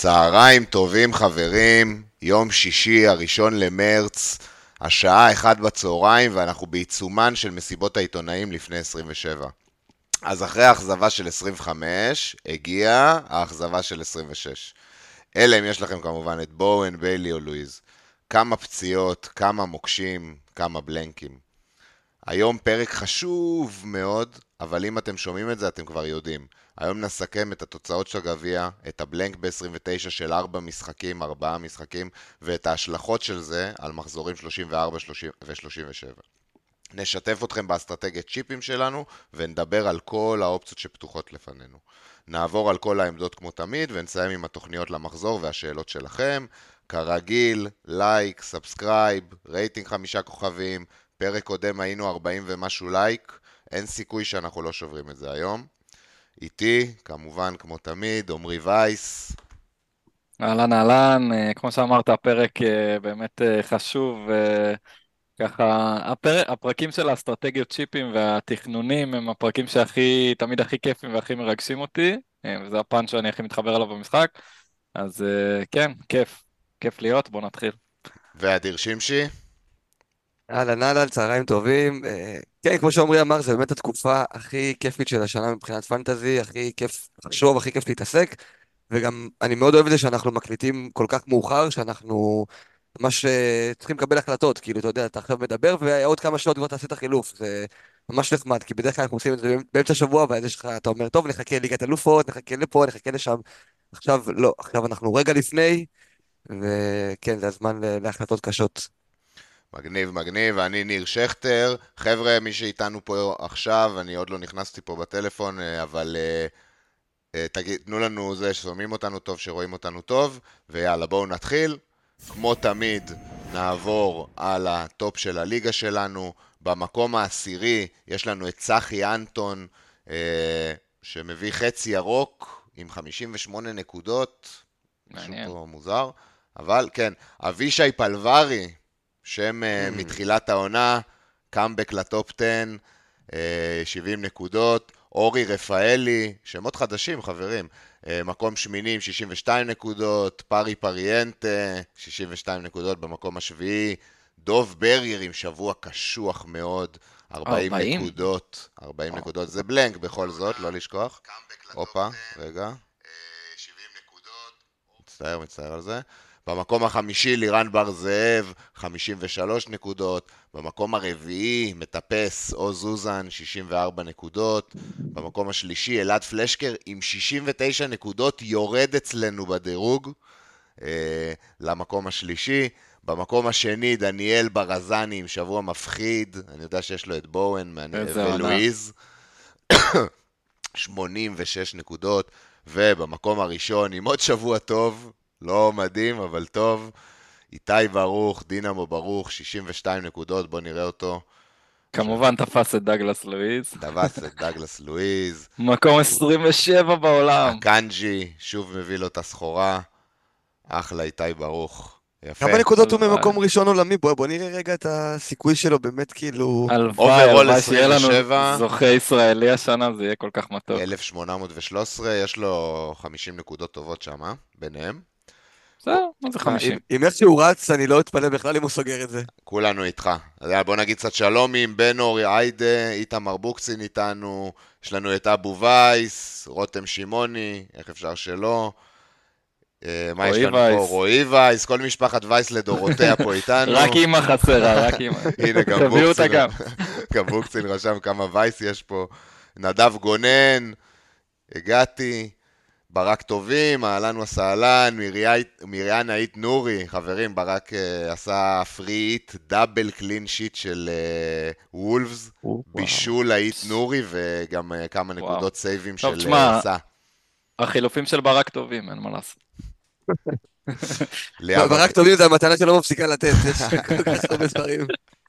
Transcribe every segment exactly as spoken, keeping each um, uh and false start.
צהריים טובים חברים, יום שישי הראשון למרץ, השעה אחת בצהריים ואנחנו בעיצומן של מסיבות העיתונאים לפני עשרים ושבע. אז אחרי האכזבה של עשרים וחמש הגיעה האכזבה של עשרים ושש. אלה אם יש לכם כמובן את בואוין, ביילי או לואיז. כמה פציעות, כמה מוקשים, כמה בלנקים. היום פרק חשוב מאוד, אבל אם אתם שומעים את זה אתם כבר יודעים. היום נסכם את התוצאות של הגביע, את הבלנק ב-עשרים ותשע של ארבע משחקים, ארבעה משחקים, ואת ההשלכות של זה על מחזורים שלושים וארבע ו-שלושים ושבע. נשתף אתכם באסטרטגיית צ'יפים שלנו, ונדבר על כל האופציות שפתוחות לפנינו. נעבור על כל העמדות כמו תמיד, ונסיים עם התוכניות למחזור והשאלות שלכם. כרגיל, לייק, סאבסקרייב, רייטינג חמישה כוכבים, פרק קודם היינו ארבעים ומשהו לייק, אין סיכוי שאנחנו לא שוברים את זה היום. איתי, כמובן, כמו תמיד, עומרי וייס. אהלן אהלן, כמו שאמרת, הפרק באמת חשוב, ככה, הפרק, הפרקים של האסטרטגיות צ'יפים והתכנונים הם הפרקים שהכי, תמיד הכי כיפים והכי מרגשים אותי, וזה הפן שאני הכי מתחבר אליו במשחק, אז כן, כיף, כיף להיות, בוא נתחיל. ואדיר שמשי. אהלן אהלן, צהריים טובים. אה, כן, כמו שעומרי אמר, זה באמת התקופה הכי כיפית של השנה מבחינת פנטזי, הכי כיף לחשוב, הכי כיף להתעסק, וגם אני מאוד אוהב את זה שאנחנו מקליטים כל כך מאוחר, שאנחנו ממש אה, צריכים לקבל החלטות, כאילו, אתה יודע, אתה עכשיו מדבר, ועוד כמה שעות כבר תעשה את החילוף, זה ממש נחמד, כי בדרך כלל אנחנו עושים את זה באמצע השבוע, ואז יש לך, אתה אומר, טוב, נחכה ליגת אלופות, נחכה לפה, נחכה לשם, עכשיו לא, עכשיו אנחנו רגע לפני, וכן, זה הזמן ל- להחלטות קשות. מגניב, מגניב, אני ניר שכטר. חבר'ה, מי שאיתנו פה עכשיו, אני עוד לא נכנסתי פה בטלפון, אבל תגיד, תנו לנו זה ששומעים אותנו טוב, שרואים אותנו טוב, ויאללה, בואו נתחיל. כמו תמיד, נעבור על הטופ של הליגה שלנו. במקום העשירי יש לנו את צחי אנטון, שמביא חצי ירוק עם חמישים ושמונה נקודות. משהו מעניין. פה מוזר. אבל כן, אבישי פלברי, שם uh, מתחילת העונה, קאמבק לטופ עשר, uh, שבעים נקודות. אורי רפאלי, שמות חדשים חברים, uh, מקום שמיני עם שישים ושתיים נקודות. פרי פריאנטה, שישים ושתיים נקודות במקום השביעי. דוב ברגר עם שבוע קשוח מאוד, ארבעים ארבעים? נקודות. ארבעים נקודות, זה בלנק בכל זאת, לא לשכוח. הופה, רגע. שבעים נקודות. מצטער, מצטער על זה. במקום החמישי לירן בר זאב, חמישים ושלוש נקודות. במקום הרביעי מטפס או זוזן, שישים וארבע נקודות. במקום השלישי אלעד פלשקר עם שישים ותשע נקודות, יורד אצלנו בדירוג אה, למקום השלישי. במקום השני דניאל ברזני עם שבוע מפחיד, אני יודע שיש לו את בואוין ולואיז, שמונים ושש נקודות. ובמקום הראשון עם עוד שבוע טוב, לא מדהים, אבל טוב, איתי ברוך, דינמו ברוך, שישים ושתיים נקודות, בוא נראה אותו. כמובן תפס את דגלס לואיז. תפס את דגלס לואיז. מקום עשרים ושבע בעולם. הקנג'י, שוב מביא לו את הסחורה. אחלה איתי ברוך. יפה. כמה נקודות הוא הלוואי. ממקום ראשון עולמי? בוא, בוא נראה רגע את הסיכוי שלו, באמת כאילו... הלוואי, אוברול הלוואי שיהיה לנו עשרים ושבע. זוכה ישראלי השנה, זה יהיה כל כך מתוק. אלף שמונה מאות ושלוש עשרה, יש לו חמישים נקודות טובות שם, ביניהם. זהו, מה זה חמישים? אם איך שהוא רץ, אני לא אתפלא בכלל אם הוא סוגר את זה. כולנו איתך. אז בוא נגיד קצת שלומים, בן אורי עיידה, איתמר בוקסין איתנו, יש לנו את אבו וייס, רותם שימוני, איך אפשר שלא. מה יש לנו פה? רועי וייס, כל משפחת וייס לדורותיה פה איתנו. רק אמא חסרה, רק אמא. הנה, גם תביאו אותה בוקסין, גם. גם בוקסין רשם כמה וייס יש פה. נדב גונן, הגעתי. ברק טובים, אהלן וסהלן, מיריאן היית נורי, חברים, ברק uh, עשה פרי היט, דאבל קלין שיט של וולפס, uh, בישול היית נורי, וגם uh, כמה וואו. נקודות סייבים טוב, של תשמע, עשה. החילופים של ברק טובים, אין מה לעשות. ברק טובים זה המתנה שלא מפסיקה לתת, יש כל כך הרבה דברים.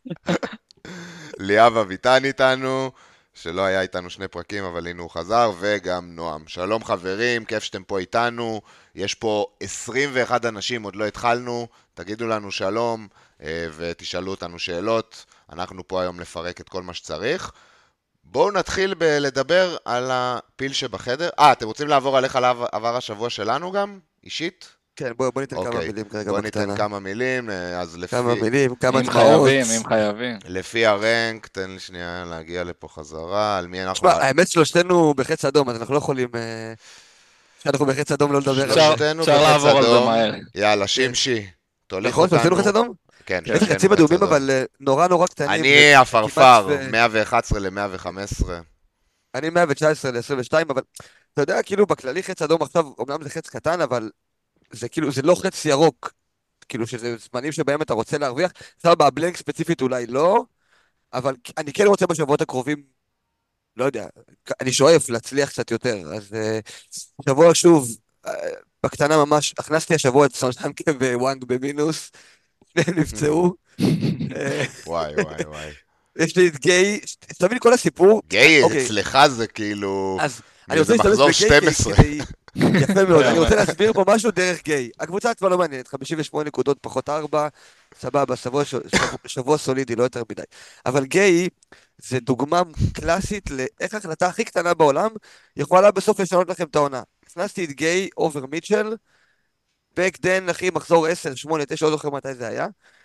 ליאב אביטן איתנו, שלא היה איתנו שני פרקים, אבל הנה הוא חזר, וגם נועם. שלום חברים, כיף שאתם פה איתנו. יש פה עשרים ואחד אנשים, עוד לא התחלנו. תגידו לנו שלום, ותשאלו אותנו שאלות. אנחנו פה היום לפרק את כל מה שצריך. בואו נתחיל ב- לדבר על הפיל שבחדר. אה, אתם רוצים לעבור על איך עבר השבוע שלנו גם? אישית? כן, בוא, בוא ניתן כמה אוקיי, מילים כרגע בוא ניתן בקטנה. כמה מילים, אה, אז כמה לפי, מילים, כמה אם דמעות. חייבים, אם חייבים. לפי הרנק, תן לי שנייה להגיע לפה חזרה, על מי אנחנו... תשמע, האמת שלושתנו בחץ אדום, אז אנחנו לא יכולים, אה, שאנחנו בחץ אדום לא לדבר על אפשר, זה. שלושתנו אפשר בחץ לעבור על זה אדום, מהר. יאללה, כן. שימשי, תוליך נכון, שלושתנו חץ אותנו. אדום? כן, כן. יש לי שלושתנו חצים חץ אדומים, אדום. אבל אה, נורא נורא קטנים. אני וכמעט עפרפר, ו- מאה ואחת עשרה ל-מאה וחמש עשרה. אני מאה ותשע עשרה ל-עשרים ושתיים, אבל אתה יודע, כאילו בכללי חץ אדום עכשיו, אומנם זה חץ קטן, אבל זה כאילו, זה לא חץ ירוק. כאילו שזה זמנים שבהם אתה רוצה להרוויח. סבבה, הבלנק ספציפית אולי לא, אבל אני כן רוצה בשבועות הקרובים, לא יודע, אני שואף להצליח קצת יותר. אז אה, שבוע שוב, אה, בקטנה ממש, הכנסתי השבוע את סוננקה ווואנג במינוס, שניהם נפצעו. אה, וואי, וואי, וואי. יש לי את גיי, שתבין כל הסיפור. גיי, אוקיי, אצלך זה כאילו... אז אני מאיזה רוצה להשתמש מחזור בגיי שתים עשרה. כדי... יפה מאוד, אני רוצה אבל- להסביר פה משהו דרך גיי. הקבוצה עצמה לא מעניינת, חמישים ושמונה נקודות פחות ארבע, סבבה, שבוע, שבוע, שבוע סולידי, לא יותר מדי. אבל גיי זה דוגמה קלאסית לאיך ההחלטה הכי קטנה בעולם יכולה בסוף לשנות לכם את העונה. הכנסתי את גיי אובר מיטשל, בק דן, אחי, מחזור עשר, שמונה, תשע, לא זוכר מתי זה היה.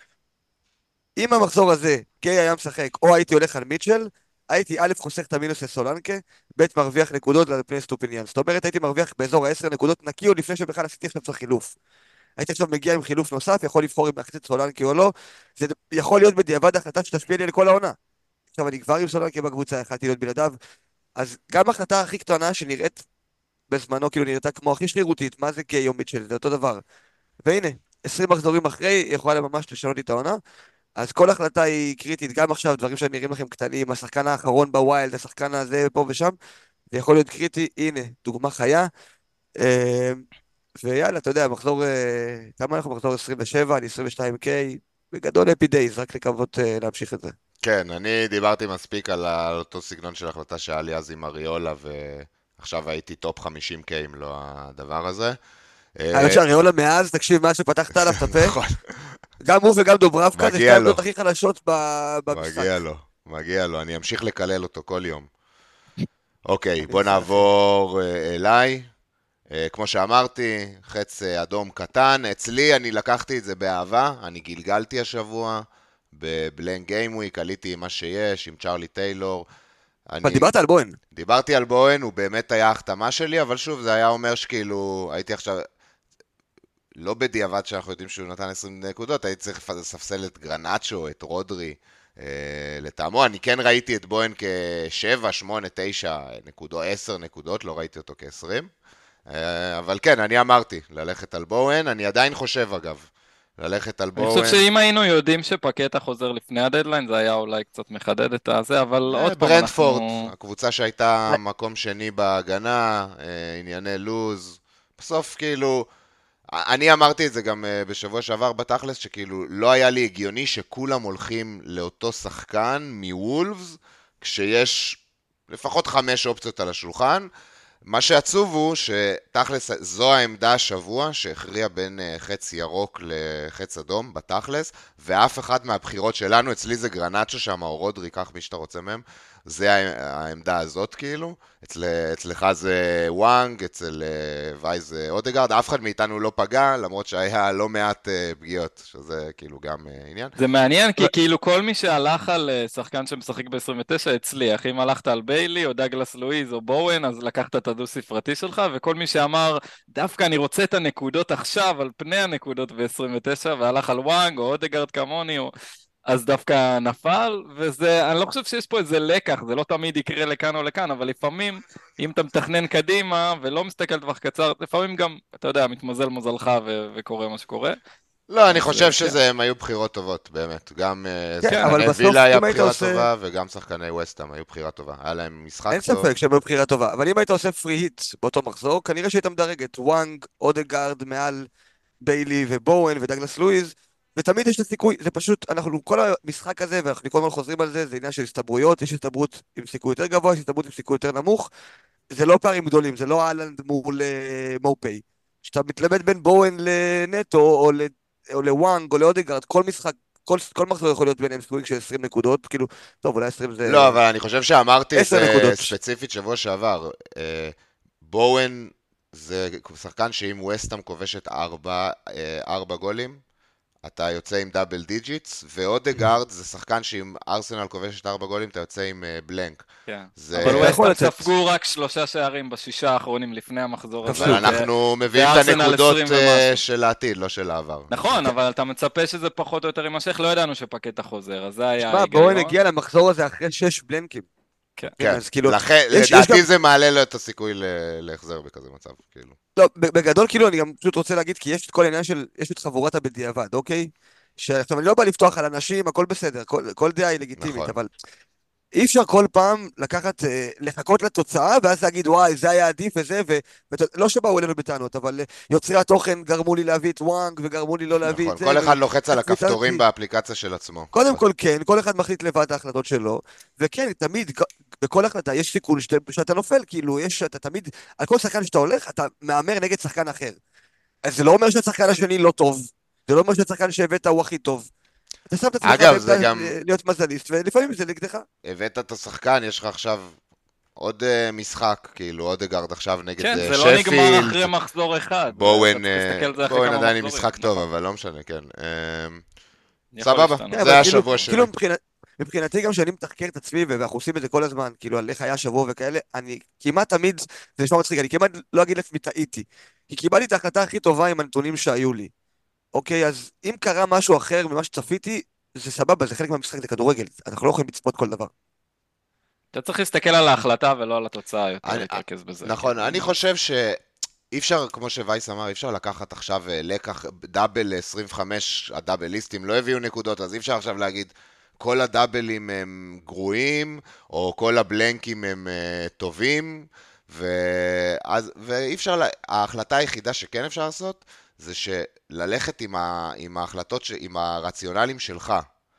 אם המחזור הזה, גיי היה משחק, או הייתי הולך על מיטשל, הייתי א' חוסך את המינוס לסולנקה, ב' מרוויח נקודות על פני סטופיניאן. זאת אומרת, הייתי מרוויח באזור ה-עשר נקודות נקי, עוד לפני שבכלל עשיתי עכשיו צריך חילוף. הייתי עכשיו מגיע עם חילוף נוסף, יכול לבחור אם להכניס את סולנקה או לא. זה יכול להיות בדיעבד החלטה שתשפיע לי על כל העונה. עכשיו, אני כבר עם סולנקה בקבוצה, יכלתי להיות בלעדיו. אז גם ההחלטה הכי קטנה שנראית בזמנו, כאילו נראתה כמו הכי שרירותית, מה זה גיי או מיטשל, זה אותו דבר. והנה, עשרים מחזורים אחרי, יכולה ממש לשנות לי את העונה. אז כל החלטה היא קריטית, גם עכשיו, דברים שנראים לכם קטנים, השחקן האחרון בווילד, השחקן הזה פה ושם, זה יכול להיות קריטי, הנה, דוגמה חיה. אה, ויאללה, אתה יודע, מחזור, אה, כמה אנחנו מחזור עשרים ושבע, אני עשרים ושתיים קיי, בגדול אפי דייז, רק לקוות אה, להמשיך את זה. כן, אני דיברתי מספיק על ה- על אותו סגנון של החלטה שהיה לי אז עם אריולה, ועכשיו הייתי טופ חמישים קיי אם לא הדבר הזה. אה, האמת שהריולה מאז, תקשיב, מאז שפתחת עליו את הפה, נכון, גם הוא וגם דוברבקה, זה שתי מגיע לו. העמדות הכי חלשות ב- במשחק. מגיע לו, מגיע לו, אני אמשיך לקלל אותו כל יום. אוקיי, אני בוא בסדר. נעבור אה, אליי. אה, כמו שאמרתי, חץ אה, אדום קטן. אצלי אני לקחתי את זה באהבה, אני גלגלתי השבוע בבלנק גיימוויק, עליתי עם מה שיש, עם צ'רלי טיילור. אבל אני דיברת על בוהן. דיברתי על בוהן, הוא באמת היה החתמה שלי, אבל שוב, זה היה אומר שכאילו, הייתי עכשיו, לא בדיעבד שאנחנו יודעים שהוא נתן עשרים נקודות, הייתי צריך לספסל את גרנצ'ו, את רודרי, אה, לטעמו. אני כן ראיתי את בוהן כ-שבע, שמונה, תשע נקודות, עשר נקודות, לא ראיתי אותו כ-עשרים. אה, אבל כן, אני אמרתי, ללכת על בוהן, אני עדיין חושב אגב, ללכת על אני בוהן. חושב שאם היינו יודעים שפקטה חוזר לפני הדדליין, זה היה אולי קצת מחדד את הזה, אבל אה, עוד פעם ברנדפורד, אנחנו... הקבוצה שהייתה מקום שני בהגנה, אה, ענייני לוז, בסוף כאילו, אני אמרתי את זה גם אה, בשבוע שעבר בתכלס, שכאילו לא היה לי הגיוני שכולם הולכים לאותו שחקן מוולפס, כשיש לפחות חמש אופציות על השולחן. מה שעצוב הוא שתכלס זו העמדה השבוע שהכריע בין אה, חץ ירוק לחץ אדום בתכלס, ואף אחד מהבחירות שלנו, אצלי זה גרנצ'ו שם, או רודרי, קח מי שאתה רוצה מהם, זה העמדה הזאת כאילו. אצל, אצלך זה וואנג, אצל אה, וייז זה אודגרד, אף אחד מאיתנו לא פגע, למרות שהיה לא מעט אה, פגיעות, שזה כאילו גם אה, עניין. זה מעניין, כי כאילו כל מי שהלך על אה, שחקן שמשחק ב-עשרים ותשע הצליח. אם הלכת על ביילי, או דאגלס לואיז, או בואוין, אז לקחת את הדו-ספרתי שלך, וכל מי שאמר, דווקא אני רוצה את הנקודות עכשיו, על פני הנקודות ב-עשרים ותשע, והלך על וואנג, או אודגרד כמוני, או... אז דווקא נפל, וזה, אני לא חושב שיש פה איזה לקח, זה לא תמיד יקרה לכאן או לכאן, אבל לפעמים, אם אתה מתכנן קדימה, ולא מסתכל טווח קצר, לפעמים גם, אתה יודע, מתמזל מזלך ו- וקורה מה שקורה. לא, אני אז, חושב כן. שזה, הם היו בחירות טובות, באמת. גם אה, כן, שחקני אבל בסוף, וילה היה אם היית בחירה עושה- טובה, וגם שחקני ווסטהאם היו בחירה טובה. היה להם משחק אין טוב. ספק שהם היו בחירה טובה, אבל אם היית עושה פרי היט באותו מחזור, כנראה שהיית מדרג את וואנג, אודגרד, מעל ביילי ובואן ודגלס לואיז, ותמיד יש את הסיכוי, זה פשוט, אנחנו כל המשחק הזה, ואנחנו כל הזמן חוזרים על זה, זה עניין של הסתברויות, יש הסתברות עם סיכוי יותר גבוה, יש הסתברות עם סיכוי יותר נמוך, זה לא פערים גדולים, זה לא אהלנד מול אה, מופי. כשאתה מתלמד בין בואן לנטו, או, ל, או לוואנג, או לאודגרד, כל משחק, כל, כל מחזור יכול להיות ביניהם סקווינג של עשרים נקודות, כאילו, טוב, אולי עשרים זה... לא, אבל אני חושב שאמרתי את עשר זה נקודות. ספציפית שבוע שעבר. אה, בואן, זה שחקן שאם ווסטהאם כובשת ארבע, אה, ארבע גולים, אתה יוצא עם דאבל דיג'יטס, ואודגארד זה שחקן שאם ארסנל כובשת ארבע גולים, אתה יוצא עם אה, בלנק. כן. זה... אבל אתה יכול ווסטהאם לצאת. ספגו רק שלושה שערים בשישה האחרונים לפני המחזור הזה. אבל פשוט. ו- אנחנו מביאים את וארסנל הנקודות עשרים אה, ומשהו. של העתיד, לא של העבר. נכון, אבל אתה מצפה שזה פחות או יותר יימשך, לא ידענו שפקטה חוזר, אז זה היה שמע, בואו ההיגיון. נגיע למחזור הזה אחרי שש בלנקים. כן. כן, כן, אז כאילו, לכן, יש, יש גם, לדעתי זה מעלה לו את הסיכוי ל- להחזר בכזה מצב, כאילו. לא, בגדול כאילו אני גם פשוט רוצה להגיד, כי יש את כל העניין של, יש את חבורת הבדיעבד, אוקיי? שעכשיו אני לא בא לפתוח על אנשים, הכל בסדר, כל, כל דעה היא לגיטימית, נכון. אבל אי אפשר כל פעם לקחת, אה, לחכות לתוצאה, ואז להגיד, וואי, זה היה עדיף וזה, ו... ולא שבאו אלינו בטענות, אבל אה, יוצרי התוכן גרמו לי להביא את וואנג, וגרמו לי לא להביא את נכון, זה, כל אחד לוחץ על וקצת הכפתורים ויתרתי. באפליקציה של עצמו. קודם כל כן, כל אחד מחליט לבד את ההחלטות שלו, וכן, תמיד, כ- בכל החלטה יש סיכון שאתה, שאתה נופל, כאילו, יש, אתה תמיד, על כל שחקן שאתה הולך, אתה מהמר נגד שחקן אחר. אז זה לא אומר שהשחקן השני לא טוב, זה לא אומר שהשחקן שהבאת הוא הכי טוב. אתה שם את עצמך אגב, זה בעמדה גם, אה, להיות מזליסט, ולפעמים זה נגדך. הבאת את השחקן, יש לך עכשיו עוד אה, משחק, כאילו, אודגרד עכשיו נגד כן, אה, זה לא נגמר שפילד, אחרי מחזור אחד. אתה בואן, צריך להסתכל אה, על זה אחרי בואן כמה עדיין עם מחזורים. משחק טוב, נכון. אבל לא משנה, כן. אה, יכול סבבה, להשתנות. כן, זה אבל היה כאילו, השבוע שלי. כאילו מבחינת, מבחינתי גם שאני מתחקר את עצמי, ואנחנו עושים את זה כל הזמן, כאילו על איך היה שבוע וכאלה, אני כמעט תמיד, זה נשמע מצחיק, אני כמעט לא אגיד לעצמי טעיתי, כי קיבלתי את ההחלטה הכי טובה עם הנתונים שהיו לי. אוקיי, אז אם קרה משהו אחר ממה שצפיתי, זה סבבה, זה חלק מהמשחק, זה כדורגל, אנחנו לא יכולים לצפות כל דבר. אתה צריך להסתכל על ההחלטה ולא על התוצאה יותר, אני- להתרכז בזה. נכון, כאילו. אני חושב שאי אפשר, כמו שווייס אמר, אי אפשר לקחת עכשיו אה, לקח דאבל עשרים וחמש, הדאבליסטים לא הביאו נקודות, אז אי אפשר עכשיו להגיד כל הדאבלים הם גרועים, או כל הבלנקים הם אה, טובים, ואז, ואי אפשר, לה- ההחלטה היחידה שכן אפשר לעשות, זה שללכת עם, ה, עם ההחלטות, ש, עם הרציונלים שלך,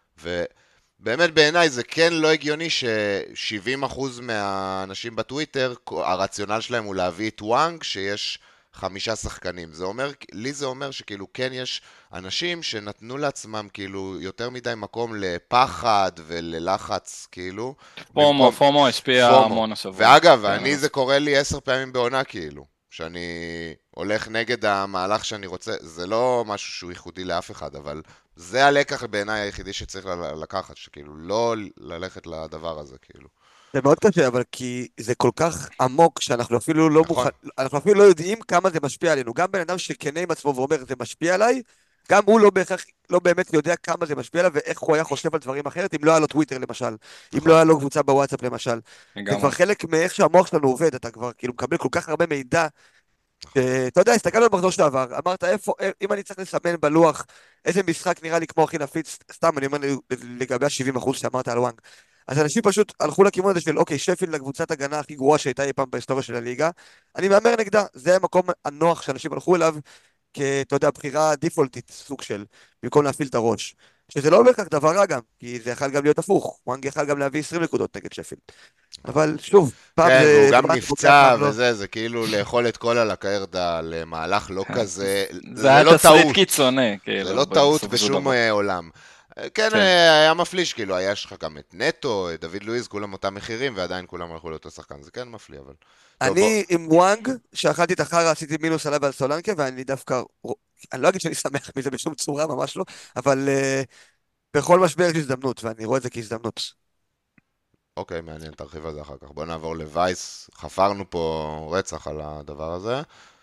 ובאמת בעיניי זה כן לא הגיוני ש-שבעים אחוז מהאנשים בטוויטר, הרציונל שלהם הוא להביא את וואנג, שיש חמישה שחקנים. זה אומר, לי זה אומר שכאילו כן יש אנשים שנתנו לעצמם כאילו יותר מדי מקום לפחד וללחץ, כאילו. פומו, במקום- פומו השפיע פומו. המון השבוע. ואגב, כן, אני אז- זה קורה לי עשר פעמים בעונה כאילו, שאני הולך נגד המהלך שאני רוצה, זה לא משהו שהוא ייחודי לאף אחד, אבל זה הלקח בעיניי היחידי שצריך ל- לקחת, שכאילו לא ללכת לדבר הזה, כאילו. זה מאוד קשה, אבל כי זה כל כך עמוק, שאנחנו אפילו לא נכון. מוכן, אנחנו אפילו לא יודעים כמה זה משפיע עלינו. גם בן אדם שכנה עם עצמו ואומר, זה משפיע עליי, גם הוא לא בהכרח, לא באמת יודע כמה זה משפיע עליו, ואיך הוא היה חושב על דברים אחרת, אם לא היה לו טוויטר למשל, אם נכון. לא היה לו קבוצה בוואטסאפ למשל. זה לגמרי. כבר חלק מאיך שהמוח שלנו עובד, אתה כבר כאילו מקבל כל כך הרבה מידע, אתה יודע, הסתכלנו במחזור שעבר, אמרת איפה, אם אני צריך לסמן בלוח איזה משחק נראה לי כמו הכי נפיץ, סתם אני אומר לגבי ה-שבעים אחוז שאמרת על וואנג. אז אנשים פשוט הלכו לכיוון הזה של אוקיי, שפילד לקבוצת הגנה הכי גרועה שהייתה אי פעם בהיסטוריה של הליגה, אני מהמר נגדה, זה המקום הנוח שאנשים הלכו אליו, כאתה יודע, בחירה דיפולטית, סוג של, במקום להפעיל את הראש. שזה לא בהכרח דבר רע גם, כי זה יכול גם להיות הפוך, וואנג יכול גם להביא עשרים נקודות נגד שפילד. אבל שוב, פעם כן, זה... והוא זה גם וואנג, נפצע פעם לא. וזה, זה כאילו לאכול את כל הלקרדה למהלך לא כן. כזה, זה זה היה לא תסריט טעות, קיצוני, כאילו. זה לא טעות בסופו של בשום דבר. אה, עולם. אה, כן, כן. אה, היה מפליש, כאילו, היה לך גם את נטו, את דוד לואיז, כולם אותם מחירים, ועדיין כולם הלכו לאותו שחקן, זה כן מפליא, אבל... טוב, בוא. אני עם וואנג, שאכלתי את החרא, עשיתי מינוס עליו ועל סולנקה, ואני דווקא, אני לא אגיד שאני שמח מזה בשום צורה, ממש לא, אבל uh, בכל משבר יש הזדמנות, ואני רואה את זה כהזדמנות. אוקיי, מעניין, תרחיב על זה אחר כך. בוא נעבור לווייס, חפרנו פה רצח על הדבר הזה,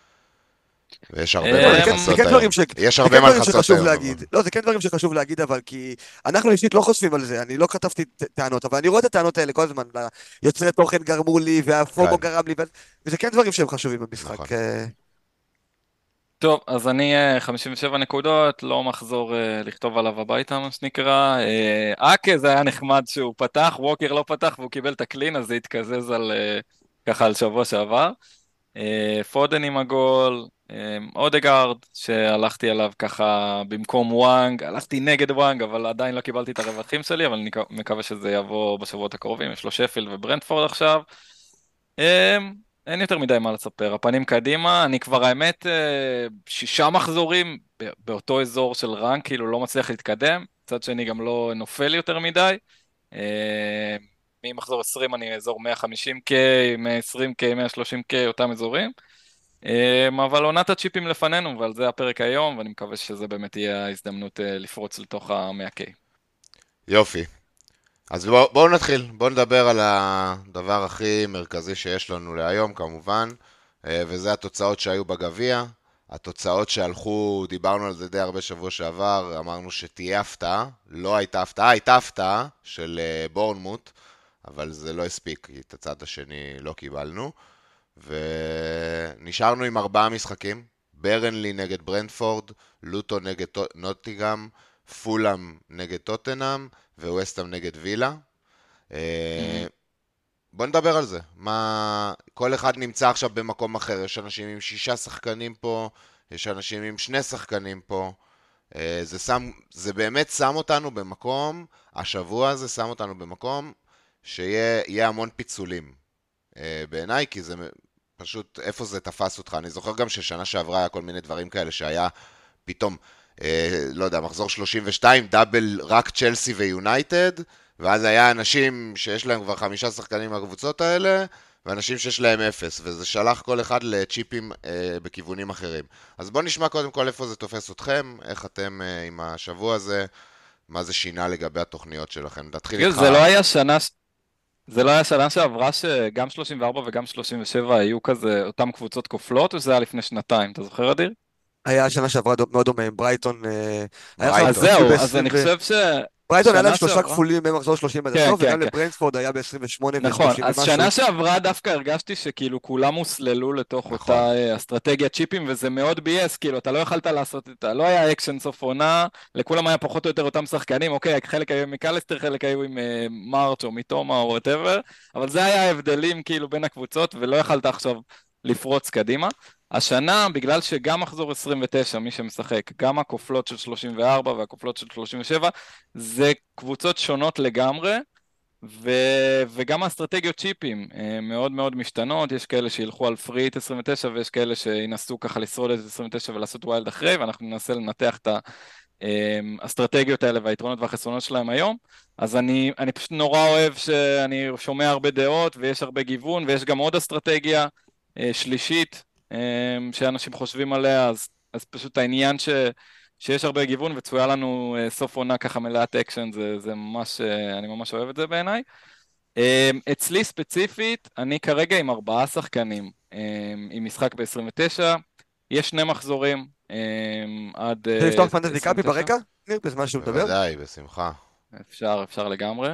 ויש הרבה אה, מה זה כן- לחסות זה כן היום. דברים ש- יש זה הרבה כן מה דברים לחסות שחשוב היום. להגיד. אבל- לא, זה כן דברים שחשוב להגיד, אבל כי אנחנו אישית לא חושבים על זה, אני לא כתבתי ט- טענות, אבל אני רואה את הטענות האלה כל הזמן, יוצרי תוכן גרמו לי, והפומו כן. גרם לי, ו- וזה כן דברים שהם חשובים במשחק. נכון. אה, טוב, אז אני אה, חמישים ושבע נקודות, לא מחזור אה, לכתוב עליו הביתה, מה שנקרא. אה, אקה זה היה נחמד שהוא פתח, ווקר לא פתח והוא קיבל את הקלין, אז זה התקזז על, אה, ככה על שבוע שעבר. אה, פודן עם הגול, אה, אודגארד, שהלכתי עליו ככה במקום וואנג, הלכתי נגד וואנג, אבל עדיין לא קיבלתי את הרווחים שלי, אבל אני מקווה שזה יבוא בשבועות הקרובים, יש לו שפילד וברנטפורד עכשיו. אה, אין יותר מדי מה לספר, הפנים קדימה, אני כבר האמת אה, שישה מחזורים ב- באותו אזור של רנק, כאילו לא מצליח להתקדם, מצד שני גם לא נופל יותר מדי. אה, ממחזור עשרים אני אזור מאה וחמישים קיי, מאה ועשרים קיי, מאה ושלושים קיי, אותם אזורים. אמ, אבל עונת הצ'יפים לפנינו, ועל זה הפרק היום, ואני מקווה שזה באמת יהיה ההזדמנות אה, לפרוץ לתוך ה-מאה קיי. יופי. אז בואו בוא נתחיל, בואו נדבר על הדבר הכי מרכזי שיש לנו להיום כמובן, אה, וזה התוצאות שהיו בגביע, התוצאות שהלכו, דיברנו על זה די הרבה שבוע שעבר, אמרנו שתהיה הפתעה, לא הייתה הפתעה, הייתה הפתעה של אה, בורנמוט, אבל זה לא הספיק, כי את הצד השני לא קיבלנו, ונשארנו עם ארבעה משחקים, ברנלי נגד ברנדפורד, לוטו נגד נוטיגאם, פולאם נגד טוטנאם, וווסטהאם נגד וילה. אה, בוא נדבר על זה. מה... כל אחד נמצא עכשיו במקום אחר. יש אנשים עם שישה שחקנים פה, יש אנשים עם שני שחקנים פה. אה, זה, שם... זה באמת שם אותנו במקום, השבוע הזה שם אותנו במקום שיהיה המון פיצולים. אה, בעיניי, כי זה פשוט, איפה זה תפס אותך? אני זוכר גם ששנה שעברה היה כל מיני דברים כאלה שהיה פתאום, אה, לא יודע, מחזור שלושים ושתיים, דאבל רק צ'לסי ויונייטד, ואז היה אנשים שיש להם כבר חמישה שחקנים מהקבוצות האלה, ואנשים שיש להם אפס, וזה שלח כל אחד לצ'יפים אה, בכיוונים אחרים. אז בואו נשמע קודם כל איפה זה תופס אתכם, איך אתם אה, עם השבוע הזה, מה זה שינה לגבי התוכניות שלכם. נתחיל איתך. זה לא היה שנה, זה לא היה שנה שעברה שגם שלושים וארבע וגם שלושים ושבע היו כזה אותם קבוצות כופלות, או שזה היה לפני שנתיים? אתה זוכר, אדיר? היה שנה שעברה דו- מאוד דומה עם ברייטון. אה, היה לך אז ברייטון. אפילו זהו, אז ב-עשרים אני ו... חושב ברייטון היה להם ששנה שלושה שעברה... כפולים ממחזור שלושים עד כן, הסוף, כן, וגם כן. לבריינספורד היה ב-עשרים ושמונה נכון, ו-שלושים אז ומשהו. שנה שעברה דווקא הרגשתי שכאילו כולם הוסללו לתוך נכון. אותה אה, אסטרטגיית צ'יפים, וזה מאוד בי-אס, כאילו אתה לא יכלת לעשות את ה... לא היה אקשן סוף עונה, לכולם היה פחות או יותר אותם שחקנים, אוקיי, חלק היו עם מקלסטר, חלק היו עם אה, מרץ' או מתומה או whatever, אבל זה היה ההבדלים כאילו בין הקבוצות, ולא יכלת עכשיו לפרוץ קדימה. השנה, בגלל שגם מחזור עשרים ותשע, מי שמשחק, גם הכופלות של שלושים וארבע והכופלות של שלושים ושבע, זה קבוצות שונות לגמרי, ו... וגם האסטרטגיות צ'יפים אה, מאוד מאוד משתנות, יש כאלה שילכו על פריט עשרים ותשע ויש כאלה שינסו ככה לשרוד את עשרים ותשע ולעשות ווילד אחרי, ואנחנו ננסה לנתח את האסטרטגיות האלה והיתרונות והחסרונות שלהם היום. אז אני, אני פשוט נורא אוהב שאני שומע הרבה דעות ויש הרבה גיוון, ויש גם עוד אסטרטגיה אה, שלישית אה, שאנשים חושבים עליה, אז, אז פשוט העניין ש... שיש הרבה גיוון וצפויה לנו uh, סוף עונה ככה מלאת אקשן, זה, זה ממש, uh, אני ממש אוהב את זה בעיניי. Um, אצלי ספציפית, אני כרגע עם ארבעה שחקנים, um, עם משחק ב-עשרים ותשע, יש שני מחזורים um, עד רוצה לפתוח uh, פנטזי קאפי עשרים ותשע. ברקע? ניר, בזמן שהוא מדבר? בוודאי, בשמחה. אפשר, אפשר לגמרי.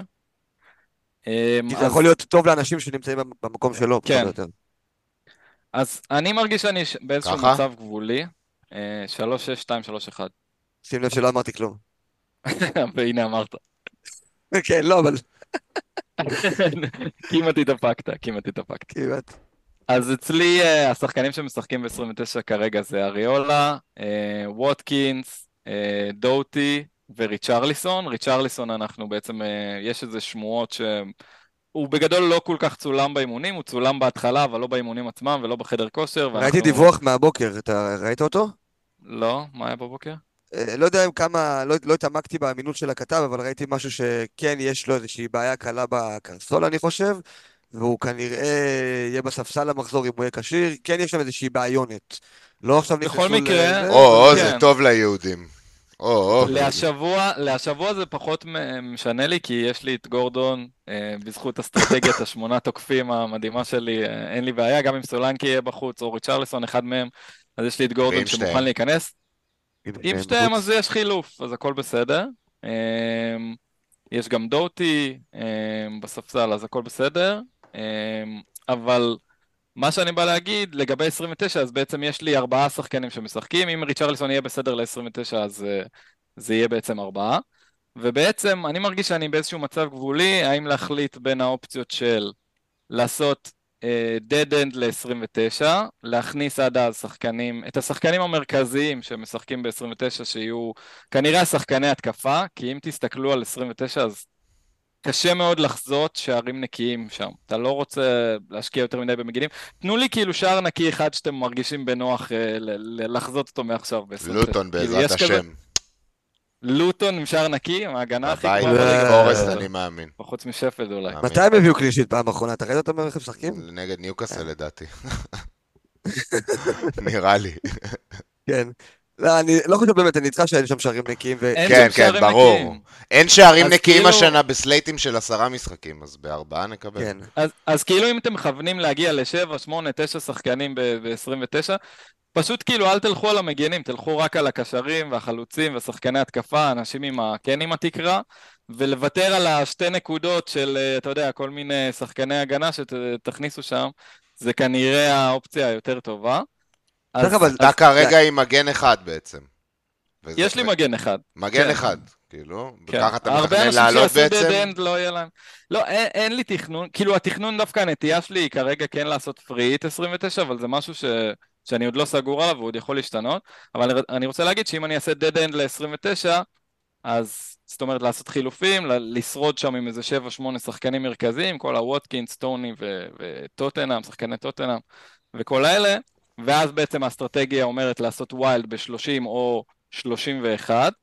Um, כי זה אז, יכול להיות טוב לאנשים שנמצאים במקום שלו, פחות כן, או יותר. אז אני מרגיש שאני ש- באיזשהו ככה? מצב גבולי, uh, שלוש שש שתיים שלוש אחת, שים לב שלא אמרתי כלום. והנה אמרת. כן, לא, אבל כמעט התאפקת, כמעט התאפקת. כמעט. אז אצלי אה, השחקנים שמשחקים ב-עשרים ותשע כרגע זה אריולה, אה, ווטקינס, אה, דוטי וריצ'רליסון. ריצ'רליסון אנחנו בעצם, אה, יש איזה שמועות שהוא בגדול לא כל כך צולם באימונים, הוא צולם בהתחלה אבל לא באימונים עצמם ולא בחדר כושר, ראיתי ואנחנו... דיווח מהבוקר, אתה ראית אותו? לא, מה היה בבוקר? אה, לא יודע אם כמה, לא, לא התעמקתי באמינות של הכתב, אבל ראיתי משהו שכן יש לו איזושהי בעיה קלה בקרסול, אני חושב, והוא כנראה יהיה בספסל המחזור אם הוא יהיה כשיר, כן יש שם איזושהי בעיונת. לא עכשיו בכל נכנסו מקרה, לזה, או, או, אבל זה כן. טוב ליהודים. או, או. טוב ליהודים. להשבוע, להשבוע זה פחות מ- משנה לי, כי יש לי את גורדון, אה, בזכות אסטרטגיית השמונה תוקפים המדהימה שלי, אה, אין לי בעיה, גם אם סולנקי יהיה בחוץ, או ריצ'רליסון אחד מהם, אז יש לי את גורדון ועם שמוכן שתיהם. להיכנס. אם אם שניהם שתיהם בחוץ. אז יש חילוף, אז הכל בסדר. אה, יש גם דוטי אה, בספסל, אז הכל בסדר. אה, אבל מה שאני בא להגיד, לגבי עשרים ותשע, אז בעצם יש לי ארבעה שחקנים שמשחקים, אם ריצ'רליסון יהיה בסדר ל-עשרים ותשע, אז uh, זה יהיה בעצם ארבעה. ובעצם אני מרגיש שאני באיזשהו מצב גבולי, האם להחליט בין האופציות של לעשות uh, dead end ל-עשרים ותשע, להכניס עד אז שחקנים, את השחקנים המרכזיים שמשחקים ב-עשרים ותשע, שיהיו כנראה שחקני התקפה, כי אם תסתכלו על עשרים ותשע, אז קשה מאוד לחזות שערים נקיים שם. אתה לא רוצה להשקיע יותר מדי במגינים. תנו לי כאילו שער נקי אחד שאתם מרגישים בנוח אה, ל- ל- לחזות אותו מעכשיו ב-עשרים ותשע. לוטון כאילו, בעזרת יש כזה- השם. לוטון עם שער נקי, עם ההגנה הכי בבית, גרועה בליגה. פורסט אה, אני מאמין. חוץ משפלד אולי. מאמין. מתי הם הביאו קלינשיט פעם אחרונה? אתה ראית אותם איך משחקים? נגד ניוקאסל לדעתי. נראה לי. כן. לא, אני לא חושב באמת, אני איתך שאין שם שערים נקיים, ו... אין כן, שם כן, שערים ברור. נקיים. אין שערים אז נקיים כאילו, השנה בסלייטים של עשרה משחקים, אז בארבעה נקבל. כן. אז, אז כאילו אם אתם מכוונים להגיע לשבע, שמונה, תשע שחקנים ב-עשרים ותשע, פשוט כאילו אל תלכו על המגנים, תלכו רק על הקשרים והחלוצים ושחקני התקפה, אנשים עם ה... כן עם התקרה, ולוותר על השתי נקודות של, אה, אתה יודע, כל מיני שחקני הגנה שתכניסו שם, זה כנראה האופציה היותר טובה. דרך אז, אגב, אתה אז כרגע עם מגן אחד בעצם. וזה- יש לי ו- מגן אחד. מגן כן. אחד, כאילו, כן, וככה אתה הרבה מתכנן אנשים לעלות שעשו dead בעצם? end לא יהיה להם. לא, אין, אין לי תכנון, כאילו התכנון דווקא הנטייה שלי היא כרגע כן לעשות פריט עשרים ותשע, אבל זה משהו ש, שאני עוד לא סגור עליו ועוד יכול להשתנות, אבל אני, אני רוצה להגיד שאם אני אעשה dead end ל-עשרים ותשע, אז זאת אומרת לעשות חילופים, ל- לשרוד שם עם איזה שבע שמונה שחקנים מרכזיים, כל הווטקינס, טוני ו- וטוטנאם, שחקני טוטנאם וכל האלה, ואז בעצם האסטרטגיה אומרת לעשות ווילד ב-שלושים או שלושים ואחת,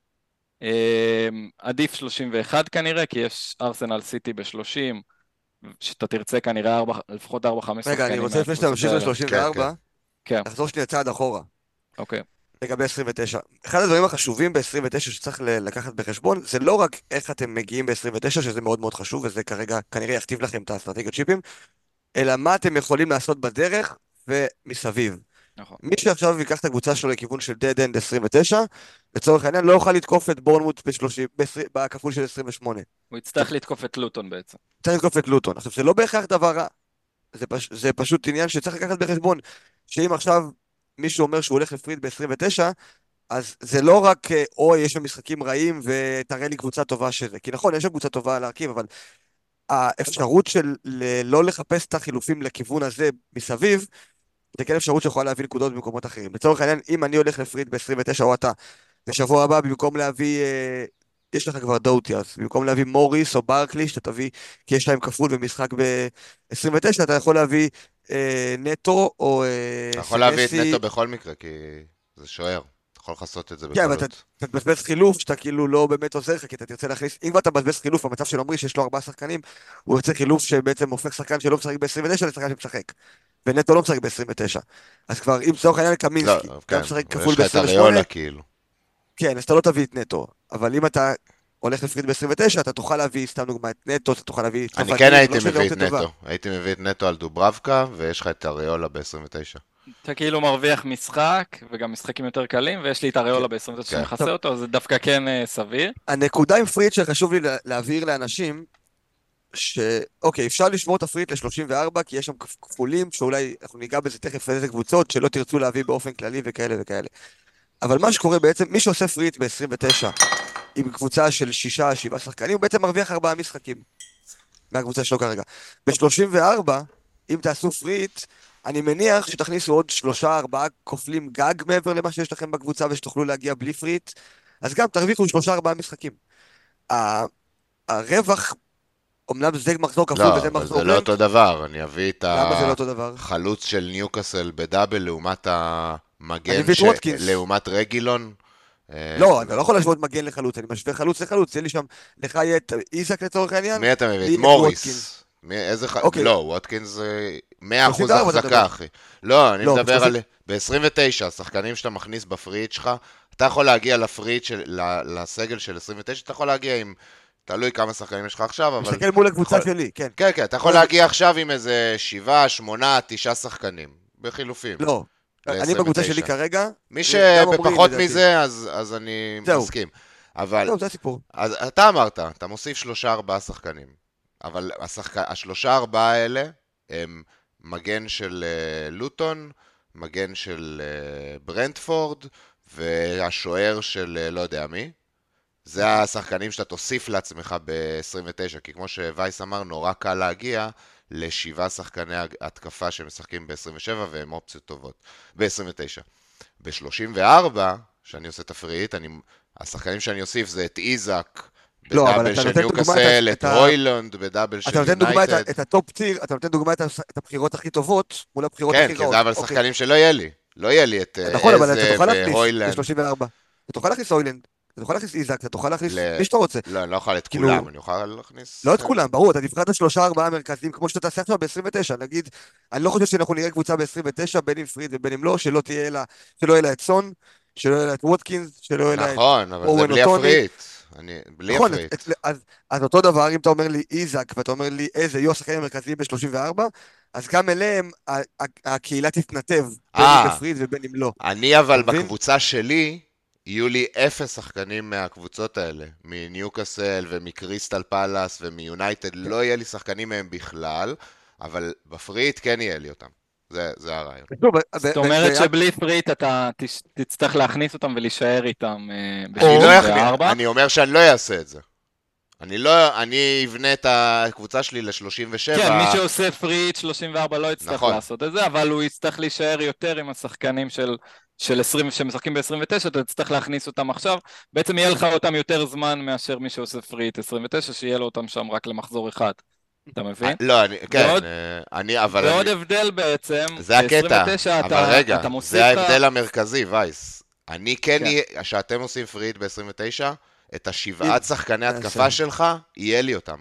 אמ, עדיף שלושים ואחת כנראה, כי יש ארסנל סיטי ב-שלושים, שאתה תרצה כנראה ארבע, לפחות ארבע חמש רגע, אני שחקנים רוצה לפני שאתה מהקבוצות ממשיך האלה. כן, כן. ל-שלושים וארבע, כן, לחזור שנייה צעד אחורה, אוקיי. לגבי עשרים ותשע. אחד הדברים החשובים ב-עשרים ותשע שצריך ל- לקחת בחשבון, זה לא רק איך אתם מגיעים ב-עשרים ותשע, שזה מאוד מאוד חשוב, וזה כרגע כנראה יכתיב לכם את האסטרטגיות צ'יפים, אלא מה אתם יכולים לעשות בדרך ומסביב. נכון. מי שעכשיו ייקח את הקבוצה שלו לכיוון של dead end עשרים ותשע, לצורך העניין לא יוכל לתקוף את בורנמוט ב-שלושים, ב-עשרים בכפול של עשרים ושמונה. הוא יצטרך לתקוף את לוטון בעצם. צריך לתקוף את לוטון. עכשיו, זה לא בהכרח דבר רע. זה, פש... זה פשוט עניין שצריך לקחת בחשבון, שאם עכשיו מישהו אומר שהוא הולך לפריד ב-עשרים ותשע, אז זה לא רק, אה, אוי, יש שם משחקים רעים ותראה לי קבוצה טובה שזה. כי נכון, יש שם קבוצה טובה להרכיב, אבל האפשרות של ל- לא לחפש את החילופים לכיוון הזה מסביב, זה כן אפשרות שיכולה להביא נקודות במקומות אחרים. לצורך העניין, אם אני הולך לפריד ב-עשרים ותשע או אתה, בשבוע הבא, במקום להביא, אה, יש לך כבר דאוטי, אז במקום להביא מוריס או ברקלי, שאתה תביא, כי יש להם כפול במשחק ב-עשרים ותשע, אתה יכול להביא אה, נטו או אה, אתה יכול להביא את סנסי. נטו בכל מקרה, כי זה שוער. אתה יכול לעשות את זה כן, אבל אתה בקלות. אתה תבזבז חילוף שאתה כאילו לא באמת עוזר לך, כי אתה תרצה להכניס, אם כבר אתה מבזבז חילוף, המצב של עמרי שיש לו ארבעה שחקנים, הוא יוצא חילוף שבעצם הופך שחקן שלא משחק ב-עשרים ותשע לשחקן שמשחק. ונטו לא משחק ב-עשרים ותשע. אז כבר, אם לצורך העניין לא, קמינסקי, כן, גם משחק אבל כפול יש לך את ב-עשרים ושמונה, אריולה כאילו. כן, אז אתה לא תביא את נטו. אבל אם אתה הולך לפריד ב-עשרים ותשע, אתה תוכל להביא, סתם דוגמא, את נטו, אתה תוכל להביא... אני צרפתי, כן לא הייתי שזה מביא את אופציה טובה. נטו. הייתי מביא את נטו על דוברבקה, ויש לך את אריולה ב-עשרים ותשע. אתה כאילו מרוויח משחק, וגם משחקים יותר קלים, ויש לי את אריולה ב-עשרים ותשע כן. שמכסה אותו, אז זה דווקא כן אה, סביר. הנקודה עם פריט שחשוב לי לה- להבהיר לאנשים, שאוקיי, אפשר לשמור את הפריט ל-שלושים וארבע, כי יש שם כפ- כפולים, שאולי אנחנו ניגע בזה תכף איזה קבוצות, שלא תרצו להביא באופן כללי וכאלה וכאלה. אבל מה שקורה בעצם, מי שעושה פריט ב-עשרים ותשע, עם קבוצה של שישה, שבעה שחקנים, הוא בעצם מרוויח ארבעה משחקים. מהקבוצה שלו כרגע. ב-שלושים וארבע, אם תעשו פריט, אני מניח שתכניסו עוד שלושה, ארבעה כופלים גג מעבר למה שיש לכם בקבוצה ושתוכלו להגיע בלי פריט, אז גם תרוויחו שלושה, ארבעה משחקים. ה- הרווח, אמנם זה מחזור כפול לא, וזה אבל מחזור זה לא בלנק, אותו דבר. אני אביא את למה זה לא אותו דבר? החלוץ של ניוקאסל בדאבל לעומת אני המגן מביא את ש... ווטקינס. לעומת רגילון. אה, לא, אתה לא יכול להשוות מגן לחלוץ, אני משווה חלוץ לחלוץ, יהיה לי שם, לך יהיה את איזק לצורך העניין, מי אתה מביא? לי את יהיה מוריס. ווטקינס. מי, איזה ח... אוקיי. לא, ווטקינס זה מאה אחוז שלושים וארבע אתה החזקה, מדבר. אחי. לא, אני לא, מדבר ב-שלושים על... ב-עשרים ותשע, השחקנים שאתה מכניס בפריט שלך, אתה יכול להגיע לפריט של... ל- לסגל של עשרים ותשע, אתה יכול להגיע עם... תלוי כמה שחקנים יש לך עכשיו, אבל... מסתכל מול הקבוצה יכול- שלי, כן. כן, כן, אתה יכול להגיע עכשיו עם איזה שבעה, שמונה, תשעה שחקנים, בחילופים. לא, אני ל-עשרים בקבוצה ותשע. שלי כרגע, מי גם עמרי, שבפחות לדעתי. מזה, אז, אז אני זהו. מסכים. אבל, זהו, זה הסיפור. אז אתה אמרת, אתה מוסיף שלושה ארבעה שחקנים. אבל השחק... השלושה ארבעה האלה הם מגן של uh, לוטון, מגן של uh, ברנטפורד, והשוער של uh, לא יודע מי. זה השחקנים שאתה תוסיף לעצמך ב-עשרים ותשע, כי כמו שווייס אמר, נורא קל להגיע לשבעה שחקני התקפה שמשחקים ב-עשרים ושבע, והם אופציות טובות. ב-עשרים ותשע. ב-שלושים וארבע, שאני עושה תפריט, אני... השחקנים שאני אוסיף זה את איזק, לא, אבל בדאבל אתה של נותן דוגמא ניוקאסל, את את ה- הוילונד, בדאבל של אתה נותן דוגמא את ה- יונייטד. את הטופ טיר, אתה נותן דוגמא את ה- את הבחירות הכי טובות מול הבחירות כן, הכי כי רעות. זה אבל אוקיי. שחקנים שלא יהיה לי. לא יהיה לי את אה, נכון, אבל אתה איזה תוכל להכניס והוילנד. ב-שלושים וארבע. אתה תוכל להכניס הוילנד. אתה תוכל להכניס איזק, אתה תוכל להכניס ל... מי שאתה רוצה. לא, אני לא אוכל את כאילו, כולם, אני אוכל להכניס... לא את כולם, ברור, אתה תבחר את השלושה ארבעה המרכזיים, כמו שאתה תעשה עכשיו ב-עשרים ותשע, נגיד, אני לא חושב שאנחנו נראה קבוצה ב-עשרים ותשע, בין אם פריד ובין אם לא, שלא תהיה לה, שלא יהיה לה את סון, שלא יהיה לה את ווטקינס, שלא יהיה לה את נכון, אבל זה אורן בלי אוטוני. הפריט. אני... בלי נכון, הפריט. את, את, אז, אז אותו דבר, אם אתה אומר לי איזק, ואתה אומר לי איזה יהיו השחקנים המרכזיים ב-שלושים וארבע, אז גם אליהם ה- ה- הקהילה תתנתב, בין אם אה, בפריד ובין אם לא. אני אבל אתה מבין? בקבוצה שלי, יהיו לי אפס שחקנים מהקבוצות האלה, מניוקאסל ומקריסטל פלאס ומיונייטד, לא יהיה לי שחקנים מהם בכלל, אבל בפריט כן יהיה לי אותם. זה, זה הרעיון. שוב, ב- זאת ב- ב- אומרת ב- שבלי פריט אתה תש- תצטרך להכניס אותם ולהישאר איתם אה, אני לא אכניס, ב-שלושים וארבע. אני אומר שאני לא אעשה את זה. אני לא, אני אבנה את הקבוצה שלי ל-שלושים ושבע. כן, מי שעושה פריט שלושים וארבע לא יצטרך נכון. לעשות את זה, אבל הוא יצטרך להישאר יותר עם השחקנים של, של עשרים, שמשחקים ב-עשרים ותשע, אתה תצטרך להכניס אותם עכשיו. בעצם יהיה לך אותם יותר זמן מאשר מי שעושה פריט עשרים ותשע, שיהיה לו אותם שם רק למחזור אחד. אתה מבין? לא, אני, כן, ועוד- אה, אני, אבל ועוד אני, הבדל בעצם, זה הקטע, ב-עשרים ותשע אבל אתה, רגע, אתה מוסיף זה לך... ההבדל המרכזי, וייס. אני כן, כן. יהיה- שאתם עושים פריט ב-עשרים ותשע, את השבעת שחקני אה, התקפה בסדר. שלך, יהיה לי אותם.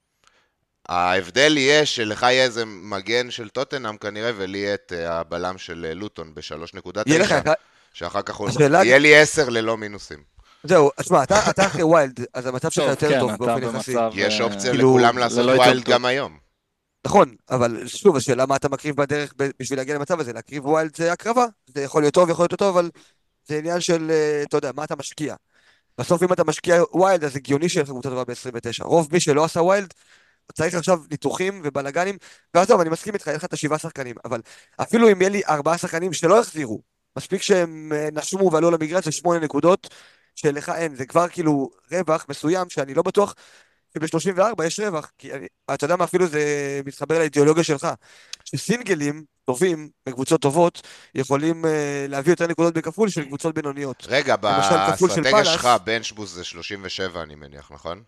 ההבדל יהיה שלך יהיה איזה מגן של טוטנאם כנראה, ולי יהיה את אה, הבלם של אה, לוטון ב-שלוש נקודה יהיה לך, תשע, שאחר כך הוא... השאלה- יהיה לי עשר ללא מינוסים. זהו, תשמע, אתה אתה אחרי ויילד, אז המצב שלך טוב, יותר כן, טוב אתה באופן יחסי. במצב... יש אה, אופציה כאילו, לכולם לעשות ללא ויילד התלבטות. גם היום. נכון, אבל שוב, השאלה מה אתה מקריב בדרך ב- בשביל להגיע למצב הזה, להקריב ויילד זה הקרבה, זה יכול להיות טוב, יכול להיות לא טוב, אבל זה עניין של, אה, אתה יודע, מה אתה משקיע. בסוף אם אתה משקיע ויילד, אז הגיוני שיהיה לך קבוצה טובה ב-עשרים ותשע. רוב מי שלא עשה ויילד, צריך עכשיו ניתוחים ובלאגנים, ועזוב, אני מסכים איתך, יהיה לך את השבעה שחקנים, אבל אפילו אם יהיה לי ארבעה שחקנים שלא יחזירו, מספיק שהם אה, נשמו ועלו למגרש, זה שמונה נקודות, שלך אין, זה כבר כאילו רווח מסוים שאני לא בטוח שב-שלושים וארבע יש רווח, כי אני, אתה יודע מה, אפילו זה מתחבר לאידיאולוגיה שלך, שסינגלים טובים בקבוצות טובות יכולים אה, להביא יותר נקודות בכפול של קבוצות בינוניות. רגע, למשל, כפול של באסטרטגיה פאלאס. שלך, בנצ'בוס זה שלושים ושבע אני מניח, נכון?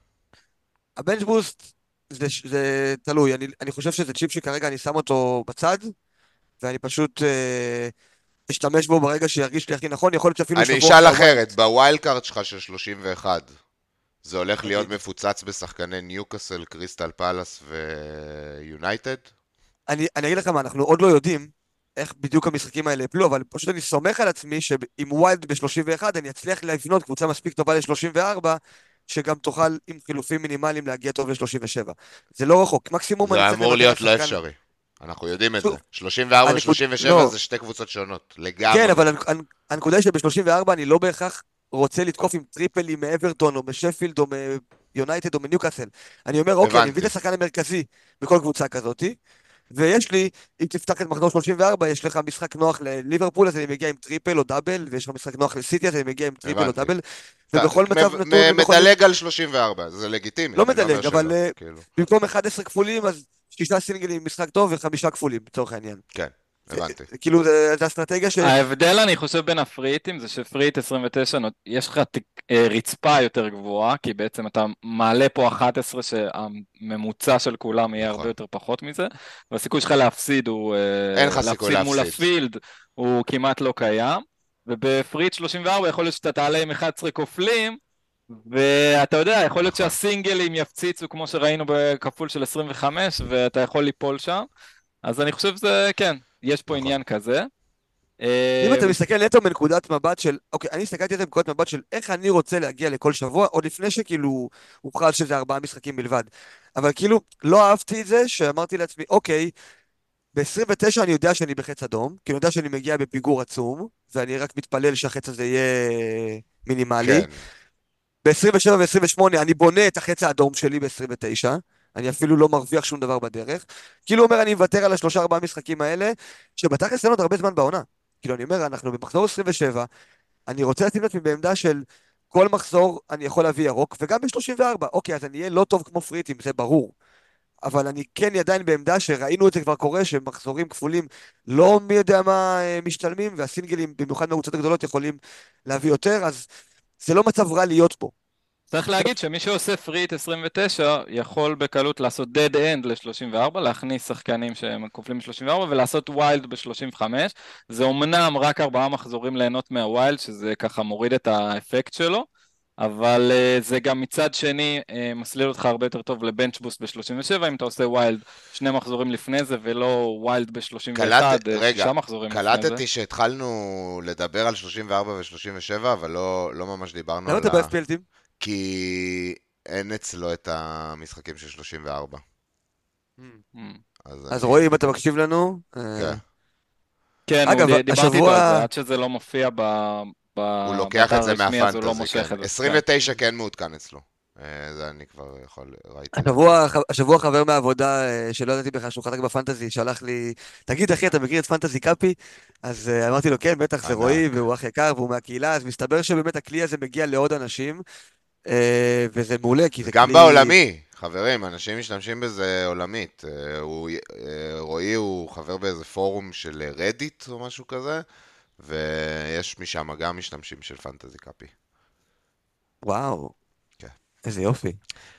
הבנץ' בוסט זה, זה תלוי, אני, אני חושב שזה צ'יפ שכרגע אני שם אותו בצד, ואני פשוט אה, אשתמש בו ברגע שירגיש לי הכי נכון, יכול להיות שאפילו אני שבוע אשאל אחרי אחרת, בווילד קארד שלך של שלושים ואחת, זה הולך להיות תגיד. מפוצץ בשחקני ניוקאסל, קריסטל פלאס ויונייטד? אני, אני אגיד לך מה, אנחנו עוד לא יודעים איך בדיוק המשחקים האלה יפלו, אבל פשוט אני סומך על עצמי שעם ווילד ב-שלושים ואחת אני אצליח לבנות קבוצה מספיק טובה ל-שלושים וארבע, שגם תוכל עם חילופים מינימליים להגיע טוב ל-שלושים ושבע. זה לא רחוק, מקסימום אני זה צריך אמור לוותר להיות על לא שחקן- אפשרי. אנחנו יודעים את שוב, זה. שלושים וארבע הנקוד- ו-שלושים ושבע לא. זה שתי קבוצות שונות. לגמרי. כן, אבל הנ- הנ- הנקודה היא שב-שלושים וארבע אני לא בהכרח רוצה לתקוף עם טריפלים מאברטון או משפילד או מיונייטד או מניוקאסל. אני אומר, אוקיי, אני מביא את הבנתי. השחקן המרכזי בכל קבוצה כזאתי, ויש לי, אם תפתח את מחזור שלושים וארבע, יש לך משחק נוח לליברפול, אז אני מגיע עם טריפל או דאבל, ויש לך משחק נוח לסיטי, אז אני מגיע עם טריפל או הבנתי. דאבל, אתה ובכל מ- מצב מ- נתון הם יכולים, מדלג על שלושים וארבע, זה לגיטימי. לא אני אומר מדלג, אבל, שלא, אה, כאילו. במקום אחד עשר כפולים, אז שישה סינגלים משחק טוב וחמישה כפולים, לצורך העניין. כן, הבנתי. זה- כאילו, זה זה אסטרטגיה ש... ההבדל אני חושב בין הפריטים זה שפריט עשרים ותשע נות- יש לך תק- אה, רצפה יותר גבוהה, כי בעצם אתה מעלה פה אחת עשרה שהממוצע של כולם יהיה נכון. הרבה יותר פחות מזה, והסיכוי שלך להפסיד הוא... אה, אין לך סיכוי להפסיד מול להפסיד. הפילד הוא כמעט לא קיים, ובפריט שלושים וארבע יכול להיות שאתה תעלה עם אחד עשר כופלים, ואתה יודע, יכול להיות נכון. שהסינגלים יפציצו כמו שראינו בכפול של עשרים וחמש, ואתה יכול ליפול שם, אז אני חושב שזה, כן, יש פה נכון. עניין כזה. אם אתה אה, מסתכל נטו מנקודת מבט של, אוקיי, אני הסתכלתי על זה מנקודת מבט של איך אני רוצה להגיע לכל שבוע, עוד לפני שכאילו הוכרז שזה ארבעה משחקים בלבד. אבל כאילו, לא אהבתי את זה, שאמרתי לעצמי, אוקיי, ב-עשרים ותשע אני יודע שאני בחץ אדום, כי אני יודע שאני מגיע בפיגור עצום, ואני רק מתפלל שהחץ הזה יהיה מינימלי. כן. ב-עשרים ושבע ו-עשרים ושמונה אני בונה את החץ האדום שלי ב-עשרים ותשע, אני אפילו לא מרוויח שום דבר בדרך. כאילו אומר, אני מוותר על השלושה ארבעה משחקים האלה, שבתכלס אין עוד הרבה זמן בעונה. כאילו אני אומר, אנחנו במחזור עשרים ושבע, אני רוצה לשים את עצמי בעמדה של כל מחזור אני יכול להביא ירוק, וגם ב-שלושים וארבע, אוקיי, אז אני אהיה לא טוב כמו פריטים, זה ברור. אבל אני כן עדיין בעמדה שראינו את זה כבר קורה, שמחזורים כפולים לא מי יודע מה אה, משתלמים, והסינגלים, במיוחד מהקבוצות הגדולות, יכולים להביא יותר, אז זה לא מצב רע להיות פה. צריך להגיד שמי שעושה פריט עשרים ותשע יכול בקלות לעשות dead end ל-שלושים וארבע, להכניס שחקנים שהם כופלים ב-שלושים וארבע ולעשות ווילד ב-שלושים וחמש. זה אומנם רק ארבעה מחזורים ליהנות מהווילד, שזה ככה מוריד את האפקט שלו, אבל אה, זה גם מצד שני אה, מסליל אותך הרבה יותר טוב לבנץ' בוסט ב-שלושים ושבע, אם אתה עושה ווילד שני מחזורים לפני זה, ולא ווילד קלט, ב-שלושים ואחת, אה, רגע, שישה מחזורים לפני זה. קלטתי שהתחלנו לדבר על שלושים וארבע ו-שלושים ושבע, אבל לא, לא ממש דיברנו למה על אתה ה... ב-אף פי אל טים? כי אין אצלו את המשחקים של שלושים וארבע. Hmm. אז אז אני... רועי, אם אתה מקשיב לנו, כן. אה, כן, הוא, אגב, ד- דיברתי איתו על זה, השבוע, עד שזה לא מופיע ב, ב, הוא לוקח באתר את זה הרשמי, אז הוא לא מהפנטזי, כן. מושך את זה. עשרים כן. ותשע כן מעודכן אצלו. אה, זה אני כבר יכול, ראיתי את זה. השבוע, השבוע חבר מהעבודה, אה, שלא ידעתי בכלל שהוא חלק בפנטזי, שלח לי, תגיד אחי, אתה מכיר את פנטזי קאפי? אז אה, אמרתי לו, כן, בטח, זה רועי, ענק. והוא אח יקר, והוא מהקהילה, אז מסתבר שבאמת הכלי הזה מגיע לעוד אנשים, אה, וזה מעולה, כי זה גם כלי... בעולמי, חברים, אנשים משתמשים בזה עולמית. אה, הוא, אה, רועי הוא חבר באיזה פורום של רדיט או משהו כזה, ויש משם גם משתמשים של פנטזי קאפי. וואו, כן. איזה יופי.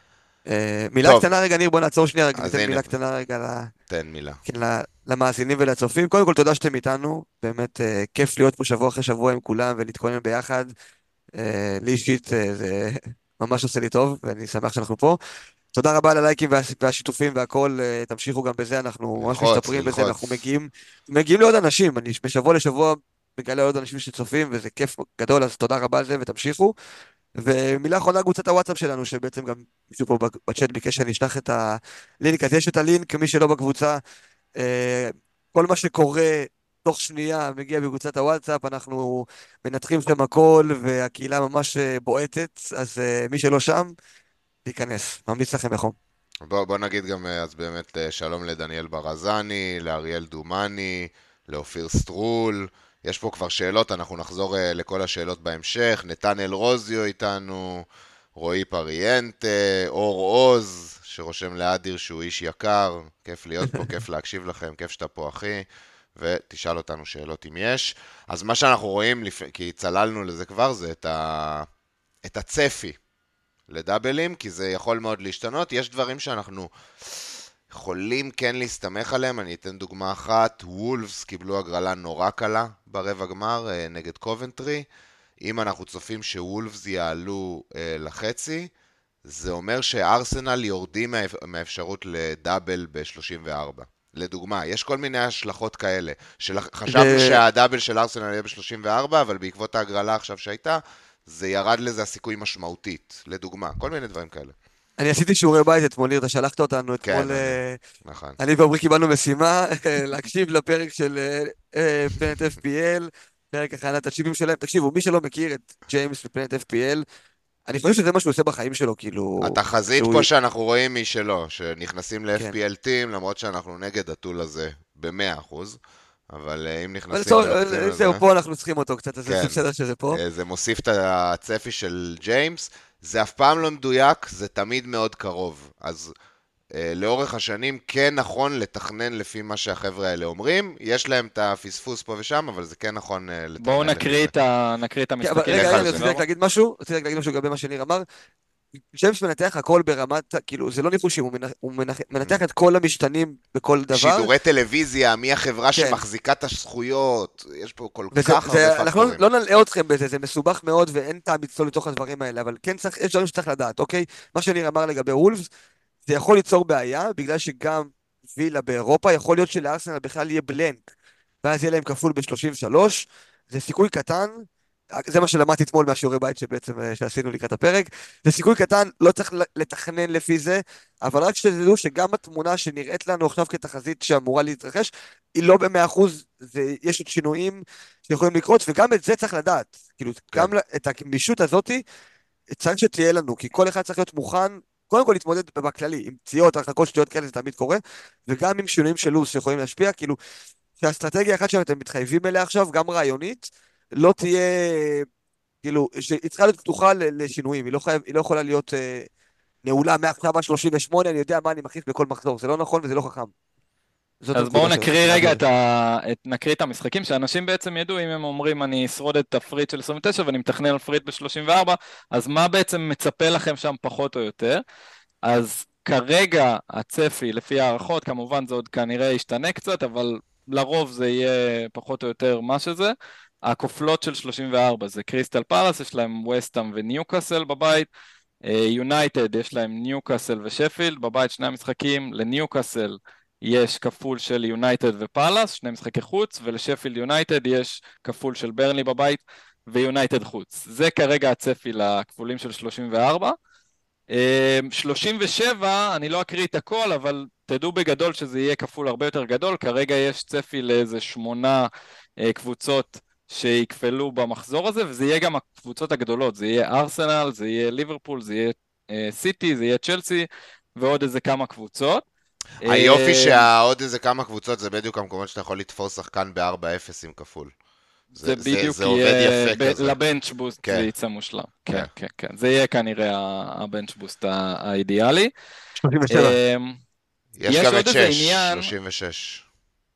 אה, מילה טוב, קטנה רגע, ניר, בוא נעצור שנייה, רק אז ניתן הנה, מילה קטנה רגע ל- תן מילה. כן, ל- למאזינים ולצופים. קודם כל, תודה שאתם איתנו, באמת אה, כיף להיות פה שבוע אחרי שבוע עם כולם ולהתכונן ביחד. אה, לי אישית אה, זה ממש עושה לי טוב, ואני שמח שאנחנו פה. תודה רבה על הלייקים וה- והשיתופים והכל, אה, תמשיכו גם בזה, אנחנו ממש ללחוץ, משתפרים בזה, אנחנו ללחוץ. מגיעים, מגיעים לעוד אנשים, אני משבוע לשבוע מגלה עוד אנשים שצופים, וזה כיף גדול, אז תודה רבה על זה ותמשיכו. ומילה אחרונה, קבוצת הוואטסאפ שלנו, שבעצם גם מישהו פה בצ'אט ביקש שאני אשלח את הלינק, אז יש את הלינק, מי שלא בקבוצה, אה, כל מה שקורה תוך שנייה מגיע בקבוצת הוואטסאפ, אנחנו מנתחים שם הכל, והקהילה ממש אה, בועטת, אז אה, מי שלא שם, תיכנס, ממליץ לכם בחום. בוא, בוא נגיד גם, אה, אז באמת, אה, שלום לדניאל ברזני, לאריאל דומני, לאופיר סטרול. יש פה כבר שאלות, אנחנו נחזור אה, לכל השאלות בהמשך. נתנאל רוזיו איתנו, רועי פריאנטה, אור עוז, שרושם לאדיר שהוא איש יקר. כיף להיות פה, כיף להקשיב לכם, כיף שאתה פה אחי. ותשאל אותנו שאלות אם יש. אז מה שאנחנו רואים, לפ... כי צללנו לזה כבר, זה את, ה... את הצפי. לדאבלים, כי זה יכול מאוד להשתנות. יש דברים שאנחנו יכולים כן להסתמך עליהם. אני אתן דוגמה אחת. וולפס קיבלו הגרלה נורא קלה ברבע גמר אה, נגד קובנטרי. אם אנחנו צופים שוולפס יעלו אה, לחצי, זה אומר שארסנל יורדים מהאפ... מהאפשרות לדאבל ב-שלושים וארבע. לדוגמה, יש כל מיני השלכות כאלה. חשבנו ו- שהדאבל של ארסנל יהיה ב-שלושים וארבע, אבל בעקבות ההגרלה עכשיו שהייתה, זה ירד לזה הסיכוי משמעותית, לדוגמה, כל מיני דברים כאלה. אני עשיתי שיעורי בית אתמול, ניר, אתה שלחת אותנו כן, אתמול, אני, אה, נכון. אני ועמרי קיבלנו משימה, להקשיב לפרק של אה, אה, פלנט אף פי אל, פרק הכנת הצ'יפים שלהם. תקשיבו, מי שלא מכיר את ג'יימס ופלנט אף פי אל, אני חושב שזה מה שהוא עושה בחיים שלו, כאילו... התחזית שהוא... פה שאנחנו רואים היא שלו, שנכנסים כן. ל-אף פי אל טים, למרות שאנחנו נגד הטול הזה ב-מאה אחוז, אבל אה, אם אבל נכנסים לצורך- ולוחצים אה, על זה, זהו, פה אנחנו צריכים אותו קצת, אז זה כן, בסדר שזה פה. אה, זה מוסיף את הצפי של ג'יימס, זה אף פעם לא מדויק, זה תמיד מאוד קרוב, אז אה, לאורך השנים כן נכון לתכנן לפי מה שהחבר'ה האלה אומרים, יש להם את הפספוס פה ושם, אבל זה כן נכון אה, לתכנן בואו לפי נקריא זה. את ה- נקריא את כן, אבל המשחקים. רגע, לך רגע, על אני זה. רציתי רק להגיד משהו, רציתי רק להגיד משהו לגבי מה שניר אמר. ג'יימס מנתח הכל ברמת, כאילו, זה לא ניחושים, הוא מנ- הוא מנח- מנתח את כל המשתנים בכל דבר. שידורי טלוויזיה, מי החברה כן. שמחזיקה את הזכויות, יש פה כל וזה, כך זה, הרבה אנחנו לא, פקטורים. לא נלאה אתכם בזה, זה מסובך מאוד ואין טעם לצלול לתוך הדברים האלה, אבל כן צריך, יש דברים שצריך לדעת, אוקיי? מה שניר אמר לגבי וולפס, זה יכול ליצור בעיה, בגלל שגם וילה באירופה, יכול להיות שלארסנל בכלל יהיה בלנק, ואז יהיה להם כפול ב-שלושים ושלוש, זה סיכוי קטן, זה מה שלמדתי אתמול מהשיעורי בית שבעצם אה, שעשינו לקראת הפרק, זה סיכוי קטן, לא צריך לתכנן לפי זה, אבל רק שתדעו שגם התמונה שנראית לנו עכשיו כתחזית שאמורה להתרחש, היא לא במאה אחוז, זה, יש עוד שינויים שיכולים לקרות, וגם את זה צריך לדעת, כאילו, כן. גם את הגמישות הזאתי, צריך שתהיה לנו, כי כל אחד צריך להיות מוכן, קודם כל להתמודד בכללי, עם פציעות, הרחקות שטויות כאלה, זה תמיד קורה, וגם עם שינויים של לו"ז שיכולים להשפיע, כאילו, שהאסטרטגיה אחת שאתם מתחייבים אליה עכשיו, גם רעיונית, לא תהיה, כאילו, שהיא צריכה להיות פתוחה ל- לשינויים, היא לא, חייב, היא לא יכולה להיות אה, נעולה מעכשיו עד שלושים ושמונה, אני יודע מה אני מכניס בכל מחזור, זה לא נכון וזה לא חכם. זאת אז בואו הנקודה שרציתי נקריא רגע להעביר. את ה... את... נקריא את המשחקים, שאנשים בעצם ידעו אם הם אומרים אני אשרוד את הפריט של עשרים ותשע ואני מתכנן על פריט ב-שלושים וארבע, אז מה בעצם מצפה לכם שם פחות או יותר? אז כרגע הצפי, לפי הערכות, כמובן זה עוד כנראה ישתנה קצת, אבל לרוב זה יהיה פחות או יותר מה שזה. הכופלות של שלושים וארבע זה קריסטל פלאס, יש להם וסטהאם וניוקאסל בבית, יונייטד יש להם ניוקאסל ושפילד בבית, שני המשחקים, לניוקאסל יש כפול של יונייטד ופלאס, שני משחקי חוץ, ולשפילד יונייטד יש כפול של ברנלי בבית ויונייטד חוץ. זה כרגע הצפי לכפולים של שלושים וארבע. שלושים ושבע, אני לא אקריא את הכל, אבל תדעו בגדול שזה יהיה כפול הרבה יותר גדול, כרגע יש צפי לאיזה שמונה קבוצות שיקפלו במחזור הזה, וזה יהיה גם הקבוצות הגדולות, זה יהיה ארסנל, זה יהיה ליברפול, זה יהיה סיטי, זה יהיה צ'לסי, ועוד איזה כמה קבוצות. היופי שהעוד איזה כמה קבוצות זה בדיוק המקומות שאתה יכול לתפוס שחקן ב-ארבע אפס עם כפול. זה בדיוק זה עובד יפה כזה. לבנץ' בוסט זה יצא מושלם. כן, כן, כן. זה יהיה כנראה הבנץ' בוסט האידיאלי. שלושים ושבע. יש גם את שש, שלושים ושש.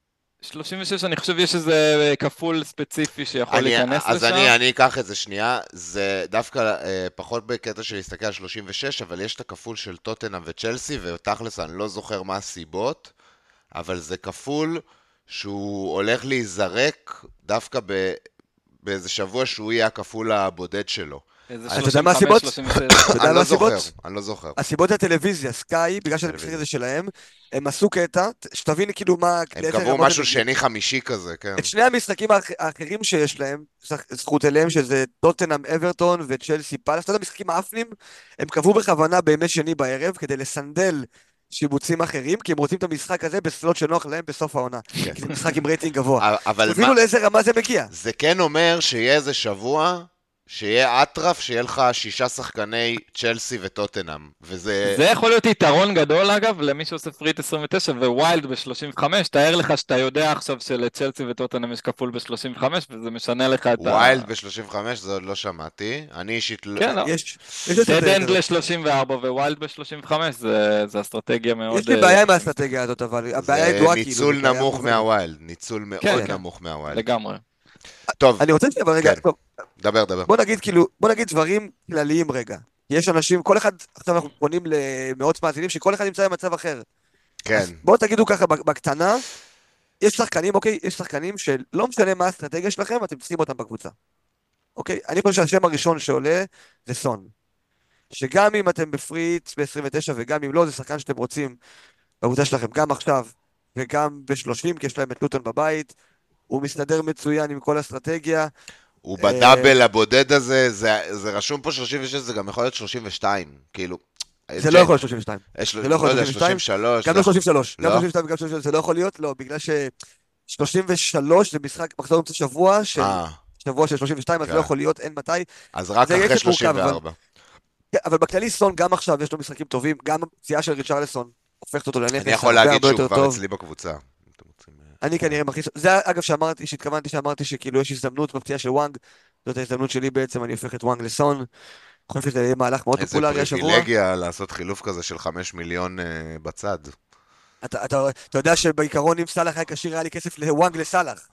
שלושים ושש, אני חושב יש איזה כפול ספציפי שיכול להיכנס לשם. אז אני, אני אקח את זה שנייה, זה דווקא אה, פחות בקטע של להסתכל על שלושים ושש, אבל יש את הכפול של טוטנהאם וצ'לסי, ותכלס אני לא זוכר מה הסיבות, אבל זה כפול שהוא הולך להיזרק דווקא ב, באיזה שבוע שהוא יהיה הכפול הבודד שלו. אתה יודע מה הסיבות? אני לא זוכר, אני לא זוכר. הסיבות הטלוויזיה, סקאי, בגלל שזה משחק הזה שלהם, הם עשו קטע, שתבין כאילו מה... הם קבעו משהו שני חמישי כזה, כן. את שני המשחקים האחרים שיש להם, זכות אליהם, שזה טוטנהאם, אברטון וצ'לסי פאלאס, אתה יודע, המשחקים האפנים, הם קבעו בכוונה בימי שני בערב, כדי לסנדל שיבוצים אחרים, כי הם רוצים את המשחק הזה בסלוט שנוח להם בסוף העונה. כי זה משחק עם רייטינג גבוה. תבינו לאיזה רמה זה מגיע. זה כן אומר שיהיה איזה שבוע... שיהיה אטרף, שיהיה לך שישה שחקני צ'לסי וטוטנהאם, וזה... זה יכול להיות יתרון גדול אגב, למי שעושה פריט עשרים ותשע וויילד ב-שלושים וחמש, תאר לך שאתה יודע עכשיו שלצ'לסי וטוטנהאם יש כפול ב-שלושים וחמש, וזה משנה לך את ה... וויילד ב-שלושים וחמש, זה עוד לא שמעתי, אני אישית לא... כן, לא. יש... דד-אנד ל-שלושים וארבע וויילד ב-שלושים וחמש, זה אסטרטגיה מאוד... יש לי בעיה עם האסטרטגיה הזאת, אבל הבעיה היא דואה כאילו... זה ניצול נמוך מהוויילד, ניצול מאוד נמוך מהוויילד. לגמרי. טוב. אני רוצה שנייה, רגע, טוב. דבר, דבר. בוא נגיד כאילו, בוא נגיד דברים כלליים רגע. יש אנשים, כל אחד, עכשיו אנחנו פונים למאות מאזינים, שכל אחד נמצא במצב אחר. כן. בואו תגידו ככה, בקטנה, יש שחקנים, אוקיי? יש שחקנים שלא משנה מה האסטרטגיה שלכם, אתם צריכים אותם בקבוצה. אוקיי? אני חושב שהשם הראשון שעולה זה סון. שגם אם אתם בפריץ ב-עשרים ותשע וגם אם לא, זה שחקן שאתם רוצים בקבוצה שלכם, גם עכשיו וגם ב-שלושים, כי יש להם את לוטון בבית. הוא מסתדר מצוין עם כל אסטרטגיה. הוא בדאבל הבודד הזה, זה רשום פה שלושים ושש, זה גם יכול להיות שלושים ושתיים, כאילו. זה לא יכול להיות שלושים ושתיים. זה לא יכול להיות שלושים ושלוש. גם לא שלושים ושלוש. גם שלושים ושתיים וגם שלושים ושלוש, זה לא יכול להיות, לא, בגלל ש-שלושים ושלוש זה משחק, מחזור אמצע שבוע, שבוע של שלושים ושתיים, אז לא יכול להיות, אין מתי. אז רק אחרי שלושים וארבע. אבל בכללי סון, גם עכשיו יש לו משחקים טובים, גם הפציעה של ריצ'רליסון הופכת אותו לנכס. אני יכול להגיד שהוא כבר אצלי בקבוצה. אני כנראה מכניס, זה אגב שאמרתי, שהתכוונתי שאמרתי שכאילו יש הזדמנות בפציעה של וואנג, זאת ההזדמנות שלי בעצם, אני הופך את וואנג לסון, חושב שזה יהיה מהלך מאוד פופולרי השבוע. איזה פריבילגיה לעשות חילוף כזה של חמש מיליון בצד. אתה יודע שבעיקרון אם סלאח היה קשיר היה לי כסף לוואנג לסלאח.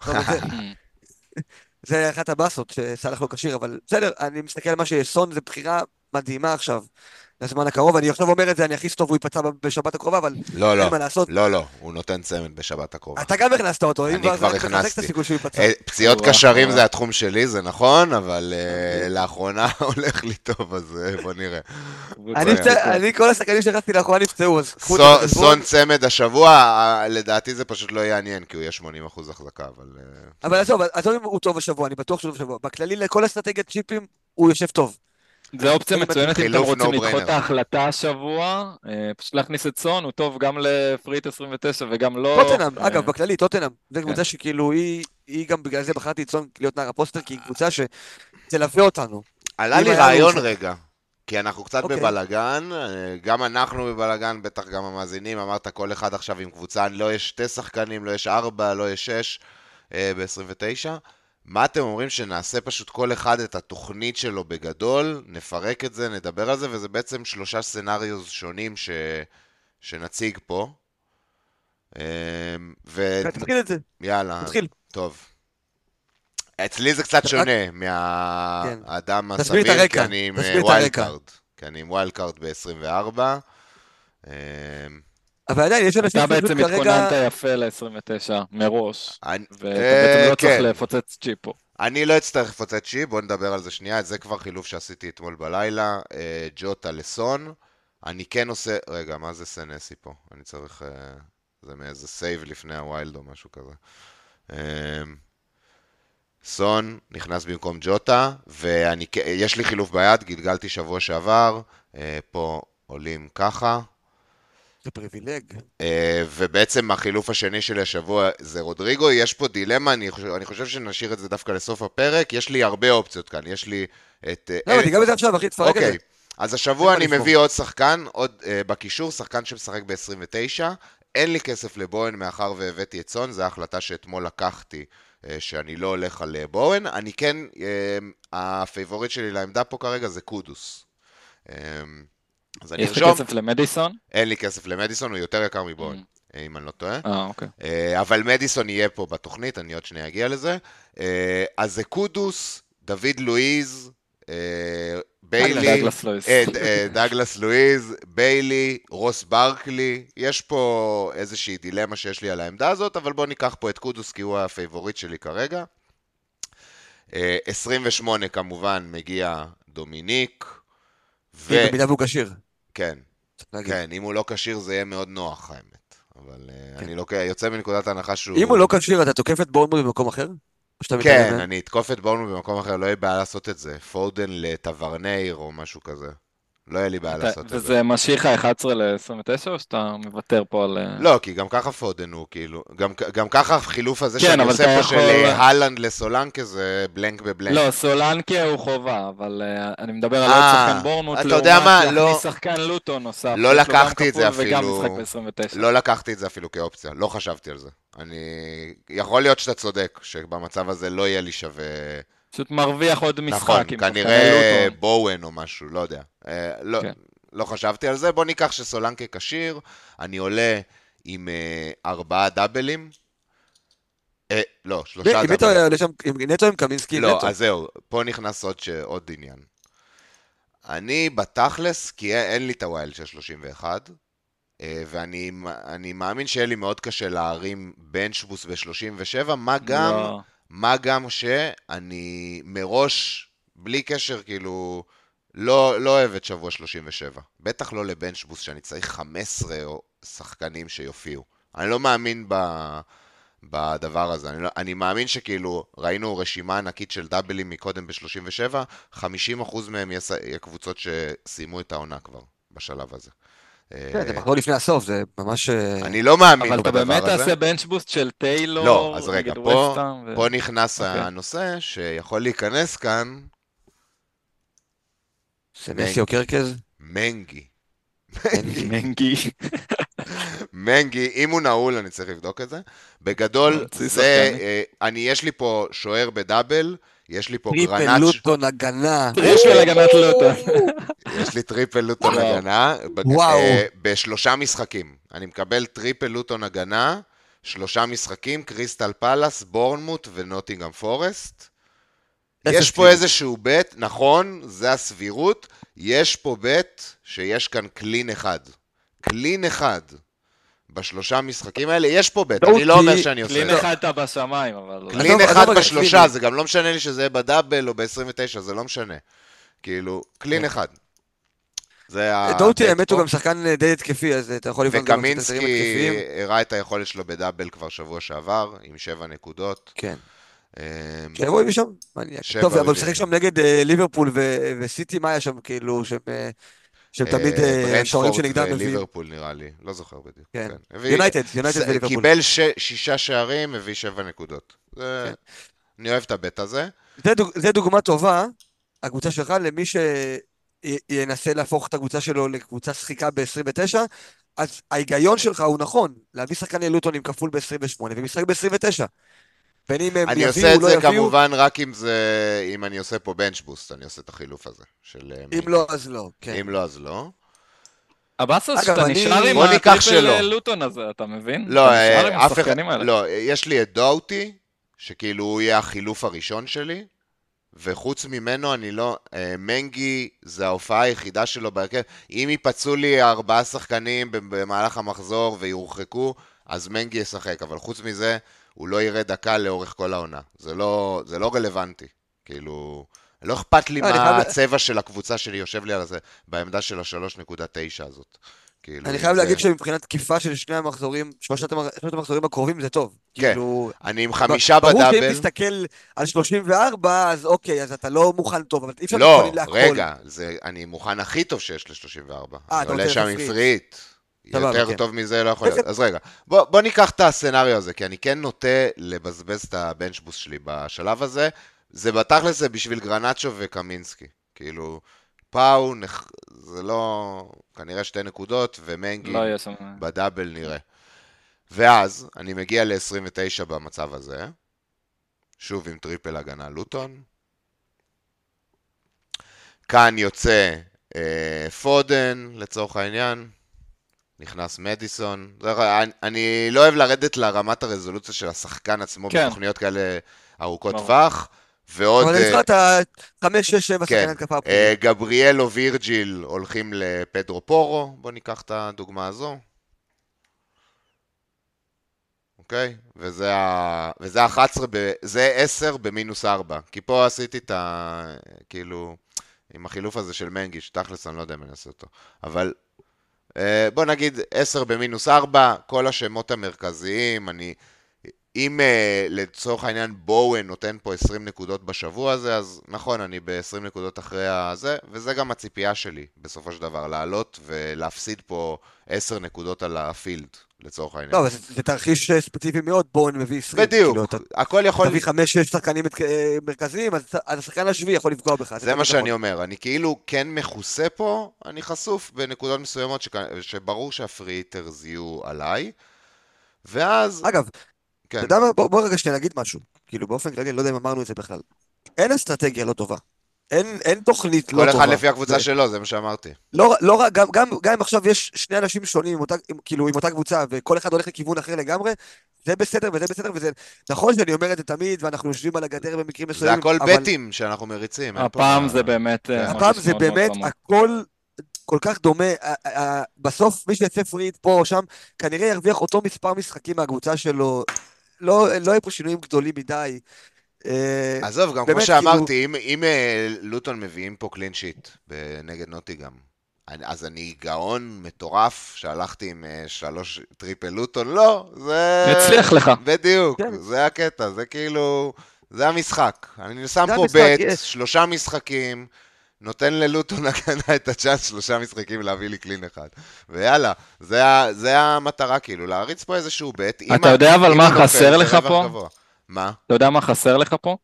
זה אחת הבאסות שסלאח לא קשיר, אבל בסדר, אני מסתכל על מה שסון זה בחירה מדהימה עכשיו. לזמן הקרוב, אני עכשיו אומר את זה, אני הכי טוב, הוא ייפצע בשבת הקרובה, אבל לא, לא, לא, לא, הוא נותן צמד בשבת הקרובה. אתה גם הכנסת אותו, אני כבר הכנסתי. אה, פציעות קשרים זה התחום שלי, זה נכון, אבל לאחרונה הולך לי טוב, אז בוא נראה. אני כל השחקנים שהכנסתי לאחרונה נפצעו, אז סון צמד השבוע, לדעתי זה פשוט לא יעניין, כי הוא יהיה שמונים אחוז החזקה, אבל... אבל עזוב, עזוב אם הוא טוב השבוע, אני בטוח שהוא טוב השבוע. בכללי לכל אסטרטגיית צ'יפים, הוא יושב טוב. זה אופציה מצוינת אם אתם רוצים לדחות את ההחלטה השבוע, פשוט להכניס את סון, הוא טוב גם לפריט עשרים ותשע וגם לא... טוטנהאם, אגב, בכללי, טוטנהאם, זו קבוצה שכאילו היא גם בגלל זה בחרתי את סון להיות נער הפוסטר, כי היא קבוצה שתלווה אותנו. עלה לי רעיון רגע, כי אנחנו קצת בבלגן, גם אנחנו בבלגן, בטח גם המאזינים, אמרת כל אחד עכשיו עם קבוצה, לא יש שתי שחקנים, לא יש ארבע, לא יש שש ב-עשרים ותשע, מה אתם אומרים שנעשה פשוט כל אחד את התוכנית שלו בגדול, נפרק את זה, נדבר על זה, וזה בעצם שלושה סצנריוז שונים ש... שנציג פה. ו... תתחיל את זה. יאללה. תתחיל. טוב. אצלי זה קצת שונה מהאדם הסביר, כי אני עם ווילד קארד. כי אני עם ווילד קארד ב-עשרים וארבע. אבל עדיין, יש אנשים... אתה בעצם התכוננת יפה ל-עשרים ותשע מראש, ואתה בעצם לא צריך לפוצץ צ'יפו. אני לא אצטרך לפוצץ שיפ, בואו נדבר על זה שנייה, זה כבר חילוף שעשיתי אתמול בלילה, אה, ג'וטה לסון, אני כן עושה, רגע, מה זה סנסי פה? אני צריך, אה, זה מאיזה סייב לפני הווילד או משהו כזה. אה, סון נכנס במקום ג'וטה, ויש לי חילוף ביד, גלגלתי שבוע שעבר, אה, פה עולים ככה. זה פריבילג. ובעצם החילוף השני שלי השבוע זה רודריגו, יש פה דילמה, אני חושב, אני חושב שנשאיר את זה דווקא לסוף הפרק, יש לי הרבה אופציות כאן, יש לי את... לא, תיגע בזה עכשיו, אחי, תפרק את זה. אוקיי, אז השבוע אני מביא עוד שחקן, עוד uh, בקישור, שחקן שמשחק ב-עשרים ותשע, אין לי כסף לבוהן מאחר והבאתי את סון, זו ההחלטה שאתמול לקחתי, uh, שאני לא הולך על בוהן, אני כן, uh, הפייבוריט שלי לעמדה פה כרגע זה קודוס. Uh, יש לך כסף למדיסון? אין לי כסף למדיסון, הוא יותר יקר מבוהן, mm. אם אני לא טועה. אה, אוקיי. אבל מדיסון יהיה פה בתוכנית, אני עוד שנייה אגיע לזה. אז זה קודוס, דוד לואיז, ביילי, דאגלס לואיז. דאגלס לואיז, ביילי, רוס ברקלי, יש פה איזושהי דילמה שיש לי על העמדה הזאת, אבל בואו ניקח פה את קודוס, כי הוא הפייבוריט שלי כרגע. עשרים ושמונה כמובן מגיע דומיניק. ו... במידה והוא קשיר. כן, כן, אם הוא לא קשיר זה יהיה מאוד נוח האמת, אבל כן. אני לא יוצא מנקודת ההנחה שהוא... אם הוא לא קשיר, אתה תוקף את בורנמוט במקום אחר? כן, אני אתקוף את בורנמוט במקום אחר, לא יהיה בעיה לעשות את זה, פודן לטוורניר או משהו כזה. לא יהיה לי בעיה לעשות את זה. וזה משיך ה-אחד עשר ל-עשרים ותשע או שאתה מוותר פה על... לא, כי גם ככה פודן הוא כאילו, גם ככה החילוף הזה שאני עושה פה של הלנד לסולנקה זה בלנק בבלנק. לא, סולנקה הוא חובה, אבל אני מדבר על עוד שחקן בורנמוט לעומת להכניס שחקן לוטון נוסף. לא לקחתי את זה אפילו, וגם משחק ב-עשרים ותשע. לא לקחתי את זה אפילו כאופציה, לא חשבתי על זה. אני, יכול להיות שאתה צודק, שבמצב הזה לא יהיה לי שווה... פשוט מרוויח עוד משחק. נכון, כנראה בואוין או משהו, לא יודע. לא, כן. לא חשבתי על זה. בוא ניקח שסולנקה קשיר, אני עולה עם uh, ארבעה דאבלים. אה, לא, שלושה ב- דאבלים. לשם, עם נטו עם קמינסקי לא, נטו. אז זהו, פה נכנס עוד, ש... עוד עניין. אני בתכלס, כי אין לי את הוויילד של שלושים ואחת, ואני אני מאמין שיהיה לי מאוד קשה להרים בנצ'בוס ב-שלושים ושבע, מה גם... לא. מה גם שאני מראש, בלי קשר, כאילו, לא, לא אוהב את שבוע שלושים ושבע. בטח לא לבנצ'בוס שאני צריך חמש עשרה שחקנים שיופיעו. אני לא מאמין ב, בדבר הזה. אני, לא, אני מאמין שכאילו, ראינו רשימה ענקית של דאבלים מקודם ב-שלושים ושבע, חמישים אחוז מהם יהיה קבוצות שסיימו את העונה כבר בשלב הזה. כן, זה מחזור לפני הסוף, זה ממש... אני לא מאמין בדבר הזה. אבל אתה באמת תעשה בנצ'בוסט של טיילור? לא, אז רגע, פה נכנס הנושא שיכול להיכנס כאן... סנסי או קרקז? מנגי. מנגי. מנגי, אם הוא נעול, אני צריך לבדוק את זה. בגדול, זה... אני, יש לי פה שוער בדאבל, יש לי פה גרנאץ'... טריפל לוטון הגנה. טריפל הגנת לוטון. יש לי טריפל לוטון הגנה. וואו. בשלושה משחקים. אני מקבל טריפל לוטון הגנה, שלושה משחקים, קריסטל פלאס, בורנמוט ונוטינגהאם פורסט. יש פה איזשהו בית, נכון, זה הסבירות. יש פה בית שיש כאן קלין אחד. קלין אחד. בשלושה משחקים האלה, יש פה בית, אני לא אומר שאני עושה את זה. קלין אחד אתה בשמיים, אבל... קלין אחד בשלושה, זה גם לא משנה לי שזה יהיה בדאבל או ב-עשרים ותשע, זה לא משנה. כאילו, קלין אחד. דוטי, האמת הוא גם שחקן די התקפי, אז אתה יכול לבנות גם את התזרים התקפיים. וקמינסקי הראה את היכולת שלו בדאבל כבר שבוע שעבר, עם שבע נקודות. כן. שבוע עם שם? טוב, אבל משחק שם נגד ליברפול וסיטי, מה היה שם, כאילו, שהם... שהם תמיד שוערים שנגדם מביאים. ליברפול נראה לי, לא זוכר בדיוק. כן, יונייטד, יונייטד וליברפול. קיבל שישה שערים, מביא שבע נקודות. אני אוהב את הבית הזה. זה דוגמה טובה, הקבוצה שלך, למי שינסה להפוך את הקבוצה שלו לקבוצה שחיקה ב-עשרים ותשע, אז ההיגיון שלך הוא נכון, להביא שחקני לוטון עם כפול ב-עשרים ושמונה, ומשחק ב-עשרים ותשע. אני עושה את זה כמובן רק אם זה, אם אני עושה פה בנץ' בוסט, אני עושה את החילוף הזה. אם לא, אז לא. אם לא, אז לא. הבאסה שאתה נשאר עם הטריפל לוטון הזה, אתה מבין? לא, אף אחד, לא, יש לי את דאוטי, שכאילו הוא יהיה החילוף הראשון שלי, וחוץ ממנו אני לא, מנגי זה ההופעה היחידה שלו בהרכב, אם ייפצעו לי ארבעה שחקנים במהלך המחזור ויורחקו, אז מנגי ישחק, אבל חוץ מזה, הוא לא יראה דקה לאורך כל העונה. זה לא, זה לא רלוונטי. כאילו, לא אכפת לי לא, אני מה חייב, הצבע של הקבוצה שלי יושב לי על זה, בעמדה של ה-שלוש נקודה תשע הזאת. כאילו, אני אם חייב זה... להגיד שמבחינת תקיפה של שני המחזורים, שלושת המח- שלושת המחזורים הקרובים זה טוב. כן, כאילו, אני עם ב- חמישה ברור שאם בדאבל. תסתכל על שלושים וארבע, אז אוקיי, אז אתה לא מוכן טוב, אבל אי אפשר להיות מוכנים לא, להכל. רגע, זה, אני מוכן הכי טוב שיש ל-שלושים וארבע. אה, אני אתה עולה רוצה שם לך עם פריט. פריט. סבבה, יותר כן. טוב מזה לא יכול איך- להיות. אז רגע, בוא, בוא ניקח את הסצנריו הזה, כי אני כן נוטה לבזבז את הבנצ'בוס שלי בשלב הזה. זה בתכל'ס זה בשביל גרנצ'ו וקמינסקי. כאילו, פאו, נח... זה לא... כנראה שתי נקודות, ומנגי לא יהיה שם... בדאבל נראה. ואז אני מגיע ל-עשרים ותשע במצב הזה. שוב עם טריפל הגנה לוטון. כאן יוצא אה, פודן לצורך העניין. נכנס מדיסון. זה, אני, אני לא אוהב לרדת לרמת הרזולוציה של השחקן עצמו כן. בתוכניות כאלה ארוכות ברור. טווח. ועוד... אבל אני זוכר את ה-חמש, שש, שבע כן, שחקני התקפה אה, הפנימיים. גבריאל או וירג'יל הולכים לפדרו פורו. בואו ניקח את הדוגמה הזו. אוקיי? וזה ה... וזה אחת עשרה, ב... זה עשר במינוס ארבע. כי פה עשיתי את ה... כאילו... עם החילוף הזה של מנגי, שתכלס אני לא יודע אם אני אעשה אותו. אבל אה, בוא נגיד עשר במינוס ארבע, כל השמות המרכזיים, אני... אם uh, לצורך העניין בואוין נותן פה עשרים נקודות בשבוע הזה, אז נכון, אני ב-עשרים נקודות אחרי הזה, וזה גם הציפייה שלי בסופו של דבר, לעלות ולהפסיד פה עשר נקודות על הפילד, לצורך העניין. לא, אבל זה, זה תרחיש אה, ספציפי מאוד, בואו מביא עשרים. בדיוק, כאילו, אתה הכל יכול... תביא חמש, שש שחקנים מת- אה, מרכזיים, אז, אז השחקן השביעי יכול לפגוע בך. זה מה שאני אומר, אני כאילו כן מכוסה פה, אני חשוף בנקודות מסוימות שכ... שברור שהפריטרס יהיו עליי, ואז... אגב, כן. אתה יודע מה? בוא, בוא רגע שניה נגיד משהו. כאילו, באופן כללי, אני לא יודע אם אמרנו את זה בכלל. אין אסטרטגיה לא טובה. אין, אין תוכנית לא כל טובה. אחד לפי הקבוצה זה- שלו, זה מה שאמרתי. לא, לא, רק- גם, גם, גם אם עכשיו יש שני אנשים שונים, עם אותה, עם, כאילו, עם אותה קבוצה, וכל אחד הולך לכיוון אחר לגמרי, זה בסדר וזה בסדר, וזה נכון שאני אומר את זה תמיד, ואנחנו יושבים על הגדר במקרים זה מסוימים, הכל אבל בטים שאנחנו מריצים. אין פה הפעם מה- זה באמת אה, כן. הפעם מרגיש זה מאוד מאוד באמת, חמור. הכל כל כך דומה. ה- ה- ה- בסוף מי שיצא פריט פה או שם, כנראה ירוויח אותו מספר משחקים מהקבוצה שלו. לא, לא יהיו פה שינויים גדולים מדי. אה, עזוב, גם כמו באמת, שאמרתי, אם, אם אה, לוטון מביאים פה קלין שיט נגד נוטיגם, אני- אז אני גאון מטורף שהלכתי עם אה, שלוש טריפל לוטון, לא, זה... הצליח לך. בדיוק, כן. זה הקטע, זה כאילו, זה המשחק. אני שם זה פה המשחק, בית, אה. שלושה משחקים, נותן ללוטון הגנה את הצ'אנס, שלושה משחקים להביא לי קלין אחד. ויאללה, זה, ה- זה המטרה כאילו, להריץ פה איזשהו בית. אם אתה ה- יודע אבל אם מה הוא נופל, חסר זה לך רווח פה? גבוה. מה? אתה יודע מה חסר לך פה?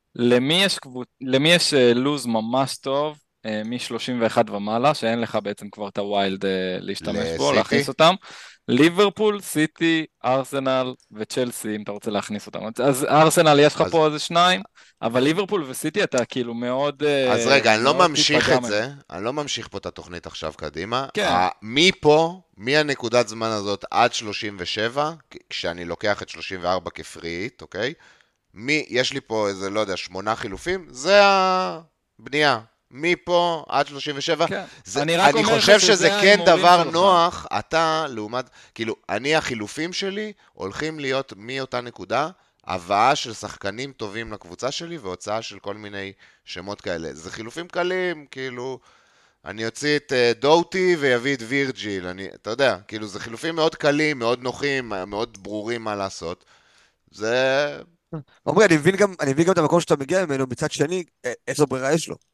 למי יש, קבוצ... למי יש אה, לוז ממש טוב מ-שלושים ואחת ומעלה, שאין לך בעצם כבר את הוויילד אה, להשתמש בו, לסיטי? להכניס אותם? ליברפול, סיטי, ארסנל וצ'לסי, אם אתה רוצה להכניס אותם. אז ארסנל יש לך אז- פה איזה שניים, אבל ליברפול וסיטי אתה כאילו מאוד... אה, אז רגע, אני לא מאוד ממשיך תיפגע את מהם. זה, אני לא ממשיך פה את התוכנית עכשיו קדימה. כן. ה- מפה, מהנקודת זמן הזאת עד שלושים ושבע, כ- כשאני לוקח את שלושים וארבע כפריט, אוקיי? מי, יש לי פה איזה, לא יודע, שמונה חילופים, זה הבנייה. מפה עד שלושים ושבע. כן. זה, אני רק אני אומר לך חושב שזה שזה כן ההימורים דבר שלך. נוח, אתה לעומת, כאילו, אני החילופים שלי הולכים להיות מאותה נקודה, הבאה של שחקנים טובים לקבוצה שלי והוצאה של כל מיני שמות כאלה. זה חילופים קלים, כאילו, אני אוציא את uh, דוטי ויביא את וירג'יל, אני, אתה יודע, כאילו, זה חילופים מאוד קלים, מאוד נוחים, מאוד ברורים מה לעשות. זה... עומרי, אני מבין גם, אני מבין גם את המקום שאתה מגיע ממנו, מצד שני, א- איזו ברירה יש לו.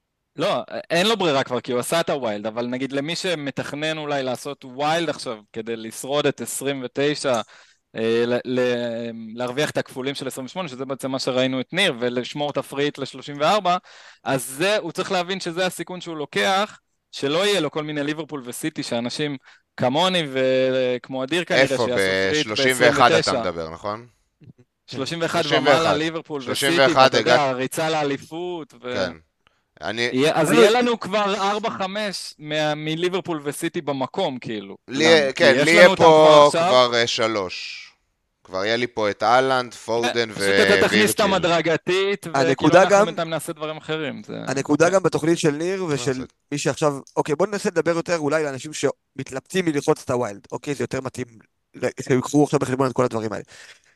לא, אין לו ברירה כבר, כי הוא עשה את הוויילד, אבל נגיד למי שמתכנן אולי לעשות וויילד עכשיו, כדי לשרוד את עשרים ותשע, אה, ל- ל- להרוויח את הכפולים של עשרים ושמונה, שזה בעצם מה שראינו את ניר, ולשמור את הפריט ל-שלושים וארבע, אז זה, הוא צריך להבין שזה הסיכון שהוא לוקח, שלא יהיה לו כל מיני ליברפול וסיטי, שאנשים כמוני וכמו אדיר כנראה, איפה? שיעשו פריט ב-שלושים ואחת ב-עשרים אתה ותשע. מדבר, נכון? שלושים ואחת שלושים ואחת. ומעלה, ליברפול שלושים וסיטי, ואחת ואתה יודע, הגעת- ריצה לאליפות, ו... כן. אני... יהיה- אז אין לו- יהיה לנו כבר ארבע חמש מה- מליברפול וסיטי במקום, כאילו. לי, לנו, כי כן, יש לי לנו יהיה אותם פה עכשיו. כבר אה, שלוש. כבר יהיה לי פה את אהלנד, פודן פשוט אתה תכניס את ווירג'יל. המדרגתית, וכאילו הנקודה אנחנו גם- בינתיים נעשה דברים אחרים. זה... הנקודה גם בתוכנית של ניר ושל לעשות. מי שעכשיו, אוקיי, בוא ננסה לדבר יותר אולי לאנשים שמתלבטים מלחוץ את הוויילד, אוקיי, זה יותר מתאים, ל- שיקחו עכשיו בחשבון את כל הדברים האלה.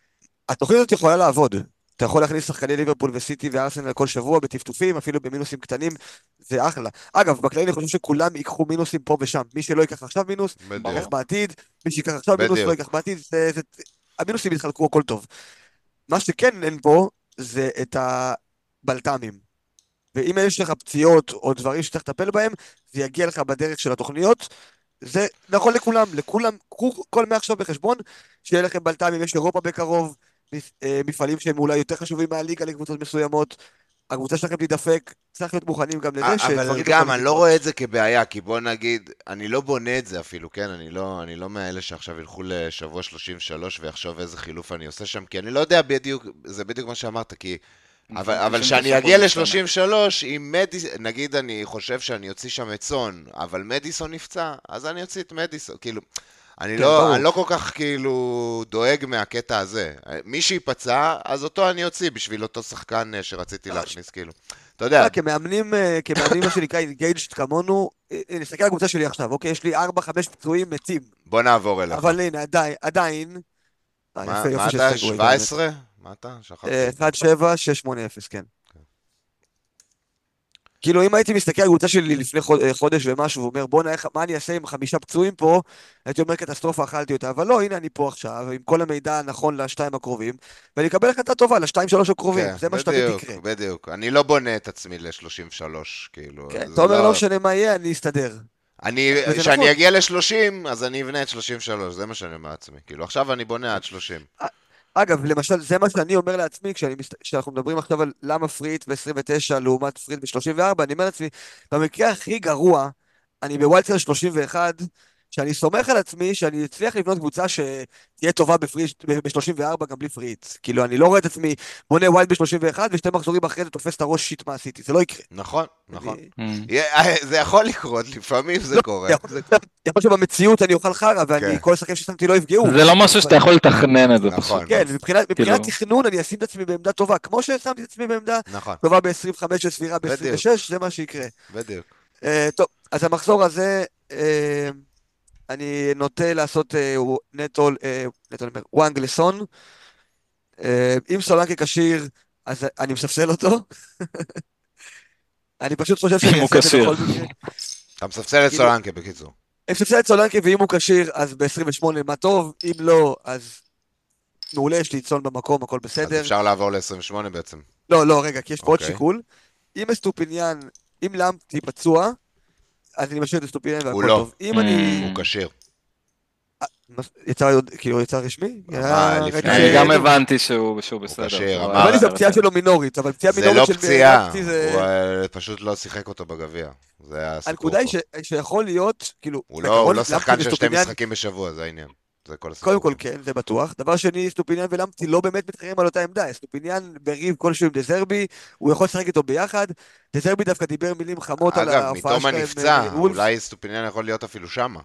התוכנית הזאת יכולה לעבוד. אתה יכול להכניס שחקני ליברפול וסיטי וארסנל כל שבוע בטפטופים, אפילו במינוסים קטנים, זה אחלה. אגב, בכלל אני חושב שכולם ייקחו מינוסים פה ושם. מי שלא ייקח עכשיו מינוס, בדיוק. ייקח בעתיד, מי שיקח עכשיו מינוס, לא בדיוק. ייקח בעתיד, זה, זה, המינוסים יתחלקו הכל טוב. מה שכן אין פה, זה את הבלת"מים. ואם יש לך פציעות או דברים שצריך לטפל בהם, זה יגיע לך בדרך של התוכניות. זה נכון לכולם, לכולם, קחו כל מעכשיו בחשבון, שיהיה לכם בלת"מים, יש אירופה בקרוב, מפ- אה, מפעלים שהם אולי יותר חשובים מהליגה לקבוצות מסוימות, הקבוצה שלכם תדפק, צריך להיות מוכנים גם לזה אבל שדברים גם, יכולים אני לא לקרות. רואה את זה כבעיה, כי בוא נגיד, אני לא בונה את זה אפילו, כן? אני לא, אני לא מאלה שעכשיו ילכו לשבוע שלושים ושלוש ויחשוב איזה חילוף אני עושה שם, כי אני לא יודע בדיוק, זה בדיוק מה שאמרת, כי... אבל, אבל שאני אגיע ל-שלושים ושלוש, אם מדיס... נגיד אני חושב שאני אוציא שם את סון, אבל מדיסון נפצע, אז אני אוציא את מדיסון, כאילו... אני כן, לא, ברור. אני לא כל כך כאילו דואג מהקטע הזה. מי שיפצע, אז אותו אני אוציא בשביל אותו שחקן אה, שרציתי לא, להכניס, כאילו. אתה יודע, לא, כמאמנים, אה, כמאמנים מה שנקרא אינגייג'ד כמונו, אה, אה, נסתכל על הקבוצה שלי עכשיו, אוקיי? יש לי ארבע חמש פצועים מתים, בוא נעבור אליך. אבל הנה, עדיין, עדיין, אה, מה, יפה, מה יופי של אתה? סגווי, באמת. שבע עשרה? מה אתה? שכחתי. אה, אחת שבע שש שמונה אפס, כן. כאילו, אם הייתי מסתכל על הקבוצה שלי לפני חוד- אה, חודש ומשהו, ואומר, בוא'נה, איך- מה אני אעשה עם חמישה פצועים פה, הייתי אומר, קטסטרופה, אכלתי אותה, אבל לא, הנה אני פה עכשיו, עם כל המידע הנכון לשתיים הקרובים, ואני אקבל החלטה טובה לשתיים שלוש הקרובים, כן, זה מה שתמיד בדיוק, יקרה. בדיוק. אני לא בונה את עצמי ל-שלושים ושלוש, כאילו, כן, אתה זה אומר, לא לא... משנה מה יהיה, אני אסתדר. אני, וזה כשאני נכון. אגיע ל-שלושים, אז אני אבנה את שלושים ושלוש, זה מה שאני אומר לעצמי. כאילו, עכשיו אני בונה עד שלושים. אגב, למשל, זה מה שאני אומר לעצמי, כשאני מסת... כשאנחנו מדברים עכשיו על למה פריט ב-עשרים ותשע לעומת פריט ב-שלושים וארבע, אני אומר לעצמי, במקרה הכי גרוע, אני בווילדקארד שלושים ואחת, שאני סומך על עצמי שאני אצליח לבנות קבוצה שתהיה טובה בפריט, ב-שלושים וארבע גם בלי פריט. כאילו, אני לא רואה את עצמי בונה ווילד ב-שלושים ואחת, ושתי מחזורים אחרי זה תופס את הראש שיט מה עשיתי, זה לא יקרה. נכון, נכון. אני... יהיה- זה יכול לקרות, לפעמים זה לא, קורה. יכול יכול שבמציאות אני אוכל חרא, ואני, כן. כל השחקנים ששמתי לא יפגעו. זה לא משהו אבל- שאתה יכול לתכנן את זה פשוט. נכון. כן, מבחינת, מבחינת כאילו, תכנון אני אשים את עצמי בעמדה טובה, כמו ששמתי את עצמי בעמדה נכון, טובה ב-עשרים וחמש וסבירה בדיוק. ב-עשרים ושש, זה מה שיקרה. בדיוק. Uh, טוב, אז המחזור הזה, uh, אני נוטה לעשות uh, נטו, uh, נטו, אומר, וואנג לסון. Uh, אם סולנקה כשיר, אז אני מספסל אותו. אני פשוט חושב אם שאני הוא אעשה את זה כשיר. בכל מקרה. אתה מספסל את כאילו- סולנקה, בקיצור. אני מספסל את סולנקה, ואם הוא כשיר, אז ב-עשרים ושמונה מה טוב, אם לא, אז מעולה, יש לי צאן במקום, הכל אז בסדר. אפשר לעבור ל-עשרים ושמונה בעצם. לא, לא, רגע, כי יש פה עוד אוקיי. שיקול. אם אסטופיניאן, אם למפטי פצוע, אז אני משאיר את אסטופיניאן והכל לא. טוב. אם אני... הוא כשיר. מס- יצא, עוד- כאילו, יצא רשמי? אמר היה- לפני- ראיתי אני ש- גם הבנתי שהוא שהוא בסדר. כשיר, הוא אמר- נראה לי היה שהפציעה בסדר. שלו מינורית, אבל פציעה זה מינורית לא של פציעה, למפטי הוא זה... אה, פשוט לא שיחק אותו בגביע. זה היה הסיפור הנקודה היא פה. ש- שיכול להיות, כאילו, הוא לא- הוא בעיקרון, לא למפטי שחקן של שתי וסטופיניאן- משחקים בשבוע, זה העניין. זה כל הסיפור. קודם כל כן, זה בטוח. דבר שני, סטופיניאן ולמפטי לא באמת מתחרים על אותה עמדה. סטופיניאן בריב כלשהו עם דזרבי, הוא יכול לשחק איתו ביחד. דזרבי דווקא דיבר מילים חמות על אגב, ההופעה מתום שלהם. הנפצע, אה, וולפס. אולי סטופיניאן יכול להיות אפילו שמה.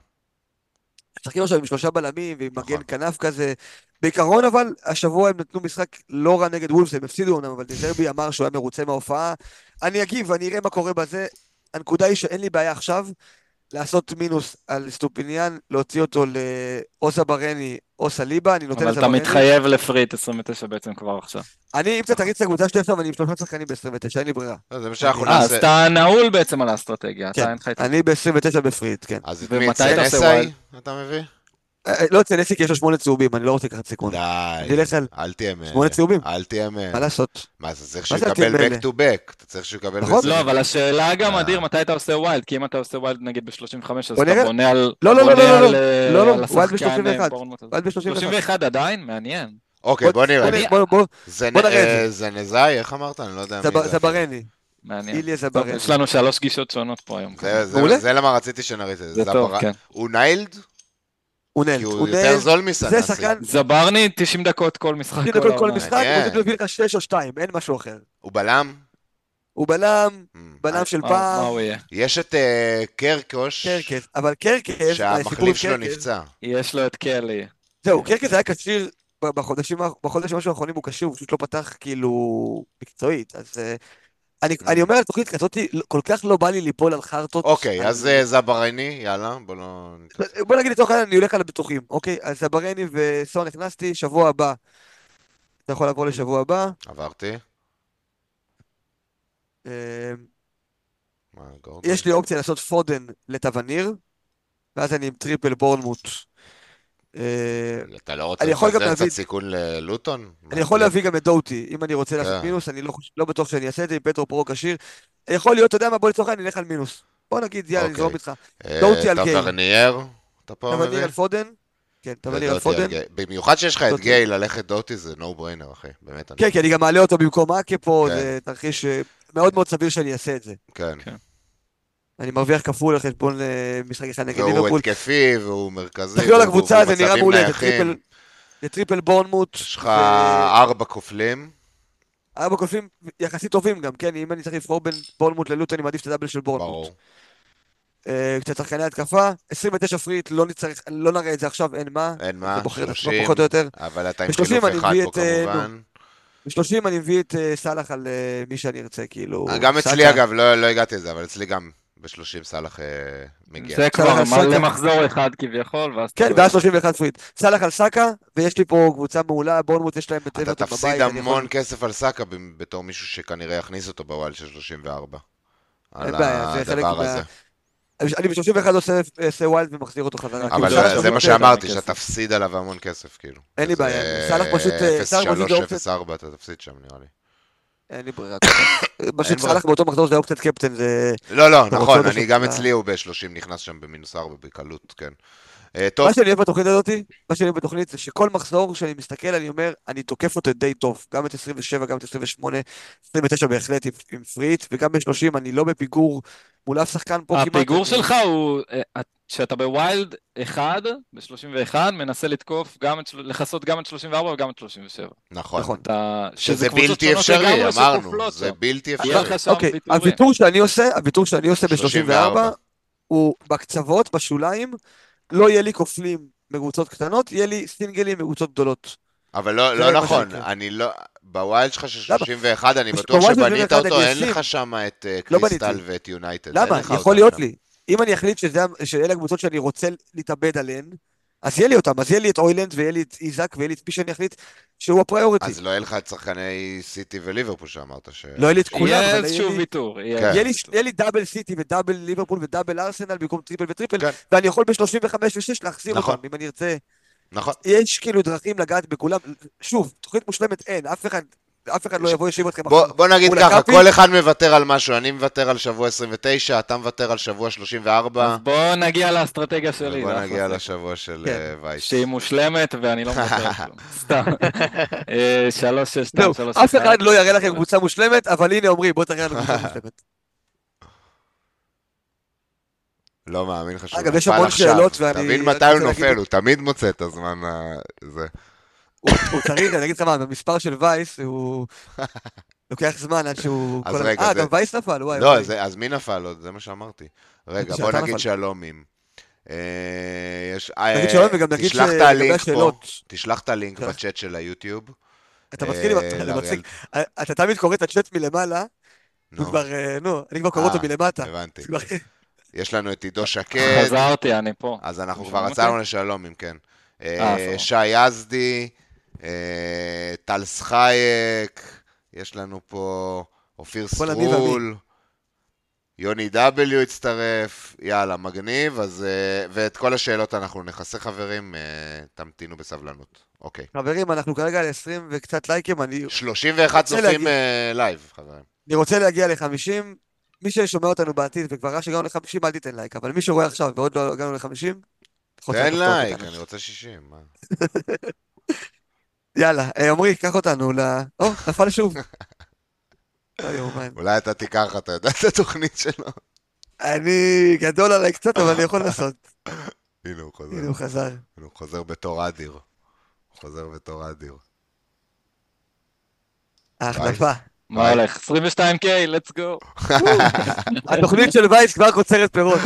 משחקים עכשיו עם שלושה בלמים ועם נכון. מגן כנף כזה. בעיקרון אבל, השבוע הם נתנו משחק לא רע נגד וולפס, הם הפסידו אומנם, אבל דזרבי אמר שהוא היה מרוצה מההופעה. אני אגיב ואני אראה מה קורה בזה. הנקודה היא שאין לי בעיה עכשיו לעשות מינוס על סטופיניאן, להוציא אותו לאו זברני או סליבה, אני נותן אבל אתה לזברני. מתחייב לפריט עשרים ותשע בעצם כבר עכשיו. אני, אם אתה תריץ את הקבוצה שלי עכשיו, אני עם שלושה שחקנים ב-עשרים ותשע, אין לי ברירה. לא, זה מה שאנחנו אה, אז נעשה. אתה נעול בעצם על האסטרטגיה, אתה כן, אין לך את... אני ב-עשרים ותשע בפריט, כן. אז את ומתי מי, אתה עושה צנסאי ווילד? אתה מביא? אה, לא אצל נסי כי יש לו שמונה צהובים, אני לא רוצה לקחת סיכון. די. אני אלך על אל תהיה מ... שמונה צהובים. אל תהיה מ... מה לעשות? מה, זה צריך מה שהוא זה יקבל אתם אלה? back to back. אתה צריך שהוא יקבל... נכון. בעשרים. לא, אבל השאלה גם, אה. אדיר, מתי אתה עושה ווילד? כי אם אתה עושה ווילד נגיד ב-שלושים וחמש, אז בוא אתה נראה. בונה על... לא, אתה לא, לא, בונה לא, לא, על, אה, לא, לא, על ווילד השחקן, ב-שלושים ואחת. אה, בורנמוט הזה. ווילד ב-שלושים ואחת. שלושים ואחת עדיין? מעניין. אוקיי, בוא נראה. בוא, בוא, בוא, זה בוא נראה את זה. אה, זה נזאי, איך אמרת? אני לא יודע מי זב- זה. זברני, מעניין. איליה טוב, זברני. יש לנו שלוש גישות שונות פה היום. זה- זה- מעולה. זה למה רציתי שנריץ את זה. זה זה טוב, הבר- כן. הוא ניילד? הוא כי נלט. הוא הוא יותר נלט. זול מסנסי. זה שחקן, זברני, תשעים דקות כל משחק. תשעים כל דקות כל העונה. משחק, מעניין. הוא מביא לך שש או שתיים, אין משהו אחר. הוא בלם? הוא בלם, Hmm. בלם של מה- פעם, מה הוא יהיה? יש את אה, קרקוש, קרקס, אבל קרקס, הסיפור שהמחליף עם שלו קרקס- נפצע. יש לו את קלי. זהו, קרקס היה כשיר ב- בחודשים, האח- בחודשים משהו האחרונים הוא כשיר, הוא פשוט לא פתח כאילו מקצועית, אז אה, אני, אני אומר על תוכנית כזאת, לא- כל כך לא בא לי ליפול על חרטות. אוקיי, על- אז אה, זברייני, יאללה, בוא לא... בוא נגיד לצורך העניין, אני הולך על הבטוחים, אוקיי? אז זברני וסון הכנסתי, שבוע הבא, אתה יכול לעבור לשבוע הבא. עברתי. אה, מה, גורדון? יש לי אופציה לעשות פודן לטווניר, ואז אני עם טריפל בורנמוט. אה, אתה לא רוצה אני יכול גם לבזר להביא, קצת סיכון ללוטון? אני יכול מהטריפ? להביא גם את דוטי, אם אני רוצה לעשות כן. מינוס, אני לא, חוש- לא בטוח שאני אעשה את זה, עם פטרו פרו כשיר. יכול להיות, אתה יודע מה, בוא לצורך העניין, נלך על מינוס. בוא נגיד, יאללה, אוקיי. נזרום איתך. אה, דוטי על גייל, טוורנייר, אתה פה טווניר מביא? על פודן, כן, טווניר על ודוטי על פודן, גייל. במיוחד שיש לך את דוטי. גייל, ללכת דוטי זה no brainer, אחי. באמת, אני... כן, כי אני גם מעלה אותו במקום אקה פה, כן, זה תרחיש אה, מאוד מאוד סביר שאני אעשה את זה. כן. כן. אני מרוויח כפול על חשבון אה, משחק אחד נגד והוא ליברפול. התקפי, והוא מרכזי, תסתכלו על והוא הקבוצה, והוא זה נראה מצבים מעולה, זה נייחים. טריפל, זה טריפל בורנמוט, יש לך זה ארבע כופלים, ארבע קולפים יחסית טובים גם, כן, אם אני צריך לבחור בין בורנמוט ללוט, אני מעדיף את הדאבל של בורנמוט. ברור. אה, קצת שחקני התקפה, עשרים ותשע פריט, לא נצטרך, לא נראה את זה עכשיו, אין מה, אין זה מה, בוחר את עצמו שלושים, פחות או יותר. אבל אתה עם ב-שלושים חילוף אני אחד מביא פה את, אה, נו, כמובן. ב-שלושים אני מביא את אה, סאלח על אה, מי שאני ארצה, כאילו, גם אצלי סאקה. אגב, לא לא הגעתי לזה, אבל אצלי גם ב-שלושים סאלח אה, מגיע. זה סאלח כבר על מלא סאקה, מחזור אחד כביכול, ואז כן, תלוי. ואז שלושים ואחד פריט. סאלח על סאקה, ויש לי פה קבוצה מעולה, בורנמוט יש להם את אתה אברטון תפסיד בבית, אני יכול, המון כסף על סאקה ב- בתור מישהו שכנראה יכניס אותו בוואל של שלושים וארבע. אין על בעיה, זה חלק הדבר מה... הזה. אני ב-שלושים ואחד עושה עושה ווילד ומחזיר אותו חזרה, אני כאילו אבל כאילו סאלח זה- עכשיו זה מה פשוט, מוצא שאמרתי, מכסף. שאתה תפסיד עליו המון כסף, כאילו. אין לי כזה בעיה, סאלח פשוט, אה, סאלח פשוט זה אפס שלוש, אופציה, אפס ארבע, אתה תפסיד שם נראה לי. אין לי ברירה ככה. אין פשוט ברירה. סאלח באותו מחזור זה אופציית קפטן, זה... לא, לא, אתה רוצה נכון, אותו אני שם גם ב- אצלי הוא ב-שלושים נכנס שם במינוס ארבע בקלות, כן. אה, טוב, מה שאני אוהב בתוכנית הזאתי, מה שאני אוהב בתוכנית זה שכל מחזור שאני מסתכל, אני אומר, אני תוקף אותו די טוב, גם את עשרים ושבע, גם את עשרים ושמונה, עשרים ותשע בהחלט עם, עם פריט, וגם ב-שלושים אני לא בפיגור מול אף שחקן פה כמעט, הפיגור אני... שלך הוא, אה, שאתה בווילד אחד, ב-שלושים ואחת, מנסה לתקוף גם את, של- לכסות גם את שלושים וארבע וגם את שלושים ושבע. נכון. נכון. אתה, שזה קבוצות בלתי שונות אפשרי, לגמרי אמרנו, שכופלות זה שם. בלתי יש אפשרי. לך שם אוקיי, ויתורים. הוויתור שאני עושה, הוויתור שאני עושה ב-שלושים שלושים וארבע, וארבע. הוא בקצוות, בשוליים, לא יהיה לי כופלים מקבוצות קטנות, יהיה לי סינגלים מקבוצות גדולות. אבל לא, זה לא מה נכון, שיקרה. אני לא, בווילד שלך של למה? שלושים ואחת, אני בש- בטוח בווילד של שבנית שלושים ואחת אותו, אני אין לך אשים. שם את אה, לא קריסטל בניתי. ואת יונייטד, אין למה? לך יכול אותם להיות שם. לי. אם אני אחליט שזה, שאלה הקבוצות שאני רוצה להתאבד עליהן, אז יהיה לי אותם, אז יהיה לי את אוילנד, ויהיה לי את איזק, ויהיה לי את מי שאני אחליט שהוא הפריוריטי. אז לא יהיה לך את שחקני סיטי וליברפול שאמרת ש... לא יהיה לי את כולם, יהיה אבל יהיה איזשהו לי... ויתור. יהיה כן. יהיה לי, איזשהו יהיה לי דאבל סיטי ודאבל ליברפול ודאבל ארסנל במקום טריפל וטריפל, כן. ואני יכול ב-שלושים וחמש ו-שש להחזיר נכון. אותם, אם אני ארצה. נכון. יש כאילו דרכים לגעת בכולם. שוב, תוכנית מושלמת אין, אף אחד, אף אחד לא ש- יבוא ישיב אתכם בוא, עכשיו בוא נגיד מול ככה, הקאפי. כל אחד מוותר על משהו, אני מוותר על שבוע עשרים ותשע, אתה מוותר על שבוע שלושים וארבע, אז בוא נגיע לאסטרטגיה שלי. ובוא זה נגיע אחלה לשבוע של כן. אה, וייס. שהיא מושלמת ואני לא מוותר על כלום. סתם. אה, שלוש, שש, שתיים, זהו, שלוש, אף אחד. אחד לא יראה לכם קבוצה מושלמת, אבל הנה עמרי, בוא תראה לנו קבוצה מושלמת. לא מאמין לך שהוא אגב, יש נפל המון עכשיו. שאלות, ואני תבין רק מתי הוא רוצה להגיד- נופל, הוא תמיד מוצא את הזמן הזה. הוא הוא צריך, אני אגיד לך מה, במספר של וייס, הוא לוקח זמן עד שהוא... אז כל- רגע, אה, זה- גם וייס נפל, וואי. לא, וואי. זה- אז מי נפל עוד? זה מה שאמרתי. רגע, שאתה בוא נגיד נפל. שלומים. אה, יש... נגיד אה, שלום וגם נגיד תשלח את שלגבי הלינק פה, השאלות. תשלח את הלינק שלח. בצ'אט של היוטיוב. אתה מתחיל, אה, עם- זה לאריאל. מצחיק. אתה תמיד קורא את הצ'אט מלמעלה, הוא נו, כבר, אה, נו, אני כבר קורא אותו אה, מלמטה. הבנתי. זה כבר- יש לנו את עידו שקד, חזרתי, אני פה. אז אנחנו אתם כבר שומעים רצנו אותי? לשלומים, כן. אה, אה, סבבה. שי יזדי, אה, טל סחייק, יש לנו פה אופיר כל אני סטרול, יוני דאבליו הצטרף, יאללה, מגניב, אז, אה, ואת כל השאלות אנחנו נכסה חברים, אה, תמתינו בסבלנות. אוקיי. חברים, אנחנו כרגע על עשרים וקצת לייקים, אני שלושים ואחת רוצה צופים להגיד- אה, לייב, חברים. אני רוצה להגיע ל-חמישים. מי ששומע אותנו בעתיד וכבר ראה שהגענו ל-חמישים, אל תיתן לייק, אבל מי שרואה עכשיו ועוד לא הגענו ל-חמישים, תלחץ על תן הכפתור לייק, קטן. אני רוצה שישים. מה? יאללה, אה, עמרי, קח אותנו ל... או, נפל שוב. לא יאומן. אולי אתה תיקח, אתה יודע את התוכנית שלו. אני גדול עליי קצת, אבל אני יכול לעשות. הנה הוא חוזר. הנה הוא חזר. הנה הוא חוזר בתור אדיר. הוא חוזר בתור אדיר. ההחלפה. מה ביי. הולך? עשרים ושתיים קיי, let's go. התוכנית של וייס כבר קוצרת פירות.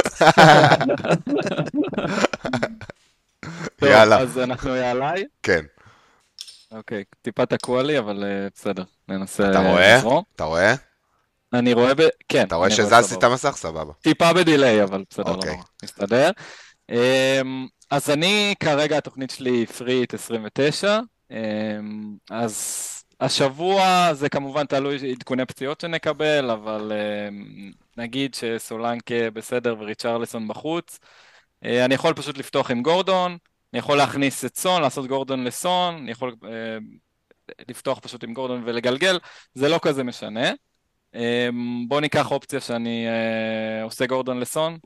טוב, יאללה. אז אנחנו עליי. כן. אוקיי, טיפה תקוע לי, אבל אה, בסדר, ננסה אתה רואה? לזרום. אתה רואה? אני רואה ב... כן. אתה רואה אני שזזתי את סבבה. המסך? סבבה. טיפה בדיליי, אבל בסדר, לא אוקיי. נורא. מסתדר. אמ, אז אני, כרגע התוכנית שלי היא פריט עשרים ותשע, אמ, אז השבוע זה כמובן תלוי עדכוני פציעות שנקבל, אבל אמ, נגיד שסולנקה בסדר וריצ'רליסון בחוץ, אה, אני יכול פשוט לפתוח עם גורדון, אני יכול להכניס את סון, לעשות גורדון לסון, אני יכול אה, לפתוח פשוט עם גורדון ולגלגל, זה לא כזה משנה. אמ, בוא ניקח אופציה שאני אה, עושה גורדון לסון,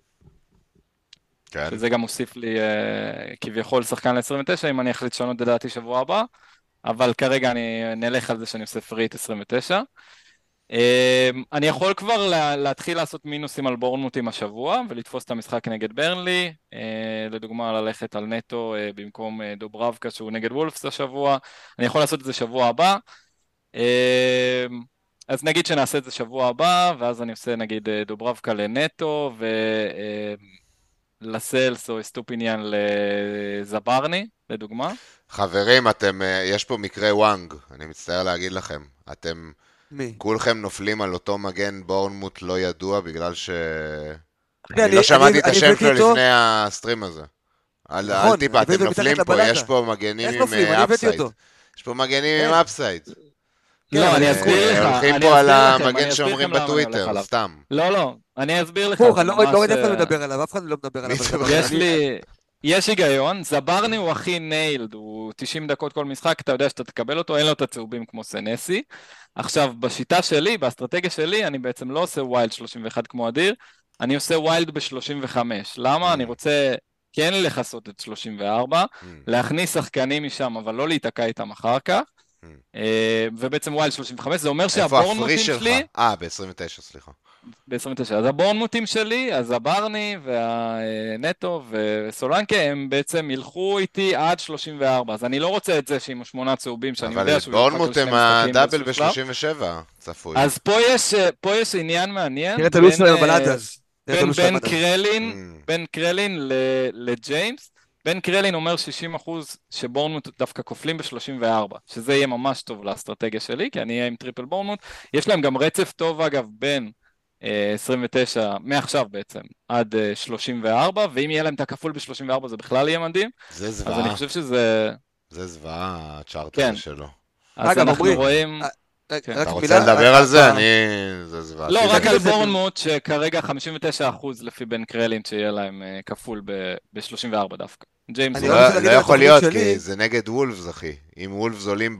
כן. שזה גם מוסיף לי אה, כביכול שחקן ל-עשרים ותשע, אם אני אחליט לשנות את דעתי שבוע הבא, אבל כרגע אני נלך על זה שאני עושה פריט עשרים ותשע. אה, אני יכול כבר לה, להתחיל לעשות מינוסים על בורנמוטים השבוע, ולתפוס את המשחק נגד ברנלי, אה, לדוגמה ללכת על נטו אה, במקום אה, דוברבקה שהוא נגד וולפס השבוע, אני יכול לעשות את זה שבוע הבא. אה, אז נגיד שנעשה את זה שבוע הבא, ואז אני עושה נגיד אה, דוברבקה לנטו, ו... אה, לסלס או אסטופיניאן לזברני, לדוגמה. חברים, אתם, אה, יש פה מקרה וואנג, אני מצטער להגיד לכם. אתם מי? כולכם נופלים על אותו מגן בורנמוט לא ידוע, בגלל ש... אחי, אני לא אני שמעתי את אני השם הבאתי שלו אותו, לפני הסטרים הזה. אל, אל נכון, טיפה, אני הבאתי אתם אותו מתחת נופלים פה, יש לבלטה. פה מגנים איך עם נופלים? אני הבאתי אפסייד. אותו. יש פה מגנים עם כן, אפסייד. כן, לא, אבל אני יש אסביר לך, סיכוי. הולכים אני פה על אסביר לכם, המגן אני אסביר שאומרים לכם למה אני הולך בטוויטר, עליו. סתם. לא, לא, אני אסביר לך, הפוך, זה אני לא רואה לא ממש... רואה אף אחד אה, מדבר עליו, אף אחד לא מדבר מי עליו על זה זברני. יש אני... לי... יש היגיון, זברני הוא הכי ניילד, הוא תשעים דקות כל משחק, אתה יודע שאתה תקבל אותו, אין לו את הצהובים כמו סנסי. עכשיו, בשיטה שלי, באסטרטגיה שלי, אני בעצם לא עושה ווילד שלושים ואחת כמו אדיר, אני עושה ווילד ב-שלושים וחמש. למה? אני Mm, רוצה כן לכסות את שלושים וארבע, mm, להכניס שחקנים משם, אבל לא להיתקע איתם אחר כך, mm. אה, ובעצם ווילד שלושים וחמש, זה אומר איפה הפרי שהבורנמוטים שלך? שלי, אה, ב-עשרים ותשע, סליחה. ב-עשרים ותשע. אז הבורנמוטים שלי, אז הברני והנטו וסולנקה, הם בעצם ילכו איתי עד שלושים וארבע. אז אני לא רוצה את זה שעם השמונה צהובים, שאני אבל יודע שהוא יורחק על בורנמוט שני הם משחקים הדאבל באיזשהו שלב. ב-שלושים ושבע, צפוי. אז פה יש, פה יש עניין מעניין תראה את הלו"ז בין, שלהם אבל עד אה, אז. תראה את בין הלו"ז שלהם בן עד אז. קרלין, Mm, בין קרלין ל- לג'יימס. בן קרלין אומר שישים אחוז שבורנמוט דווקא כופלים ב-שלושים וארבע, שזה יהיה ממש טוב לאסטרטגיה שלי, כי אני אהיה עם טריפל בורנמוט. יש להם גם רצף טוב אגב בין אה, עשרים ותשע, מעכשיו בעצם, עד אה, שלושים וארבע, ואם יהיה להם את הכפול ב-שלושים וארבע זה בכלל יהיה מדהים. זה אז אני זוועה. חושב שזה, זה זוועה, הצ'ארט כן, הזה שלו. אז אגב, אנחנו עמרי, רואים, אה, רק כן. רק אתה רוצה מילה, לדבר אה, על זה? אה, אני... זה זוועה. לא, רק תגיד על את זה. בורנמוט, שכרגע חמישים ותשע אחוז לפי בן קרלין, שיהיה להם אה, כפול ב-שלושים וארבע דווקא. ג'יימס אני הוא רק לא, רוצה לא. להגיד לא על יכול התוכנית להיות, שלי, כי זה נגד וולפס, אחי. אם וולפס עולים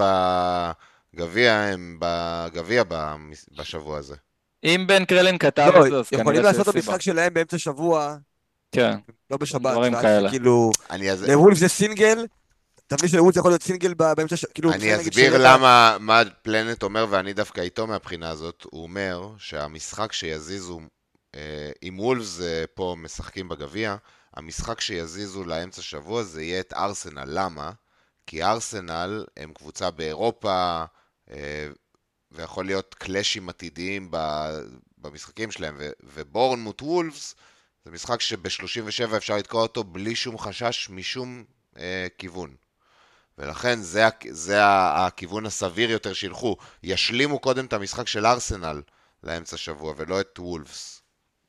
בגביע, הם בגביע במס- בשבוע הזה. אם בן קרלין כתב לא, את זה, אז יכולים כנראה שיש לעשות את סיבה. המשחק שלהם באמצע שבוע, כן, לא בשבת, דברים ואז כאלה. כאילו, אני, אז... לוולף זה סינגל, אתה מבין שלוולף יכול להיות סינגל ב- באמצע, ש- כאילו, אני משחק נגיד אסביר שיהיה את ה... למה, מה פלנט אומר, ואני דווקא איתו מהבחינה הזאת. הוא אומר שהמשחק שיזיזו, אה, אם וולפס אה, פה משחקים בגביע, המשחק שיזיזו לאמצע שבוע זה יהיה את ארסנל. למה? כי ארסנל הם קבוצה באירופה, אה, ויכול להיות קלאשים עתידיים ב- במשחקים שלהם, ו- ובורנמוט וולפס זה משחק שב-שלושים ושבע אפשר לתקוע אותו בלי שום חשש משום אה, כיוון. ולכן זה, זה הכיוון הסביר יותר שילכו. ישלימו קודם את המשחק של ארסנל לאמצע שבוע, ולא את וולפס.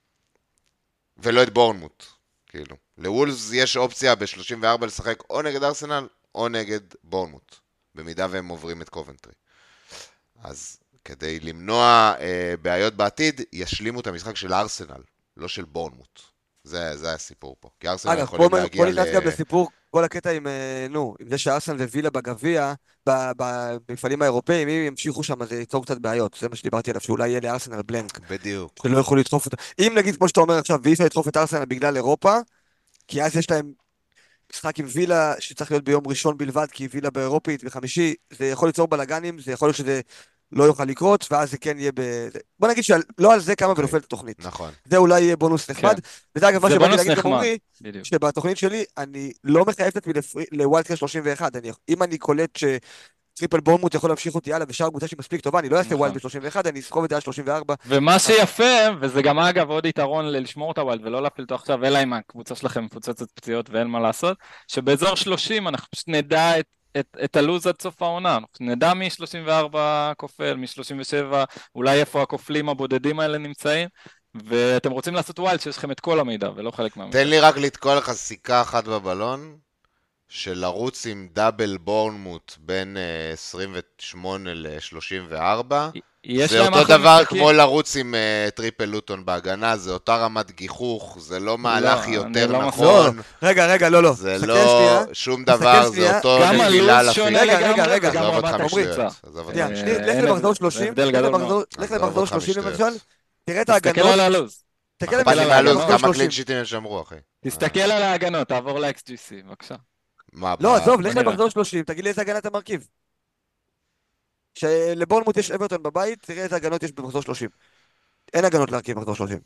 ולא את בורנמוט, כאילו. לוולפס יש אופציה ב-שלושים וארבע לשחק או נגד ארסנל, או נגד בורנמוט, במידה והם עוברים את קובנטרי. אז כדי למנוע אה, בעיות בעתיד, ישלימו את המשחק של ארסנל, לא של בורנמוט. זה, זה הסיפור פה. כי ארסנל אגב, פה יכולים להגיע פה נכנס ל... גם לסיפור, כל הקטע עם, אה, נו, עם זה שארסנל ווילה בגביע, ב- ב- במפעלים האירופאים, אם ימשיכו שם, זה ייצור קצת בעיות. זה מה שדיברתי עליו, שאולי יהיה לארסנל בלנק, בדיוק. שלא יוכלו לדחוף אותה. אם נגיד, כמו שאתה אומר עכשיו, ואי אפשר לדחוף את ארסנל בגלל אירופה, כי אז יש להם משחק עם וילה שצריך להיות ביום ראשון בלבד, כי וילה באירופית בחמישי, זה יכול ליצור בלאגנים, זה יכול להיות שזה לא יוכל לקרות, ואז זה כן יהיה ב... בוא נגיד שלא על זה קמה אוקיי. ונופלת התוכנית. נכון. זה אולי יהיה בונוס כן. נחמד. וזה אגב מה זה שבאתי בונוס להגיד גם נחמד, עמרי, בדיוק. שבתוכנית שלי אני לא מחייב את עצמי לווילד שלושים ואחת. אני, אם אני קולט שטריפל בורנמוט יכול להמשיך אותי הלאה, ושאר קבוצה שהיא מספיק טובה, אני לא אעשה נכון. ווילד ב-שלושים ואחת, אני אסחוב את זה על שלושים וארבע. ומה שיפה, וזה גם אגב עוד יתרון לשמור את הווילד ולא להפיל אותו עכשיו, אלא אם הקבוצה שלכם מפוצצת פציעות ואין מה לעשות, שבאזור שלושים אנחנו פשוט נדע את, את, את הלוז עד סוף העונה, אנחנו נדע מ-שלושים וארבע כופל, מ-שלושים ושבע, אולי איפה הכופלים הבודדים האלה נמצאים, ואתם רוצים לעשות ווילד שיש לכם את כל המידע ולא חלק מהמידע. תן לי רק לתקוע לך סיכה אחת בבלון. של לרוץ עם דאבל בורנמוט בין אה, עשרים ושמונה ל-שלושים וארבע, יש זה להם אותו אחלה דבר משחקים. כמו לרוץ עם אה, טריפל לוטון בהגנה, זה אותה רמת גיחוך, זה לא מהלך אני יותר לא לא, נכון, רגע, רגע, לא, לא. זה תסתכל לא שנייה, שום תסתכל דבר, זה שנייה. אותו גם נפילה הלו"ז לפיד. שונה רגע, רגע, לגמרי, רגע. וגם עזוב אותך רמת משטויות, הקבוצה. עזוב אותך שנייה, אה, משטויות. לך אין למחזור הבדל- שלושים, הבדל לך גדול למחזור- מאוד. לך עזוב למחזור אותך שלושים משטויות. למשל, תראה את תסתכל ההגנות, על הלו"ז. תסתכל אכפת תסתכל לי על מהלו"ז, ההגנות. כמה שלושים. קלין שיטים הם שמרו, אחי. תסתכל על ההגנות, תעבור ל-אקס ג'י סי, בבקשה. מה, לא, ב- עזוב, בוא לך נראה. למחזור שלושים, תגיד לי איזה הגנה אתה מרכיב. שלבורנמוט יש אברטון בבית, תראה איזה הגנות יש במחזור שלושים. אין הגנות להרכיב במחזור שלושים.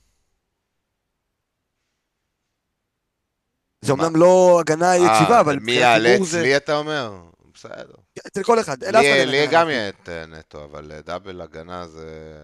זה מה? אומנם לא הגנה יציבה, אה, אבל מי מבחינת יעלה הימור זה... אצלי אתה אומר? בסדר. אצל כל אחד, אין אף אחד לי אין לי הגנה גם להרכיב. יהיה את אה, נטו, אבל אה, דאבל הגנה זה...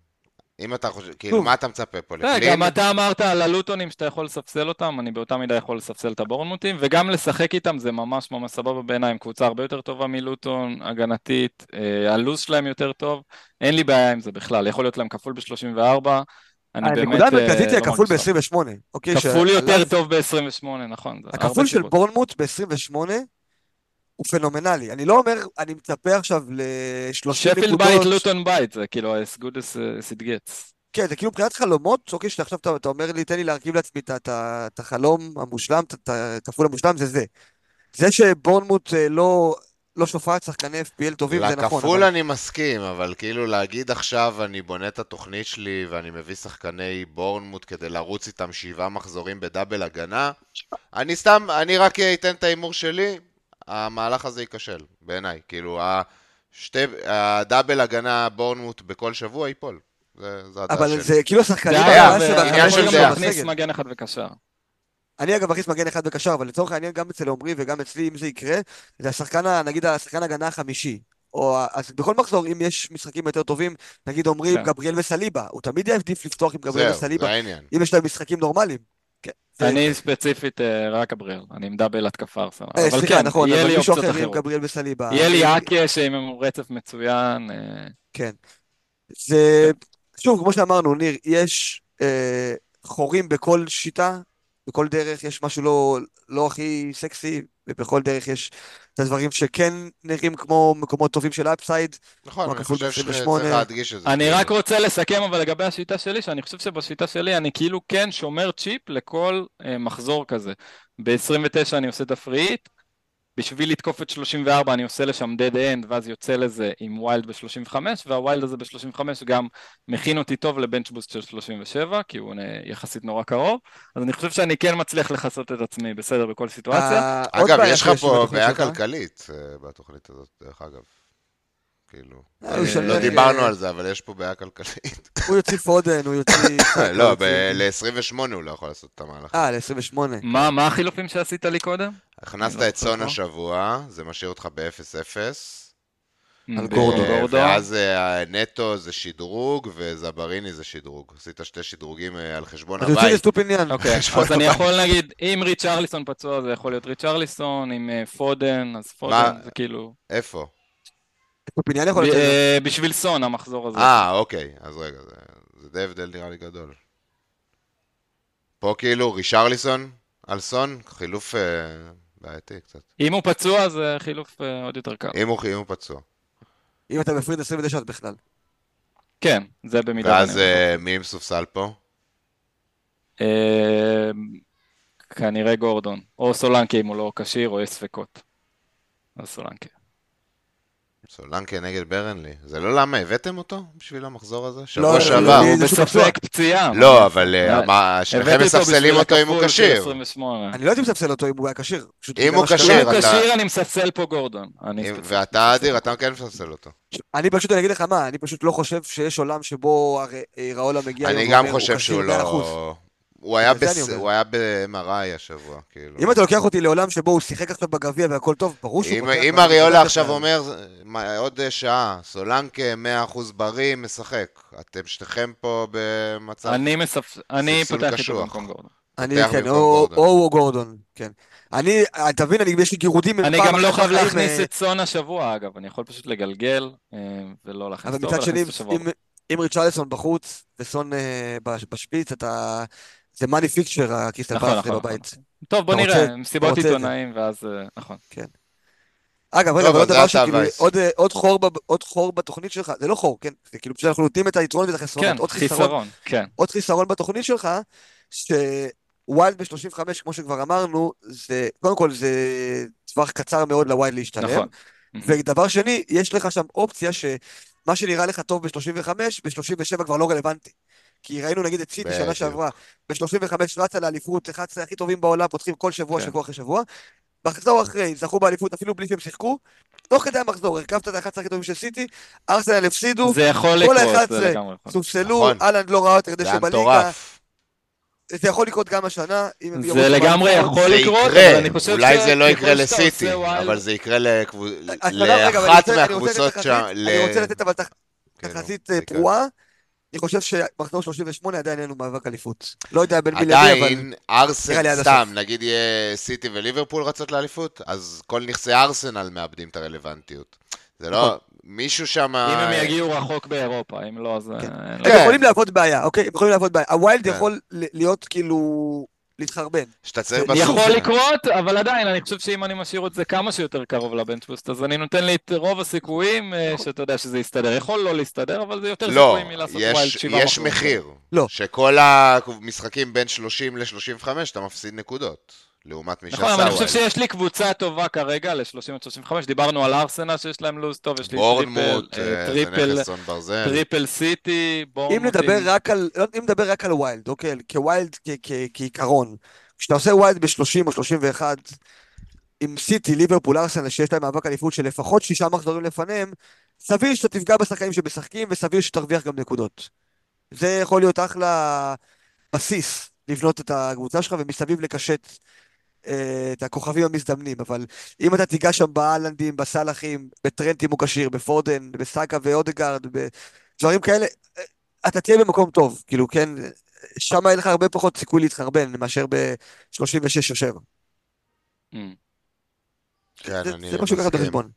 אם אתה חושב, כאילו, שוב. מה אתה מצפה פה? לא, לקלין? גם אתה אמרת על הלוטונים שאתה יכול לספסל אותם, אני באותה מידה יכול לספסל את הבורנמוטים, וגם לשחק איתם זה ממש ממש סבבה בעיניי, הם קבוצה הרבה יותר טובה מלוטון, הגנתית, אה, הלו"ז שלהם יותר טוב, אין לי בעיה עם זה בכלל, יכול להיות להם כפול ב-שלושים וארבע, אני הנקודה באמת אה, המרכזית היא לא הכפול מרגיש טוב. ב-עשרים ושמונה. אוקיי, כפול יותר שעליו... טוב ב-עשרים ושמונה, נכון, זה הרבה הכפול של סיבות. בורנמוט ב-עשרים ושמונה הוא פנומנלי. אני לא אומר, אני מצפה עכשיו ל-שלושים שפילד נקודות. בית, לוטון בית, זה כאילו as good as, as it gets. כן, זה כאילו מבחינת חלומות, אוקיי, שעכשיו אתה, אתה אומר לי, תן לי להרכיב לעצמי את ה- את ה- את החלום המושלם, את את הכפול המושלם, זה זה. זה שבורנמוט אה, לא, לא שופעת שחקני אף פי אל טובים, זה נכון, לכפול אבל... אני מסכים, אבל כאילו להגיד עכשיו אני בונה את התוכנית שלי ואני מביא שחקני בורנמוט כדי לרוץ איתם שבעה מחזורים בדאבל הגנה, אני סתם, אני רק אתן את ההימור שלי, המהלך הזה ייכשל, בעיניי. כאילו, השתי, הדאבל הגנה בורנמוט בכל שבוע ייפול. זה, זה הדעה אבל שלי. זה כאילו שחקנים... זה דעה, בהגנה זה שבהתחלה עניין שלהם של יכול דעה. גם להכניס בסגל. מגן אחד וקשר. אני אגב מכניס מגן אחד בקשר, אבל לצורך העניין גם אצל עומרי וגם אצלי, אם זה יקרה, זה השחקן, ה- נגיד השחקן הגנה החמישי. או, ה- אז בכל מחזור, אם יש משחקים יותר טובים, נגיד עומרי עם כן. גבריאל וסליבה, הוא תמיד יעדיף לפתוח עם גבריאל זהו, וסליבה, זה העניין. אם יש להם משחקים נורמליים. כן, זה- אני ספציפית אה, רק גבריאל, אני עם דאבל התקפה ארסנל. אה, אבל סליחה, כן, נכון, יהיה אבל לי מישהו אופציות אחר עם אחרות. גבריאל וסליבה. יהיה לי אני- אקיה שעם רצף מצוין. אה, כן. זה, שוב, כמו שאמרנו, ניר, יש אה, חורים בכל שיטה, בכל דרך יש משהו לא, לא הכי סקסי, ובכל דרך יש את הדברים שכן נראים כמו מקומות טובים של אפסייד, נכון, כמו אני הכפול חושב ב-עשרים שצריך ושמונה. להדגיש את זה. אני כאילו. רק רוצה לסכם אבל לגבי השיטה שלי, שאני חושב שבשיטה שלי אני כאילו כן שומר צ'יפ לכל אה, מחזור כזה. ב-עשרים ותשע אני עושה תפריט, בשביל לתקוף את שלושים וארבע אני עושה לשם dead end, ואז יוצא לזה עם ווילד ב-שלושים וחמש, והווילד הזה ב-שלושים וחמש גם מכין אותי טוב לבנץ' בוסט של שלושים ושבע, כי הוא אה, יחסית נורא קרוב, אז אני חושב שאני כן מצליח לכסות את עצמי בסדר בכל סיטואציה. אה, עוד אגב, בעיה יש לך שיש פה בתוכנית בעיה שלך. כלכלית אה, בתוכנית הזאת, דרך אגב. כאילו, אה, הוא ישלם, לא אה, דיברנו על זה, אבל יש פה בעיה כלכלית. הוא יוציא פודן, הוא יוציא... לא, ל-עשרים ושמונה הוא לא יכול לעשות את המהלך. אה, ל-עשרים ושמונה. מה מה החילופים שעשית לי קודם? הכנסת אני לא את זוכר סון כבר. השבוע, זה משאיר אותך ב-אפס אפס. על ב- גורדון. גורדון. ואז אה, נטו זה שדרוג, וזבריני זה שדרוג. עשית שתי שדרוגים אה, על חשבון אז יוציא הבית. לסטופיניאן. אוקיי, חשבון אז אני הבית. יכול להגיד, אם ריצ'רליסון פצוע זה יכול להיות ריצ'רליסון, עם אה, פודן, אז פודן מה? זה כאילו... איפה? סטופיניאן יכול ב- לצאת. אה, בשביל סון המחזור הזה. אה, אוקיי. אז רגע, זה, זה די הבדל נראה לי גדול. פה כאילו רישרליסון על סון, חילוף אה, בעייתי קצת. אם הוא פצוע זה חילוף אה, עוד יותר קל. אם הוא, אם הוא פצוע. אם אתה מפריד עשרים ותשע בכלל. כן, זה במידה ואז ואני אה, מי מסופסל פה? אה, כנראה גורדון, או סולנקה אם הוא לא כשיר, או יש ספקות. אז סולנקה. סולנקה נגד ברנלי. זה לא למה הבאתם אותו בשביל המחזור הזה? לא, שבוע שעבר. אני- הוא זה שהוא פצוע. בספק פציעה. לא, אבל אה, אה, מה, שניכם הבאתי אותו מספסלים בשביל אותו אם הוא הכפול של כשיר. עשרים ושמונה. אני לא הייתי מספסל אותו אם הוא היה כשיר. פשוט אם בגלל הוא מה שקרה. כשיר, אם הוא אתה- כשיר אני מספסל פה גורדון. אני אם- ספציפית ואתה מספסל אדיר, פה. אתה כן מספסל אותו. אני פשוט, אני אגיד לך מה, אני פשוט לא חושב שיש עולם שבו הרי אה, ראולה מגיע אני היום גם ואומר, חושב הוא כשיר שהוא מאה אחוז. לא... הוא היה בגלל זה בס- אני אומר. הוא היה ב-אם אר איי השבוע, כאילו. אם אתה לוקח אותי לעולם שבו הוא שיחק עכשיו בגביע והכל טוב, ברור שהוא אם- פותח. אם ואני אריולה מדבר עכשיו בכלל. אומר, מה, עוד שעה, סולנקה מאה אחוז בריא, משחק. אתם שתיכם פה במצב... אני מספס... אני ספסול פותח איתו קשוח. במקום גורדון. אני, פותח כן, במקום או גורדון. או הוא או גורדון, כן. אני, אה, תבין, אני, יש לי גירודים אני פעם גם לא אחת חייב בחיים, להכניס אה, את סון השבוע אגב, אני יכול פשוט לגלגל אה, ולא להכניס אבל אותו מצד שני, ולהכניס אותו שבוע. אם, אם ריצ'רליסון בחוץ וסון אה, בש- בשפיץ, אתה... זה מאני פיקצ'ר, הקריסטל נכון, פלאס נכון, נכון. בבית. טוב, בוא אתה רוצה, נראה, אתה מסיבות רוצה את זה. עיתונאים, ואז, אה, נכון. כן. אגב, רגע, טוב, ועוד אז זה דבר אתה שכאילו, וייס. עוד, אה, עוד חור, ב, עוד חור בתוכנית שלך, זה לא חור, כן? זה כאילו שאנחנו נותנים את היתרונות ואת כן, החסרונות. עוד חיסרון, חיסרון, כן, עוד חיסרון בתוכנית שלך, שווילד ב-שלושים וחמש, כמו שכבר אמרנו, זה, קודם כל זה טווח קצר מאוד לווילד להשתלם, נכון. מהמם. ודבר שני, יש לך שם אופציה שמה שנראה לך טוב ב-שלושים וחמש, ב-שלושים ושבע כבר לא רלוונטי. כי ראינו נגיד את סיטי שנה שעברה, בדיוק. ב-שלושים וחמש רצה לאליפות, אחד עשר הכי טובים בעולם, פותחים כל שבוע, כן. שבוע אחרי שבוע, מחזור אחרי, זכו באליפות אפילו בלי שהם שיחקו, תוך כדי המחזור, הרכבת את ה-אחד עשר הכי טובים של סיטי, ארסנל הפסידו, זה יכול כל לקרות, זה ה-אחד עשר לגמרי יכול. סופסלו, נכון. אהלנד לא ראה יותר זה דשא היה בליגה, מטורף. זה יכול לקרות גם השנה, אם הם זה ירוצו לגמרי באליפות. יכול זה לקרות, יקרה, אבל אני חושב אולי זה לא יקרה שככל שאתה לסיטי, עושה אבל ווילד, זה יקרה לקבו... השנה, רגע, אבל אני לאחת רוצה, אני רוצה לתת מהקבוצות שם, תחזית, ל... אני רוצה לתת אבל תח- כן, נו, תחזית אה, תיקח. פרועה, אני חושב שמחזור שלושים ושמונה עדיין אין לנו מאבק אליפות. לא יודע בין מי למי, אבל עדיין, ארסן, נראה לי עד סתם, הסוף. נגיד יהיה סיטי וליברפול רצות לאליפות, אז כל נכסי ארסנל מאבדים את הרלוונטיות. זה נכון, לא, מישהו שם... אם הם יגיעו רחוק באירופה, אם לא, אז... כן. אה, אין הם להם. כן, יכולים להוות בעיה, אוקיי? הם יכולים להוות בעיה. הווילד כן. יכול ל- להיות כאילו, להתחרבן. שאתה צריך ושוב, בסוף... יכול זה... לקרות, אבל עדיין, אני חושב שאם אני משאיר את זה כמה שיותר קרוב לבנצ'בוסט, אז אני נותן לי את רוב הסיכויים אה, נכון. שאתה יודע שזה יסתדר. יכול לא להסתדר, אבל זה יותר סיכויים לא, מלעשות ווילד יש, שבעה יש מחזורים. מחיר, לא. שכל המשחקים בין שלושים ל-שלושים וחמש אתה מפסיד נקודות, לעומת מי נכון, שעשה אבל אני חושב ווילד. שיש לי קבוצה טובה כרגע ל-שלושים עד שלושים וחמש, דיברנו על ארסנל שיש להם לוז טוב, יש לי טריפל, בורנמוט, אה, אה, זה טריפל, נכס הון ברזל. טריפל סיטי, אם נדבר בורנמוטים, רק על, לא, אם נדבר רק על ווילד, אוקיי? כווילד כ- כ- כעיקרון. כשאתה עושה ווילד ב-שלושים או שלושים ואחת, עם סיטי, ליברפול, ארסנל, שיש להם מאבק אליפות של לפחות שישה מחזורים לפניהם, סביר שאתה תפגע בשחקנים שמשחקים, וסביר שתרוויח גם נקודות. זה יכול להיות אחלה בסיס לבנות את הקבוצה שלך, ומסביב לקשט אה, את הכוכבים המזדמנים. אבל אם אתה תיגע שם באלנדים, בסלאחים, בטרנט אם הוא כשיר, בפודן, בסאקה ואודגרד, בדברים כאלה, אה, אתה תהיה במקום טוב. כאילו, כן, שם יהיה לך הרבה פחות סיכוי להתחרבן מאשר ב-שלושים ושש או שבע. אמ, כן, זה, אני זה משהו לקחת מסכים. בחשבון.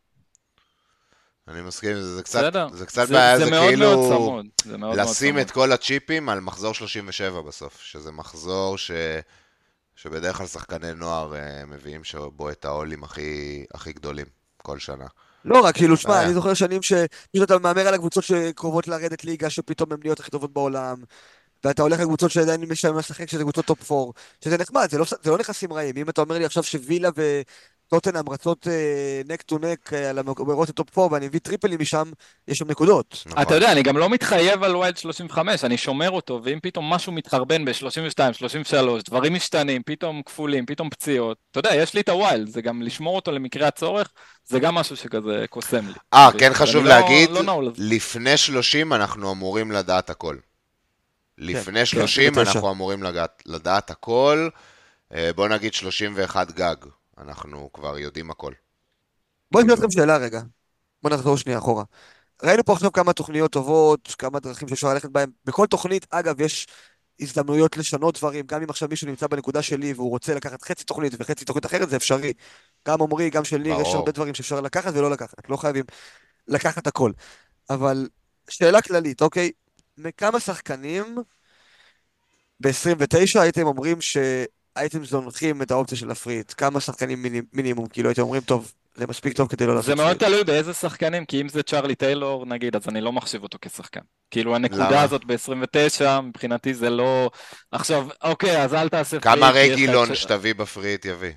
אני מסכים, זה, זה קצת, בסדר, זה קצת זה, בעיה, זה זה מאוד כאילו מאוד צמוד, זה מאוד מאוד לשים צמוד. את כל הצ'יפים על מחזור שלושים ושבע בסוף, שזה מחזור ש... שבדרך כלל שחקני נוער אה, מביאים בו את העולים הכי, הכי גדולים כל שנה. לא רק, כאילו, שמע, בעיה. אני זוכר שנים שפשוט אתה מהמר על הקבוצות שקרובות לרדת ליגה, שפתאום הן נהיות הכי טובות בעולם, ואתה הולך לקבוצות שעדיין מי שמשחק, שזה קבוצות טופ ארבע, שזה נחמד, זה לא, זה לא נכסים רעים. אם אתה אומר לי עכשיו שווילה וטוטנהאם רצות נק טו נק על המרוץ לטופ ארבע, ואני מביא טריפלים משם, יש שם נקודות. אתה נכון. יודע, אני גם לא מתחייב על ווילד שלושים וחמש, אני שומר אותו, ואם פתאום משהו מתחרבן ב-שלושים ושתיים, שלושים ושלוש, דברים משתנים, פתאום כפולים, פתאום פציעות, אתה יודע, יש לי את הווילד, זה גם לשמור אותו למקרה הצורך, זה גם משהו שכזה קוסם לי. אה, כאילו, כן אז חשוב אני לא- להגיד, לא נעול על זה. לפני שלושים אנחנו אמורים לדעת הכל. לפני שלושים שלושים ותשע. אנחנו אמורים לדעת, לדעת הכל, אה, בוא נגיד שלושים ואחת גג, אנחנו כבר יודעים הכל. בואו נשאל אתכם שאלה רגע. בואו נחזור שנייה אחורה. ראינו פה עכשיו כמה תוכניות טובות, כמה דרכים שאפשר ללכת בהן. בכל תוכנית, אגב, יש הזדמנויות לשנות דברים. גם אם עכשיו מישהו נמצא בנקודה שלי והוא רוצה לקחת חצי תוכנית וחצי תוכנית אחרת, זה אפשרי. גם עמרי, גם של ניר, יש ברור. הרבה דברים שאפשר לקחת ולא לקחת. לא חייבים לקחת הכל. אבל שאלה כללית, אוקיי? מכמה שחקנים ב-עשרים ותשע הייתם אומרים שהייתם זונחים את האופציה של להפריד? כמה שחקנים מיני, מינימום? כאילו הייתם אומרים, טוב, זה מספיק טוב כדי לא זה לעשות מאוד פריד. תלוי באיזה שחקנים, כי אם זה צ'ארלי טיילור, נגיד, אז אני לא מחשיב אותו כשחקן. כאילו, הנקודה למה? הזאת ב-עשרים ותשע, מבחינתי זה לא... עכשיו, אוקיי, אז אל תעשה כמה פריד, כי יש לך רגילון את ש- שתביא בפריט יביא?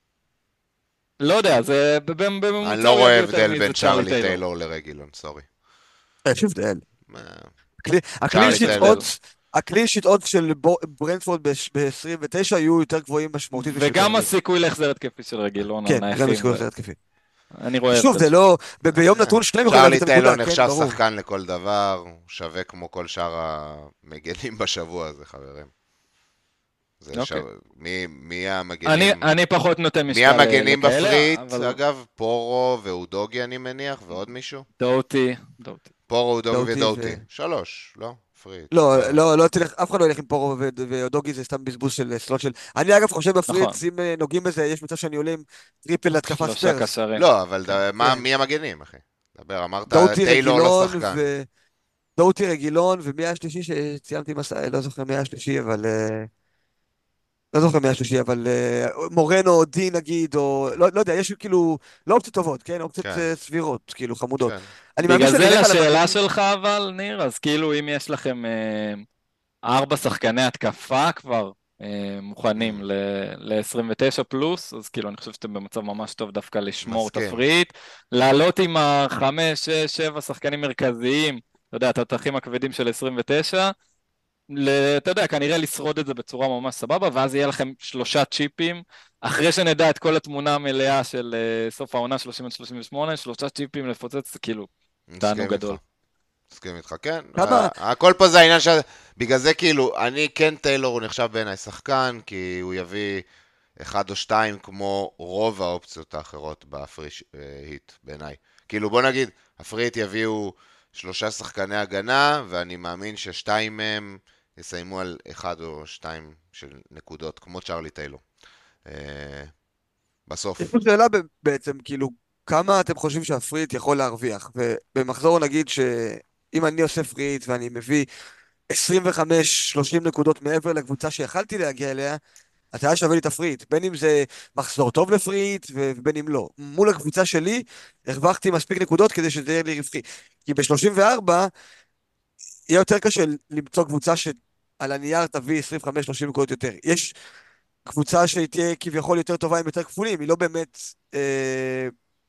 לא יודע, זה ב- ב- בממוצע אני לא הוא רואה יביא יותר הבדל מזה בין צ'ארלי צ'ארלי טיילור. טיילור לרגילון, סורי. יש הבדל. מה, הקלין צ'ארלי שיט טיילור. אודס, הקלין שיט אודס של בו- ברנדפורד ב-עשרים ותשע יהיו יותר גבוהים משמעותית משל וגם ברנלי. הסיכוי להחזר התקפי של רגילון על כן, גם נייחים, לסיכוי ו- יותר התקפי. אני רואה שוב, הבדל. זה לא... ב- ביום נתון שניהם יכולים צ'ארלי להביא את טיילור הנקודה, כן, נחשב ברור. שחקן לכל דבר, הוא שווה כמו כל שאר המגנים בשבוע הזה, חברים. זה אוקיי. שווה. מי, מי אני, המגנים? אני פחות נותן מי משקל המגנים לכאלה, בפריט? אבל אגב, פורו ואודוגי אני מניח, ועוד מישהו? דוטי, דוטי. פורו, אודוגי דאוטי ודאוטי. ו- שלוש, לא? פריט. לא, לא, לא תלך, אף אחד לא ילך עם פורו ו- ודוגי, זה סתם בזבוז של סלוט של... אני אגב חושב בפריץ, נכון. אם אה, נוגעים בזה, יש מצב שאני עולה עם טריפל התקפה שלושה ספיירס. קשרים. לא, אבל כן. ד- מה, כן. מי המגנים, אחי? דבר, אמרת דאוטי טיילור לא רגילון שחקן. ו... דאוטי רגילון, ומי היה השלישי שציינתי מסע, לא זוכר מי היה השלישי, אבל... אה, לא זוכר מי השלישי, אבל אה, מורנו, די נגיד, או לא, לא יודע, יש כאילו, לא אופציות טובות, כן? אופציות כן, אה, סבירות, כאילו חמודות. כן. אני מאמין בגלל שאני זה אלך על לשאלה המגנים. שלך אבל, ניר, אז כאילו אם יש לכם אה, ארבע שחקני התקפה כבר אה, מוכנים Mm, ל-עשרים ותשע פלוס, אז כאילו אני חושב שאתם במצב ממש טוב דווקא לשמור את מסכים. הפריט, לעלות עם החמש, שש, שבע שחקנים מרכזיים, אתה יודע, את התותחים הכבדים של עשרים ותשע, ל- אתה יודע, כנראה לשרוד את זה בצורה ממש סבבה, ואז יהיה לכם שלושה צ'יפים, אחרי שנדע את כל התמונה המלאה של אה, סוף העונה שלושים עד שלושים ושמונה, שלושה צ'יפים לפוצץ, זה כאילו תענוג מסכים איתך. גדול. מסכים איתך, כן. כמה, ה- הכל פה זה העניין של... בגלל זה כאילו, אני כן טיילור הוא נחשב בעיניי שחקן, כי הוא יביא אחד או שתיים כמו רוב האופציות האחרות בפריש אה, היט בעיניי. כאילו בוא נגיד, הפריט יביאו שלושה שחקני הגנה, ואני מאמין ששתיים מהם יסיימו על אחד או שתיים של נקודות, כמו צ'רלי טיילור. אה, יש בסוף. פה שאלה ב- בעצם, כאילו, כמה אתם חושבים שהפריט יכול להרוויח? ובמחזור נגיד שאם אני עושה פריט ואני מביא עשרים וחמש שלושים נקודות מעבר לקבוצה שיכלתי להגיע אליה, אז היה שווה לי תפריט, בין אם זה מחזור טוב לפריט ובין אם לא. מול הקבוצה שלי הרווחתי מספיק נקודות כדי שזה יהיה לי רווחי. כי ב-שלושים וארבע יהיה יותר קשה למצוא קבוצה שעל הנייר תביא עשרים וחמש שלושים נקודות יותר. יש קבוצה שתהיה כביכול יותר טובה עם יותר כפולים, היא לא באמת אה,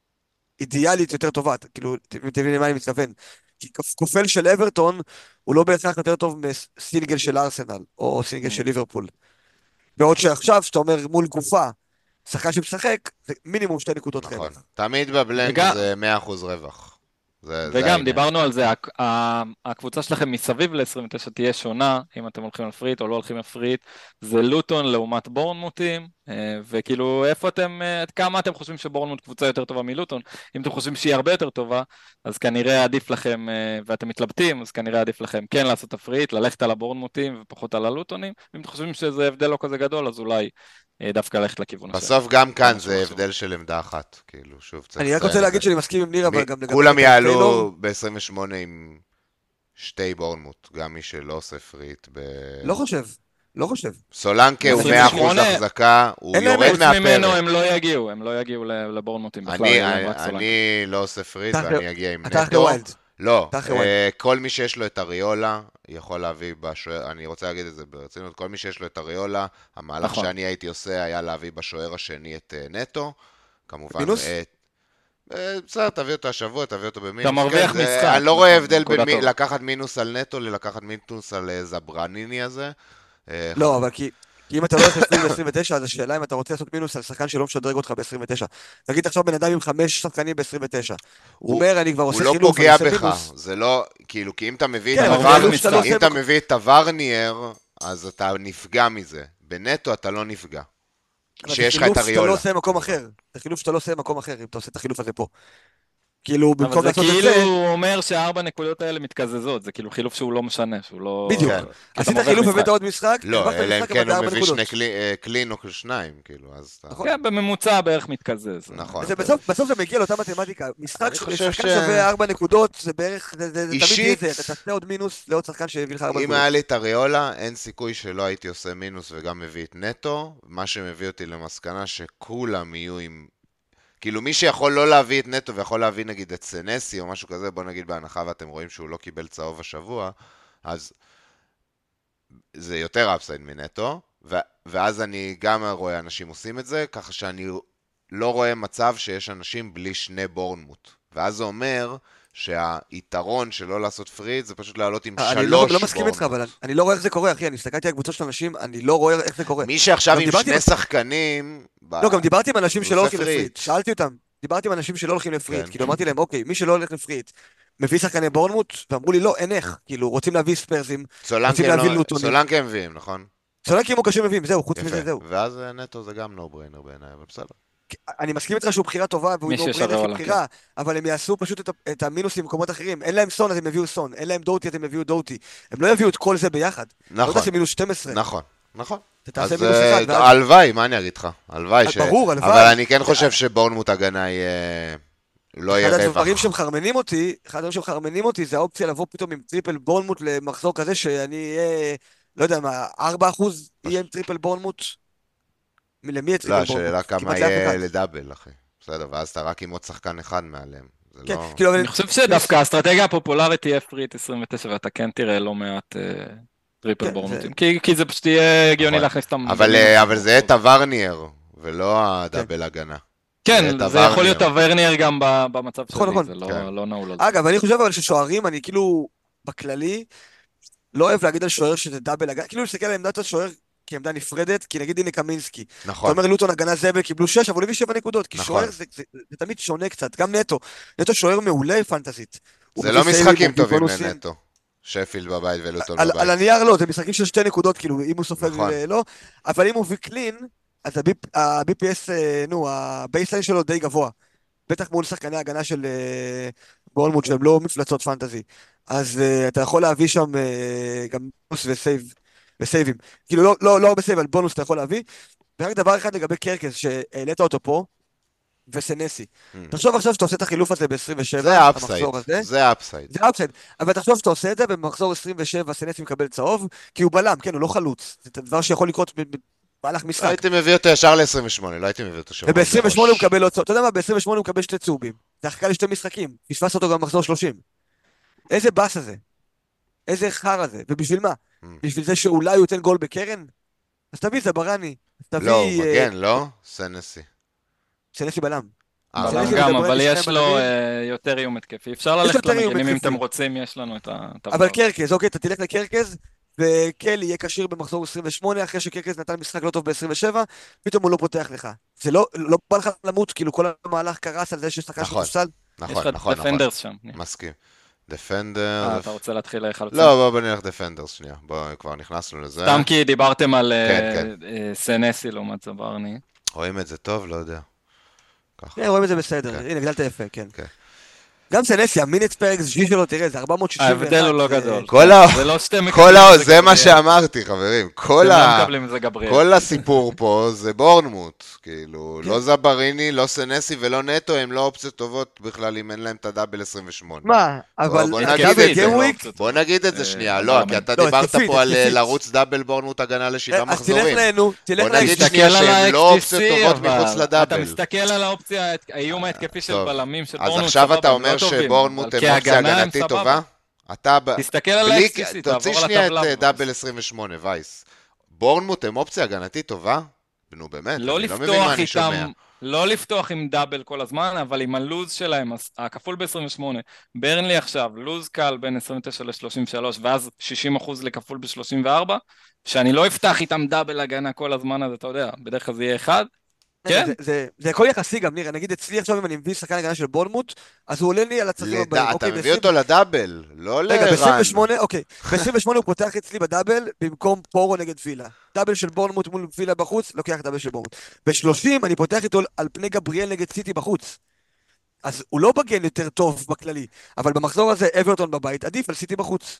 אידיאלית יותר טובה, אתה- כאילו, אתם מבינים למה אני מתכוון. כי כפ- כופל של אברטון הוא לא בהכרח יותר טוב מסינגל של ארסנל או סינגל של Mm. ליברפול. בעוד שעכשיו, שאתה אומר מול גופה, שחקן שמשחק, זה מינימום שתי נקודות נכון. רווח. תמיד בבלנק וגם, זה מאה אחוז רווח. זה, זה וגם העניין. דיברנו על זה, הק- ה- הקבוצה שלכם מסביב ל-עשרים ותשע תהיה שונה, אם אתם הולכים על פריט או לא הולכים על פריט, זה לוטון לעומת בורנמוטים, אה, וכאילו איפה אתם, אה, עד כמה אתם חושבים שבורנמוט קבוצה יותר טובה מלוטון, אם אתם חושבים שהיא הרבה יותר טובה, אז כנראה עדיף לכם, אה, ואתם מתלבטים, אז כנראה עדיף לכם כן לעשות את הפריט, ללכת על הבורנמוטים ופחות על הלוטונים, אם אתם חושבים שזה הבדל לא כזה גדול, אז אולי אה, דווקא ללכת לכיוון השני. בסוף גם זה כאן מה זה שמחשוב. הבדל של עמדה אחת, כאילו, שוב, צריך אני רק רוצה לציין את זה. להגיד שאני מסכים עם ניר, אבל מי, גם לגבי כולם ט- טיילור, יעלו ב-עשרים ושמונה עם שתי בורנמוט, גם מי שלא עושה פריט. ב... לא חושב, לא חושב. סולנקה הוא מאה אחוז ב-עשרים ושמונה, החזקה, הוא אין להם יורד חוץ ממנו מהפרק. הם לא יגיעו, הם לא יגיעו ל- לבורנמוטים בכלל, אני, יהיה להם רק אני, סולנקה. אני לא עושה פריט אתה אחרי ואני אגיע עם אתה אחרי נטו. ויילד. לא, אתה אחרי ויילד. אה, כל מי שיש לו את אריולה יכול להביא בשוער, אני רוצה להגיד את זה ברצינות, כל מי שיש לו את אריולה, המהלך נכון. שאני הייתי עושה היה להביא בשוער השני את אה, נטו, כמובן, מינוס? אה, אה, בסדר, תביא אותו השבוע, תביא אותו אתה במינוס, כן, מרוויח זה, משחק, אני לא רואה נכון, הבדל בין נקודה מי, טובה. לקחת מינוס על נטו ללקחת מינוס על אה, זברניני הזה. אה, לא, אבל כי, כי אם אתה לא הולך לפריט ב-עשרים ותשע, אז השאלה אם אתה רוצה לעשות מינוס על שחקן שלא משדרג אותך ב-עשרים ותשע. תגיד עכשיו בן אדם עם חמש שחקנים ב-עשרים ותשע. הוא הוא, אומר, אני כבר הוא עושה לא חילוף, אני פוגע עושה בך, מינוס. זה לא, כאילו, כי אם אתה מביא כן, את אתה אבל זה מרוויח הוור, חילוף שאתה לא משחק. עושה אם אתה מקום... מביא את הוורניאר, אז אתה נפגע מזה. בנטו אתה לא נפגע. אבל זה שיש לך את חילוף שאתה לא אריולה, עושה במקום כמובן. אחר. זה חילוף שאתה לא עושה במקום אחר, אם אתה עושה את החילוף הזה פה. כאילו, אבל במקום זה לעשות את כאילו זה, הוא אומר שהארבע נקודות האלה מתקזזות, זה כאילו חילוף שהוא לא משנה, שהוא לא... בדיוק. כן. כי אתה עשית מרוויח חילוף, הבאת משחק. עוד משחק, לא, הרווחת אלא אם משחק, אבל כן זה הוא ארבע מביא נקודות. שני קלי, אה, קלין או שניים, כאילו, אז אתה... נכון. כן, בממוצע בערך מתקזז. נכון. זה בסוף, בסוף זה מגיע לאותה מתמטיקה. משחק, אני ש- חושב שחקן ש... שווה ארבע נקודות, זה בערך, זה, זה, זה תמיד יהיה אישית, זה, אתה תעשה עוד מינוס לעוד שחקן שהביא לך ארבע אם נקודות. היה לי את אריולה, אין סיכוי שלא הייתי עושה מינוס וגם מביא את נטו, מה שמביא אותי למסקנה שכולם יהיו עם... כאילו מי שיכול לא להביא את נטו ויכול להביא נגיד את סנסי או משהו כזה, בוא נגיד בהנחה ואתם רואים שהוא לא קיבל צהוב השבוע, אז זה יותר אפסייד מנטו, ו- ואז אני גם רואה אנשים עושים את זה, ככה שאני לא רואה מצב שיש אנשים בלי שני בורנמוט. ואז זה אומר שהיתרון של לא לעשות פריד זה פשוט לעלות עם אני לא, שלוש לא מסכים איתך, אבל בורנמוט. אני, אני לא רואה איך זה קורה, אחי, אני הסתכלתי על קבוצות של אנשים, אני לא רואה איך זה קורה. מי שעכשיו גם עם דיברתי שני עם- שחקנים... ב- לא, גם דיברתי עם אנשים הוא שלא עושה הולכים לפריט, פריט. שאלתי אותם, דיברתי עם אנשים שלא הולכים לפריט, כן. כאילו אמרתי להם, אוקיי, מי שלא הולך לפריט, מביא שחקני בורנמוט, ואמרו לי, לא, אין איך, כאילו, רוצים להביא ספרזים, רוצים סולנקה להביא לא- לוטונים, סולנקה הם מביאים, נכון? סולנקים או קשים מביאים, זהו, חוץ יפה. מזה, זהו. ואז אה, נטו זה גם נו בריינר בעיניי, אבל בסדר. אני מסכים איתך שהוא בחירה טובה, והוא מי לא שיש ברנר הרי עולה, כבחירה, אבל הם יעשו פשוט את, ה- את המינוסים במקומות אחרים. אין להם סון, אז הם יביאו סון. אין להם דוטי, אז הם יביאו דוטי. הם לא יביאו את כל זה ביחד. לא נכון, תעשה מינוס שתים עשרה. נכון, נכון. אתה תעשה אז מינוס אה, אחד, ואז... הלוואי, מה אני אגיד לך? הלוואי ש... ברור, הלוואי. אבל אני כן חושב שבורנמוט הגנה יהיה... לא יהיה אחד רווח. הדברים שמחרמנים אותי, אחד הדברים שמחרמנים אותי, זה האופציה לבוא פתאום עם טריפל בורנמוט למחזור כזה, שאני אהיה, לא יודע מה, ארבעה אחוז יהיה עם טריפל בורנמוט. למי את לא, טריפל בורנמוט? השאלה כמה כמעט לאף יהיה אחד. לדאבל, אחי. בסדר, ואז אתה רק עם עוד שחקן אחד מעליהם. זה כן, לא... כאילו, אבל- אני חושב שדווקא האסטרטגיה הפופולרית תהיה פריט עשרים ותשע, ואתה כן תראה לא מעט אה, טריפל כן, בורנמוטים. כי כי זה פשוט יהיה הגיוני נכון. להכניס אותם. אבל, במינימום. אה, אבל זה יהיה את הוורנייר, ולא הדאבל הגנה. כן, את זה יכול הוורנייר. להיות הוורנייר גם ב- במצב נכון, שלי, נכון. זה לא כן. לא נעול על זה. אגב, אני חושב אבל ששוערים, אני כאילו, בכללי, לא אוהב להגיד על שוער שזה דאבל הגנה, כאילו להסתכל על עמדת השוער כעמדה נפרדת, כי נגיד הנה קמינסקי. אתה נכון, אומר לוטון הגנה זבל קיבלו שש, אבל הוא הביא שבע נקודות, כי נכון. שוער זה, זה, זה תמיד שונה קצת, גם נטו. נטו שוער מעולה פנטזית. הוא זה מביא לא סייבים, משחקים הוא מביא טובים בונוסים. לנטו. שפילד בבית ולוטון על, על בבית. הנייר לא, זה משחקים של שתי נקודות, כאילו, אם הוא סופג נכון. לא, אבל אם הוא מביא קלין, אז ה-בי פי אס, נו, הבייסליין שלו די גבוה. בטח מול שחקני הגנה של אה, בורנמוט, שהם לא מפלצות פנטזי. אז אה, אתה יכול להביא שם אה, גם בונוס וסייב, וסייבים. כאילו, לא, לא, לא הרבה סייב, אבל בונוס אתה יכול להביא. ורק דבר אחד לגבי קרקס, שהעלית אותו פה, וסנסי. Hmm. תחשוב עכשיו שאתה עושה את החילוף הזה ב-עשרים ושבע, זה האפסייד. המחזור הזה. זה האפסייד. זה אפסייד, אבל תחשוב שאתה עושה את זה במחזור עשרים ושבע, סנסי מקבל צהוב, כי הוא בלם, כן, הוא לא חלוץ. זה דבר שיכול לקרות במהלך משחק. הייתי מביא אותו ישר ל-עשרים ושמונה, לא הייתי מביא אותו שבוע. וב-עשרים ושמונה הוא מקבל עוד צהוב. אתה יודע מה? ב-עשרים ושמונה הוא מקבל שתי צהובים. זה החלקה לשתי משחקים. פספס אותו גם במחזור שלושים. איזה באס הזה? איזה חרא זה? ובשביל מה? Hmm. בשביל זה שאולי הוא ייתן גול בקרן? אז תביא זברני. אז תביא... לא, הוא אה, מגן, לא? סנסי. סנסי בלם. אה, בלם סנסי גם, מדבר אבל על יש שני לו בלמים. אה, יותר איום התקפי. אפשר לו ללכת יותר איום למגנים אם התקפי. אתם רוצים, יש לנו את ה... את אבל הבר. קרקז, אוקיי, אתה תלך לקרקז, וקלי יהיה כשיר במחזור עשרים ושמונה, אחרי שקרקז נתן משחק לא טוב ב-עשרים ושבע, פתאום הוא לא פותח לך. זה לא, לא בא לך למות, כאילו כל המהלך קרס על זה ששחקן נכון. שתפסל. יש נכון, לך נכון, נכון. דפנדרס שם. מסכים. אה, דפנדר... אתה רוצה להתחיל חלוצים? לא, בוא בוא נלך דפנדרס שנייה. בוא, כבר נכנסנו לזה. סתם כי דיברתם על אה, כן, כן. אה, סנסי לעומת זברני. רואים את זה טוב? לא יודע. ככה. כן, רואים את זה בסדר, כן. הנה, גדלת יפה, כן. כן. גם סנסי, המינט פר אקס ג'י שלו, תראה, זה ארבע מאות שישים ואחת. ההבדל הוא לא זה- גדול. כל ה... זה לא שאתם כל ה... מקבלים זה מה גבריאל. שאמרתי, חברים. כל אתם ה... לא מקבלים מזה גבריאל. כל הסיפור פה זה בורנמוט, כאילו, כן. לא זבריני, לא סנסי ולא נטו, הם לא אופציות טובות בכלל אם אין להם את הדאבל עשרים ושמונה. מה, אבל בוא דאבל נגיד את זה, גיימוויק, בוא נגיד את זה אה, שנייה, אז לא, למה? כי אתה לא, דיברת התקפית, פה על אה, התקפית. לרוץ דאבל בורנמוט הגנה לשבעה אז תלך מחזורים. לנו, תלך בוא נגיד ל-אקס ג'י. שנייה תסתכל על שהם לא ה-אקס אופציות ג'י סי, טובות אבל מחוץ לדאבל. אתה מסתכל על האופציה, האיום ההתקפי של טוב. בלמים של אז בורנמוט, עכשיו סבבה, אתה הם אומר לא טובים, שבורנמוט אבל הם אופציה כהגנה הם הגנתית סבבה. טובה? אתה ב... תסתכל על בלי... ה-אקס ג'י סי, תוציא תעבור על שנייה את הטבלה. אה, דאבל עשרים ושמונה, וייס. בורנמוט הם אופציה הגנתית טובה? נו באמת, לא אני לא מבין לפתוח מה אני שומע. איתם, לא לפתוח עם דאבל כל הזמן, אבל עם הלוז שלהם, אז הכפול ב-עשרים ושמונה, ברנלי עכשיו, לוז קל בין עשרים ותשע ל-שלושים ושלוש, ואז שישים אחוז לכפול ב-שלושים וארבע, שאני לא אפתח איתם דאבל הגנה כל הזמן הזה, אתה יודע, בדרך כלל זה יהיה אחד, כן? זה- זה- זה הכל יחסי גם, נראה, נגיד אצלי עכשיו אם אני מביא שחקן הגנה של בורנמוט, אז הוא עולה לי על הצרכים לד- הבאים. אתה אוקיי, מביא ב-עשרים אותו לדאבל, לא רגע, ב-עשרים לרן. ושמונה, אוקיי, ב-עשרים ושמונה הוא פותח אצלי בדאבל במקום פורו נגד וילה. דאבל של בורנמוט מול וילה בחוץ, לוקח דאבל של בורנמוט. ב-שלושים אני פותח איתו על פני גבריאל נגד סיטי בחוץ. אז הוא לא בגן יותר טוב בכללי, אבל במחזור הזה אברטון בבית עדיף על סיטי בחוץ.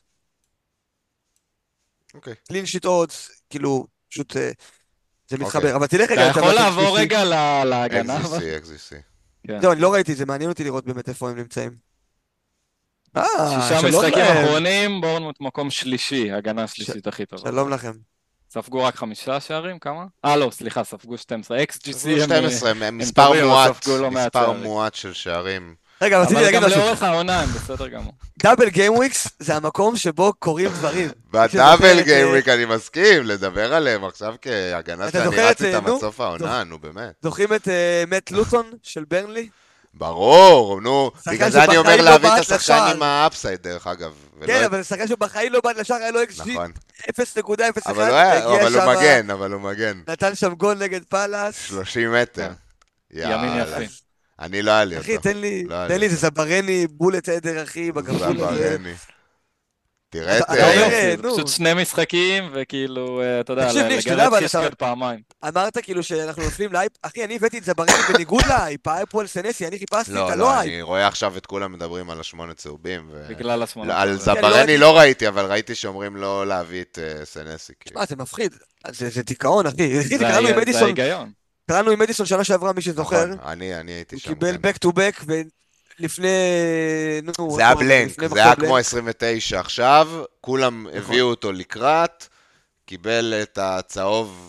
אוקיי. קלין שיט אודס, כאילו, פשוט אה, זה אוקיי. מתחבר. אבל תלך אתה רגע, יכול לטבלת לעבור ה-אקס ג'י סי. רגע ל- להגנה, אבל... אקס ג'י סי, אקס ג'י סי. כן. זהו, אני לא ראיתי, זה מעניין אותי לראות באמת איפה הם נמצאים. אה, שישה שלום משחקים להם. אחרונים, בורנמוט מקום שלישי, הגנה השלישית הכי טובה. שלום לכם. ספגו רק חמישה שערים, כמה? אה לא, סליחה, ספגו שתים עשרה, אקס ג'י סי שתים עשרה, הם מספר טובים, אבל מועט, ספגו לא מעט מספר שערים. מועט של שערים. רגע, רציתי אבל להגיד גם משהו. לאורך העונה הם בסדר גמור. דאבל גיימוויקס זה המקום שבו קורים דברים. בדאבל שזוכר, גיימוויק אני מסכים, לדבר עליהם עכשיו כהגנה אתה שאני זוכר רץ את, איתם נו? עד סוף העונה, נו באמת. זוכרים את אה, מאט לוטון של ברנלי? ברור, נו, שחקן בגלל זה אני אומר שבחיים לא להביא את בעט השחקן לשער. עם האפסייד דרך אגב. ולא כן, את- אבל זה שחקן שבחיים לא בעט לשער, היה לו אקס ג'י נכון, אפס נקודה אפס אחת, אבל הוא היה- הגיע אבל הוא שמה, מגן, אבל הוא מגן. נתן שם גול נגד פאלאס. שלושים מטר. ימין יאללה. יפי. אני לא היה לי אחי, אותו. תן לי, לא היה תן לי לי איזה זברני, בולט עדר, אחי, בגבול הזה. זברני. תראה את... אתה- זה אתה אה, אומר, היופי, זה נו. פשוט שני משחקים, וכאילו, אה, אתה יודע, תקשיב, ניר, שתדע, לגרד אבל קישקט אתה- פעמיים. אמרת כאילו שאנחנו נופלים להייפ, אחי, אני הבאתי את זברני בניגוד להייפ, ההייפ הוא על סנסי, אני חיפשתי את לא, הלא לא, הייפ. אני רואה עכשיו את כולם מדברים על השמונה צהובים. ו- בגלל השמונה. לא, על צהובים. כן, לא זברני ראיתי- לא ראיתי, אבל ראיתי שאומרים לא להביא את אה, סנסי. כאילו. מה, זה מפחיד. זה זה דיכאון, אחי. אחי, זה קראנו עם ההי- זה מדיסון, ההיגיון. קראנו עם מדיסון שנה שעברה, מי שזוכר. נכון, אני אני הייתי הוא שם. קיבל כן. back to back, ולפני... נו, זה היה איך קוראים לזה? בלנק, לפני זה היה מחזור כמו בלנק. עשרים ותשע עכשיו, כולם נכון. הביאו אותו לקראת, קיבל את הצהוב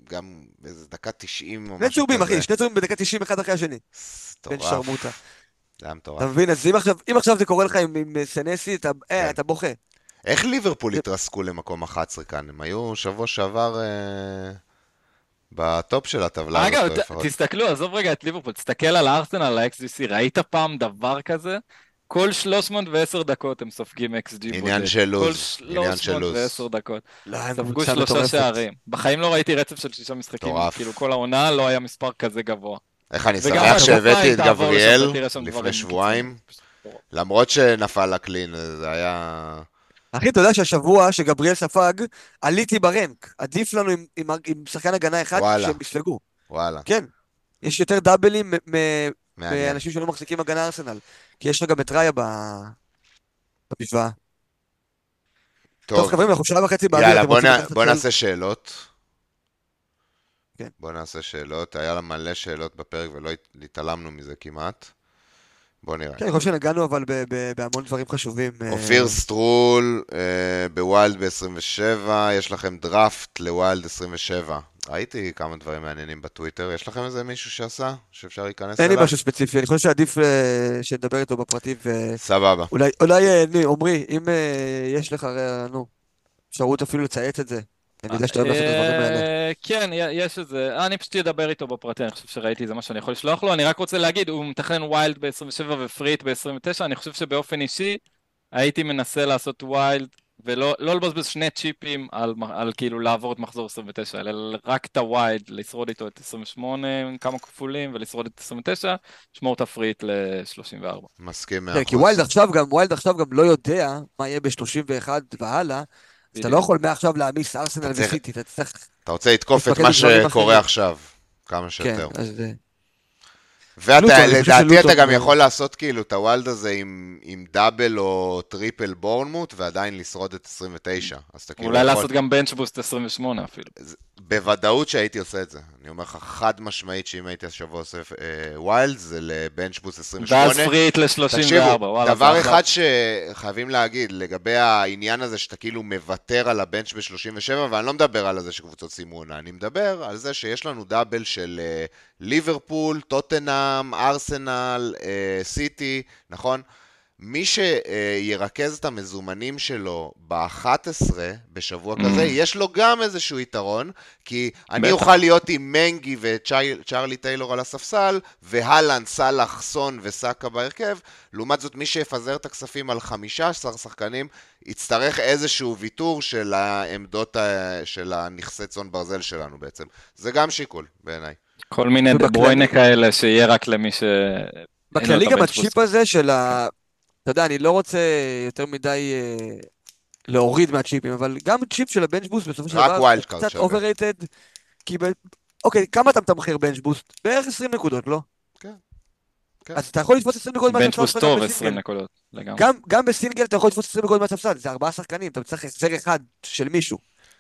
גם איזה דקה תשעים או שני משהו צהובים, כזה. אחי, שני צהובים בדקה תשעים אחד אחרי השני. בן מטורף. שרמוטה. זה היה מטורף. אתה מבין? אז אם עכשיו, אם עכשיו זה קורה לך עם, עם סנסי, אתה, אה, כן. אתה בוכה. איך ליברפול התרסקו למקום אחת עשרה כאן? הם היו שבוע שעבר אה, בטופ של הטבלה. אגב, הזאת, ת- לפחות. תסתכלו, עזוב רגע את ליברפול, תסתכל על הארסנל, על ה-אקס ג'י סי, ראית פעם דבר כזה? כל שלוש מאות ועשר דקות הם סופגים אקס ג'י בודד. עניין של לוז, כל עניין של שלוש מאות ועשר לוז. דקות. לא, הם ספגו קבוצה שלושה מטורפת. שערים. בחיים לא ראיתי רצף של שישה משחקים, מטורף. כאילו כל העונה לא היה מספר כזה גבוה. איך אני וגם שמח התקופה, שהבאתי אם את תעבור לשם, גבריאל אתה תראה שם דברים לפני שבועיים, קיצוניים. למרות שנפל הקלין, זה היה... אחי, אתה יודע שהשבוע שגבריאל ספג, עליתי ברנק. עדיף לנו עם, עם, עם שחקן הגנה אחד וואלה. שהם יספגו. וואלה, כן. יש יותר דאבלים מ- מ- מעניין. מאנשים שלא מחזיקים הגנה ארסנל. כי יש לך גם את ראיה ב- במשוואה. טוב, טוב, חברים, אנחנו שעה וחצי באוויר. יאללה, אתם בוא רוצים נ- לקחת בוא שאל- נעשה שאלות. כן. בוא נעשה שאלות. היה לה מלא שאלות בפרק ולא הת- התעלמנו מזה כמעט. בוא נראה. כן, אני חושב שנגענו אבל ב- ב- בהמון דברים חשובים. אה, אופיר סטרול אה, בווילד ב-עשרים ושבע, יש לכם דראפט לווילד עשרים ושבע. ראיתי כמה דברים מעניינים בטוויטר, יש לכם איזה מישהו שעשה? שאפשר להיכנס אין לי אליו? משהו ספציפי, אני חושב שעדיף אה, שנדבר איתו בפרטי, ואולי, סבבה. אולי, אה, ני, עמרי, אם אה, יש לך, אה, נו, אפשרות אפילו לציית את זה. אני יודע שאתה אוהב לעשות את הדברים האלה. אה, כן, י- יש את זה. אני פשוט אדבר איתו בפרטי, אני חושב שראיתי, זה מה שאני יכול לשלוח לו. אני רק רוצה להגיד, הוא מתכנן ווילד ב-עשרים ושבע ופריט ב-עשרים ותשע, אני חושב שבאופן אישי הייתי מנסה לעשות ווילד, ולא לא לבזבז שני צ'יפים על, מ- על כאילו לעבור את מחזור עשרים ותשע, אלא רק את הווילד, לשרוד איתו את עשרים ושמונה עם כמה כפולים, ולשרוד את עשרים ותשע, שמור את הפריט ל-שלושים וארבע. מסכים מאה כן, אחוז. כי ווילד עכשיו גם, ווילד עכשיו גם לא יודע מה יהיה ב-שלושים ואחת והלאה, אז אתה בדיוק. לא יכול מעכשיו להעמיס ארסנל אתה צריך- וסיטי, אתה צריך... אתה רוצה לתקוף את להתמקד מה בדברים שקורה אחרים. עכשיו, כמה כן, שיותר. אז... אה, ואתה, לוטון, אני חושב לדעתי אתה שלוטון גם הוא- יכול לעשות כאילו את הוואלד הזה עם, עם דאבל או טריפל בורנמוט, ועדיין לשרוד את עשרים ותשע. אז אתה כאילו אולי יכול... לעשות גם בנצ'בוסט עשרים ושמונה אפילו. בוודאות שהייתי עושה את זה. אני אומר לך חד משמעית שאם הייתי השבוע עושה אה, ווילד, זה לבנץ' בוס עשרים ושמונה. ואז פריט ל-שלושים וארבע. תקשיבו, וואלה, דבר זה אחלה. אחד שחייבים להגיד לגבי העניין הזה שאתה כאילו מוותר על הבנץ' ב-שלושים ושבע, ואני לא מדבר על זה שקבוצות סיימו עונה, אני מדבר על זה שיש לנו דאבל של אה, ליברפול, טוטנאם, ארסנל, אה, סיטי, נכון? מי שירכז את המזומנים שלו ב-אחת עשרה בשבוע כזה, יש לו גם איזשהו יתרון, כי אני בטח. אוכל להיות עם מנגי וצ'ארלי טיילור על הספסל, והלנד, סלאח, סון וסאקה בהרכב, לעומת זאת מי שיפזר את הכספים על חמישה עשר שחקנים, יצטרך איזשהו ויתור של העמדות ה- של הנכסי צאן ברזל שלנו בעצם. זה גם שיקול בעיניי. כל מיני ובכללי- דברוינה כאלה שיהיה רק למי ש... בכללי גם הבנצ'בוסט. הצ'יפ הזה של ה... אתה יודע, אני לא רוצה יותר מדי אה, להוריד מהצ'יפים, אבל גם צ'יפ של הבנץ' בוסט בסופו של רק דבר, ווילד הוא קארד קצת שווה. overrated, כי ב... אוקיי, כמה אתה מתמחר בנץ' בוסט? בערך עשרים נקודות, לא? כן, כן. אז אתה יכול לתפוס עשרים נקודות מהספסל בנצ'בוסט שלך גם טוב, בסינגל. עשרים נקודות, לגמרי. גם, גם בסינגל אתה יכול לתפוס עשרים נקודות מהספסל, זה ארבעה שחקנים, אתה צריך החזר אחד של מישהו.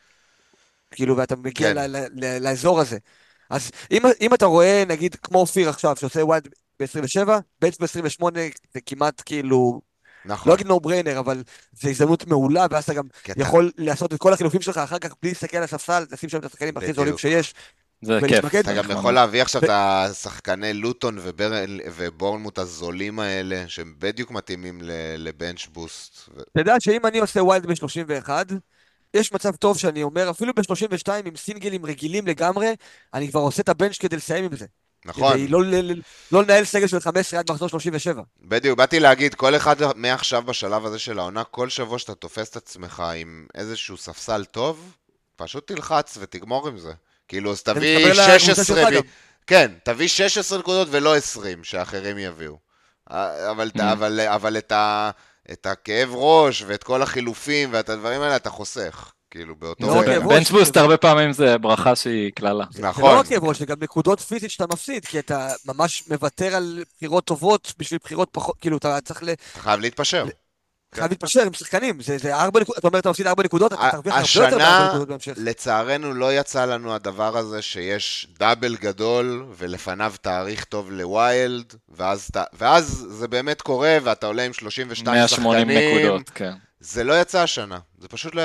כאילו, ואתה מגיע כן. ל- ל- ל- לאזור הזה. אז אם, אם אתה רואה, נגיד, כמו אופיר עכשיו, שעושה ווילד ב-עשרים ושבע, בנץ' ב-עשרים ושמונה, זה כמעט כאילו, נכון. לא אגיד נו בריינר, אבל זו הזדמנות מעולה, ואז אתה גם כי אתה- יכול לעשות את כל החילופים שלך אחר כך בלי להסתכל על הספסל, לשים שם את השחקנים הכי זולים בדיוק. שיש. זה ולהתמקד. כיף. אתה גם נכון. יכול להביא עכשיו ו- את השחקני לוטון וברל- ובורנמוט הזולים האלה, שהם בדיוק מתאימים ל- לבנץ' בוסט. ו- אתה יודע שאם אני עושה ווילד ב-שלושים ואחת, יש מצב טוב שאני אומר, אפילו ב-שלושים ושתיים עם סינגלים רגילים לגמרי, אני כבר עושה את הבנץ' כדי לסיים עם זה. נכון, כדי לא, ל- ל- לא לנהל סגל של חמש עשרה עד מחזור שלושים ושבע. בדיוק, באתי להגיד, כל אחד מעכשיו בשלב הזה של העונה, כל שבוע שאתה תופס את עצמך עם איזשהו ספסל טוב, פשוט תלחץ ותגמור עם זה. כאילו, אז תביא מתחבר לקבוצה שש עשרה, שלך ב- גם. כן, תביא שש עשרה נקודות ולא עשרים, שאחרים יביאו. אבל, Mm. אבל, אבל את, ה, את הכאב ראש ואת כל החילופים ואת הדברים האלה אתה חוסך, כאילו, באותו לא רק רגע. כאב ראש, בנצ'בוסט זה- הרבה פעמים זה ברכה שהיא קללה. זה לא נכון, רק כאב ראש, זה גם נקודות פיזית שאתה מפסיד, כי אתה ממש מוותר על בחירות טובות בשביל בחירות פחות, כאילו, אתה צריך ל- אתה חייב להתפשר. חייב להתפשר עם שחקנים, זה זה ארבע נקודות, אתה אומר, אתה מפסיד ארבע נקודות, אתה ה- תרוויח הרבה יותר השנה, מארבע נקודות בהמשך. לצערנו לא יצא לנו הדבר הזה שיש דאבל גדול ולפניו תאריך טוב לווילד, ואז, ת- ואז זה באמת קורה ואתה עולה עם שלושים ושתיים מאה ושמונים שחקנים. נקודות, כן. זה לא יצא השנה, זה פשוט לא יצא.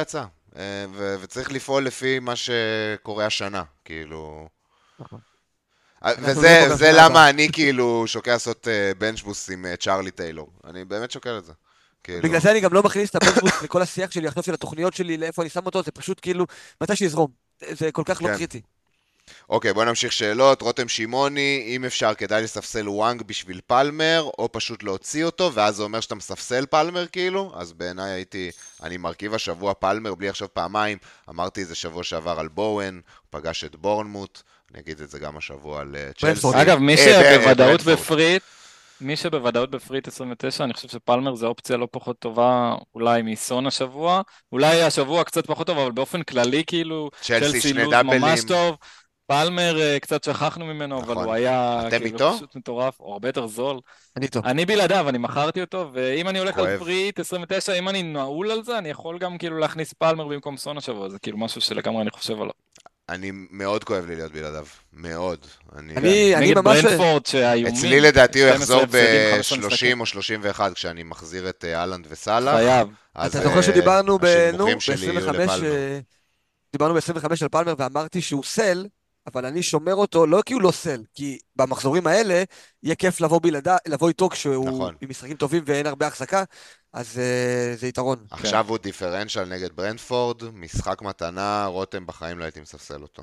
אה, ו- וצריך לפעול לפי מה שקורה השנה, כאילו... נכון. אה, אנחנו נהיה וזה פה גם זה שנה הבאה. למה אני כאילו שוקל לעשות בנצ'בוס עם אה, צ'ארלי טיילור. אני באמת שוקל את זה. כאילו... בגלל זה אני גם לא מכניס את הבנצ'בוסט לכל השיח שלי עכשיו של התוכניות שלי, לאיפה אני שם אותו, זה פשוט כאילו, מתי שיזרום. זה זה כל כך לא כן. קריטי. אוקיי, בוא נמשיך שאלות. רותם שמעוני, אם אפשר, כדאי לספסל וואנג בשביל פלמר, או פשוט להוציא אותו, ואז זה אומר שאתה מספסל פלמר כאילו? אז בעיניי הייתי, אני מרכיב השבוע פלמר בלי עכשיו פעמיים, אמרתי את זה שבוע שעבר על בואן, הוא פגש את בורנמוט, אני אגיד את זה גם השבוע על אה, צ'לסי. ברנפורד. אגב, מי אה, ב- שבוודאות ברנפורד. בפריט, מי שבוודאות בפריט עשרים ותשע, אני חושב שפלמר זה אופציה לא פחות טובה, אולי מסון השבוע, אולי השבוע קצת פחות טוב, אבל באופן כללי כאילו, צ'לסי צ'לסי שני לוז ממש דאבלים. טוב, פלמר אה, קצת שכחנו ממנו, אבל נכון. הוא היה אתם כאילו איתו? פשוט מטורף, הוא הרבה יותר זול. אני איתו. אני בלעדיו, אני מכרתי אותו, ואם אני הולך על כואב. פריט עשרים ותשע, אם אני נעול על זה, אני יכול גם כאילו להכניס פלמר במקום סון השבוע, זה כאילו משהו שלגמרי אני חושב עליו. אני מאוד כואב לי להיות בלעדיו, מאוד. אני... אני אני נגד ממש... ברנפורד שהאיומים, אצלי לדעתי הוא שתים עשרה יחזור הפסדים, חמישה עשר ב-שלושים או שלושים ואחת כשאני מחזיר את אה, אהלנד וסאלח. חייב. אז אתה זוכר אה, שדיברנו ב... נו, השנמוכים שלי יהיו ב-עשרים וחמש, לפלמר. אה, דיברנו ב-עשרים וחמש על פלמר ואמרתי שהוא סל, אבל אני שומר אותו לא כי הוא לא סל, כי במחזורים האלה יהיה כיף לבוא בלעדה, לבוא איתו כשהוא נכון. עם משחקים טובים ואין הרבה החזקה, אז אה, זה יתרון. עכשיו הוא דיפרנציאל נגד ברנפורד, משחק מתנה, רותם בחיים לא הייתי מספסל אותו.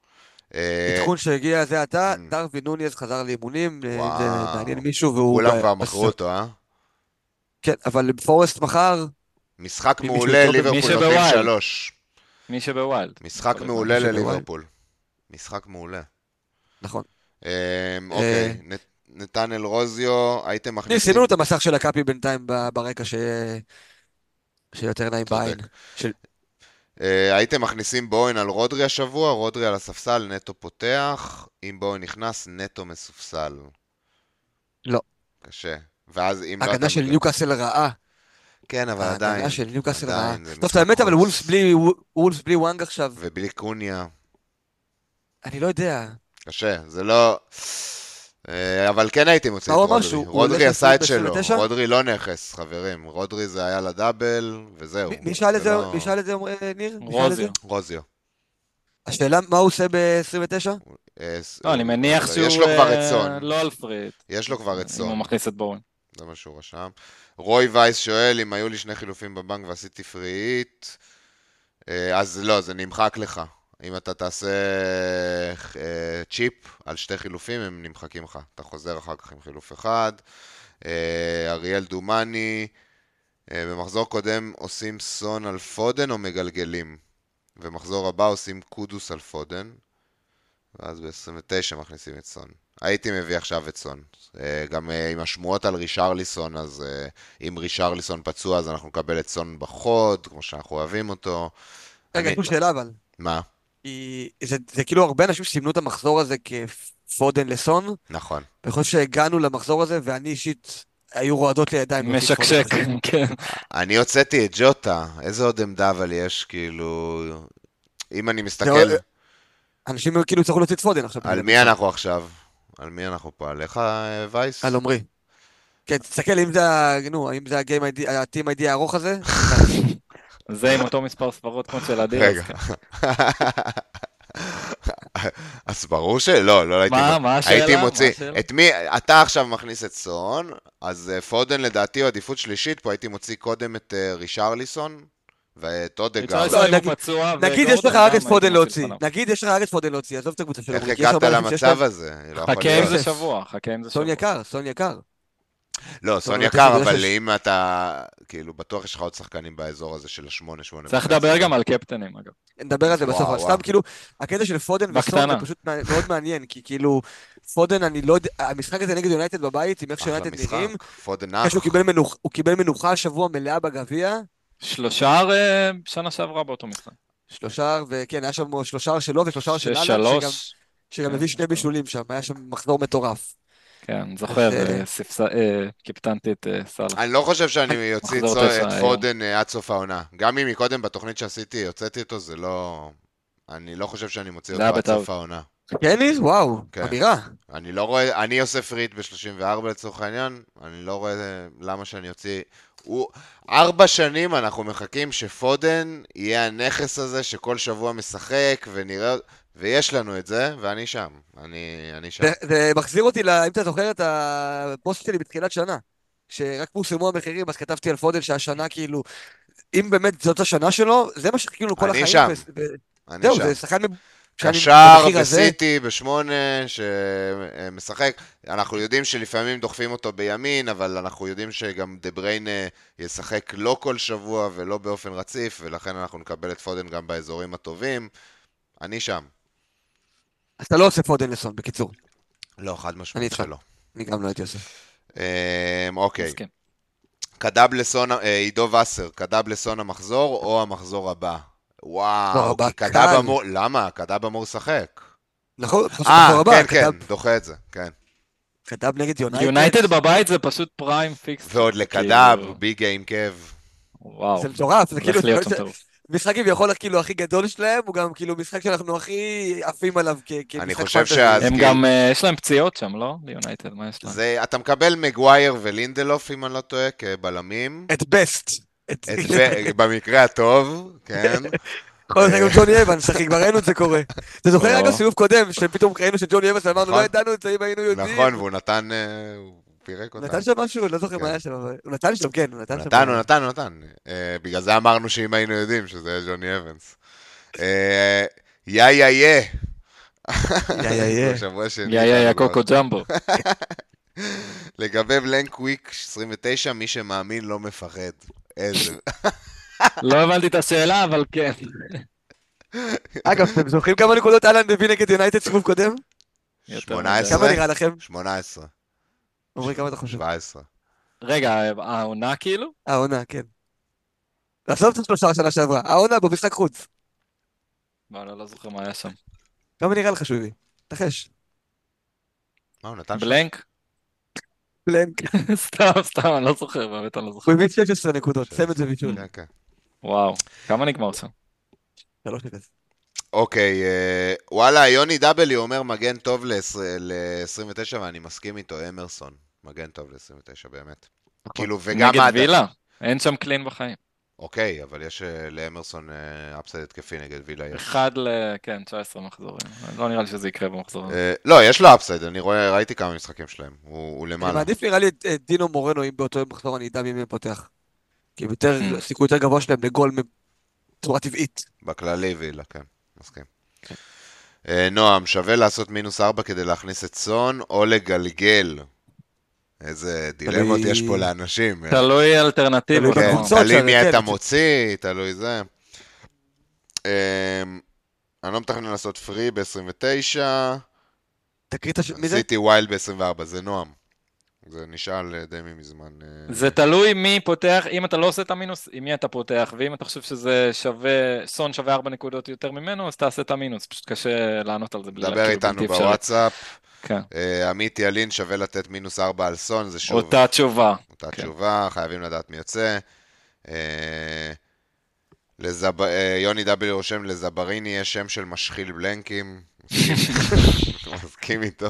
אה, עדכון שהגיע זה עתה, Mm. דרווין נוניז חזר לאימונים, אה, וואו. זה מעניין מישהו והוא... כולם ב- כבר בס- מכרו אותו, אה? כן, אבל פורסט מחר, משחק מי מעולה, מישהו- ליברפול מי נותנים שבווילד. שלוש. מי שבווילד. משחק יכול מעולה מי שבווילד. לליברפול. משחק מעולה. נכון. אה, אוקיי, נת- נתנאל רוזיו, הייתם אני מכניסים... שינו את המסך של הקאפי בינתיים ב- ברקע שיהיה שיהיה יותר נעים צודק. בעין. של- אה, הייתם מכניסים בוין על רודרי השבוע, רודרי על הספסל, נטו פותח, אם בוין נכנס, נטו מסופסל. לא. קשה. ואז אם לא... ההגנה אתה של מגן- ניוקאסל רעה. כן, אבל עדיין. ההגנה של ניוקאסל רעה. עדיין, זה טוב, את משחק האמת, אבל חוץ. וולפס בלי וולפס בלי וואנג עכשיו, ובלי קוניה. אני לא יודע. קשה, זה לא... אה, אבל כן הייתי מוציא מה את הוא אמר, רודרי. שהוא- הוא רודרי הולך עשה את לפריט שלו. ב-עשרים ותשע? רודרי לא נכס, חברים. רודרי זה היה לדאבל, וזהו. מי- מי שאל את זה, לא- מי שאל את זה, אה, ניר? מי שאל את זה? רוזיו. רוזיו. השאלה, מה הוא עושה ב-עשרים ותשע? אה, ס- לא, אני הוא- מניח יש שהוא לו כבר את אה, סון. לא על פריט, יש לו כבר את אם הוא סון. מכניס את בורן. זה מה שהוא רשם. רוי וייס שואל אם היו לי שני חילופים בבנק ועשיתי פריעית, אה, אז לא, זה נמחק לך. אם אתה תעשה אה, צ'יפ על שתי חילופים, הם נמחקים לך. אתה חוזר אחר כך עם חילוף אחד. אה, אריאל דומני, אה, במחזור קודם עושים סון על פודן או מגלגלים? ומחזור הבא עושים קודוס על פודן. ואז ב-עשרים ותשע מכניסים את סון. הייתי מביא עכשיו את סון. אה, גם אה, עם השמועות על רישרליסון, אז אה, אם רישרליסון פצוע, אז אנחנו נקבל את סון בחוד, כמו שאנחנו אוהבים אותו. רגע, אני- יש לי שאלה אבל. מה? כי זה זה כאילו הרבה אנשים שסימנו את המחזור הזה כפודן לסון, נכון. ואני חושב שהגענו למחזור הזה, ואני אישית, היו רועדות לי הידיים. להוציא פודן משקשק, לסון. כן. אני הוצאתי את ג'וטה. איזה עוד עמדה אבל יש, כאילו... אם אני מסתכל... זה- אנשים כאילו יצטרכו להוציא את פודן עכשיו. על מי אנחנו עכשיו? על מי אנחנו פה? עליך, אה, וייס? על עומרי. כן, תסתכל אם זה, ה- נו, אם זה הגיים איי די, הטים איי די הארוך הזה. זה עם אותו מספר ספרות כמו של אדיר. רגע. אז ברור שלא, לא הייתי... מה, מה השאלה? הייתי מה מוציא... השאלה? את מי... אתה עכשיו מכניס את סון, אז אה, פודן לדעתי הוא עדיפות שלישית, פה הייתי מוציא קודם את אה, רישרליסון, ואת אודגרד. ריצ'רליסון לא, אם הוא נגיד- פצוע, נגיד וגורדון יש לך גם רק את הייתי פודן מוציא להוציא. לפניו. נגיד יש לך רק את פודן להוציא, עזוב את הקבוצה של איך עומרי. כי יש הגעת הרבה אנשים שיש למצב להם- הזה? לא יכול חכה עם להיות. זה כסף. שבוע, חכה עם זה סון שבוע. יקר, סון יקר. לא, זאת סון אומרת, יקר, יש- אבל יש- אם אתה... כאילו, בטוח יש לך עוד שחקנים באזור הזה של השמונה, שמונה. צריך וחצי. לדבר גם על קפטנים, אגב. נדבר על זה בסוף, וואו, אבל וואו. סתם כאילו, הקטע של פודן וסון בקטנה. זה פשוט מע- מאוד מעניין, כי כאילו, פודן, אני לא יודע, המשחק הזה נגד יונייטד בבית, עם איך אחלה שיונייטד משחק. נראים, פודן אחרי אח. שהוא קיבל מנוח- הוא קיבל מנוחה השבוע מלאה בגביע, שלושה אה, שנה שעברה באותו משחק. שלושה, וכן, היה שם שלושה שלו ושלושה של אהלן, שגם- שלוש. שגם כן, הביא שני בישולים שם, היה שם מחזור מטורף. כן, זוכר, אז, אה, אה, ספס- אה, קיפטנתי את אה, סאלח. אני לא חושב שאני אוציא את מחזור סו- תשע את היום. פודן אה, עד סוף העונה. גם אם מקודם בתוכנית שעשיתי, הוצאתי אותו, זה לא... אני לא חושב שאני מוציא זה היה אותו עד בטעות. סוף העונה. כן, ניר? וואו, כן. אמירה. אני לא רואה, אני עושה פריט ב-שלושים וארבע לצורך העניין, אני לא רואה למה שאני אוציא... הוא... ארבע שנים אנחנו מחכים שפודן יהיה הנכס הזה שכל שבוע משחק ונראה... ויש לנו את זה, ואני שם. אני, אני שם. זה זה מחזיר אותי, ל- אם אתה זוכר את הפוסט שלי בתחילת שנה, כשרק פורסמו המחירים, אז כתבתי על פודן שהשנה כאילו, אם באמת זאת השנה שלו, זה מה שחיכינו כל אני החיים, שם. ו- ו- אני זהו, שם. זה שחקן שאני קשר במחיר הזה, בסיטי בשמונה שמשחק, אנחנו יודעים שלפעמים דוחפים אותו בימין, אבל אנחנו יודעים שגם דה בריין ישחק לא כל שבוע ולא באופן רציף, ולכן אנחנו נקבל את פודן גם באזורים הטובים. אני שם. אז אתה לא עושה פודן לסון, בקיצור. לא, חד אני משמעית איתך, שלא. אני גם לא הייתי עושה. אמ, אוקיי, מסכים. קדאב לסון, אה, עידו וסר, קדאב לסון המחזור או המחזור הבא? וואו, הבא, כי קדאב קל. אמור, למה? קדאב אמור לשחק. נכון, חושב אה, מחזור הבא, כן, כתב, כן, דוחה את זה, כן. כתב נגד יונייטד, יונייטד בבית זה פשוט פריים פיקס. ועוד לקדאב, כאילו, ביג גיים קאב. וואו, זה מטורף, זה כאילו, הולך להיות שם טוב. משחק כביכול כאילו הכי גדול שלהם, הוא גם כאילו משחק שאנחנו הכי עפים עליו כ- אני כמשחק חושב פנטזי. שאז- הם כאילו- גם, אה, יש להם פציעות שם, לא? ליונייטד, מה יש להם? זה, אתה מקבל מגווייר ולינדלוף, אם אני לא טועה, כבלמים. את בסט. את... את ו- במקרה הטוב, כן. יכול להיות גם ג'וני אבנס, אחי, כבר ראינו את זה קורה. אתה זוכר או. אגב סיבוב קודם, שפתאום ראינו שג'וני אבנס, אמרנו, נכון. לא ידענו את זה אם היינו יודעים. נכון, והוא נתן, אה, הוא פירק הוא אותם. נתן שם משהו, לא זוכר כן. מה היה שם, אבל... הוא נתן שם, כן, הוא נתן הוא שם. נתן, הוא נתן, הוא נתן. אה, בגלל זה אמרנו שאם היינו יודעים שזה היה ג'וני אבנס. אה, יא יא יא. יא יא יא. זה שבוע שני יא יא יא שלנו קוקו כבר. ג'מבו. לגבי בלנק וויק עשרים ותשע, מי שמאמין לא מפחד. איזה... לא הבנתי את השאלה, אבל כן. אגב, אתם זוכרים כמה נקודות אהלן הביא נגד יונייטד סיבוב קודם? יותר שמונה מדי. עשרה? כמה נראה לכם? שמונה עשרה. עמרי, כמה אתה חושב? שבע עשרה. רגע, העונה כאילו? העונה, כן. לעזוב את השלושה השנה שעברה, העונה במשחק חוץ. וואלה, לא זוכר מה היה שם. כמה נראה לך שהוא הביא? תחש. מה, הוא נתן בלנק? בלנק. סתם, סתם, אני לא זוכר, באמת אני לא זוכר. הוא הביא שש עשרה נקודות, סיים את זה בישול. כן, כן. וואו, כמה נגמר שם? שלוש אפס. אוקיי, אה, וואלה, יוני דאבליו אומר מגן טוב ל-עשרים ותשע, ואני מסכים איתו, אמרסון. מגן טוב ל-עשרים ותשע, באמת. כאילו, וגם... נגד עד- וילה? אין שם קלין בחיים. אוקיי, אבל יש אה, לאמרסון אפסייד התקפי נגד וילה. יש. אחד ל... כן, תשע עשרה מחזורים. לא נראה לי שזה יקרה במחזור הזה. אה, לא, יש לו אפסייד, אני רואה, ראיתי כמה משחקים שלהם, הוא הוא אני למעלה. מעדיף נראה לי את את דינו מורנו, אם באותו יום מחזור אני אדע מי מהם פותח. כי יותר, Mm. סיכוי יותר גבוה שלהם לגול בצורה טבעית. בכללי וילה, כן, מסכים. אה, נועם, שווה לעשות מינוס ארבע כדי להכניס את סון, או לגלגל. איזה דילמות תלוי- יש פה לאנשים. אה. תלוי אלטרנטיבות. תלוי כן, בקבוצות תלוי שם, מי כן. אתה מוציא, תלוי זה. אמ, אני לא מתכנן לעשות פרי ב-עשרים ותשע, תקריא את הש... מי זה? עשיתי ווילד ב-עשרים וארבע, זה נועם. זה נשאל אה, די מזמן. אה, זה תלוי מי פותח, אם אתה לא עושה את המינוס, עם מי אתה פותח, ואם אתה חושב שזה שווה, סון שווה ארבע נקודות יותר ממנו, אז תעשה את המינוס, פשוט קשה לענות על זה. בלי- דבר כאילו, איתנו בלתי אפשרי. בוואטסאפ. כן, אה, עמית ילין שווה לתת מינוס ארבע על סון, זה שוב אותה תשובה. אותה כן. תשובה, חייבים לדעת מי יוצא. אה, לזב... אה, יוני דאבל רושם, לזבריני יש שם של משחיל בלנקים. מסכים- מסכים איתו.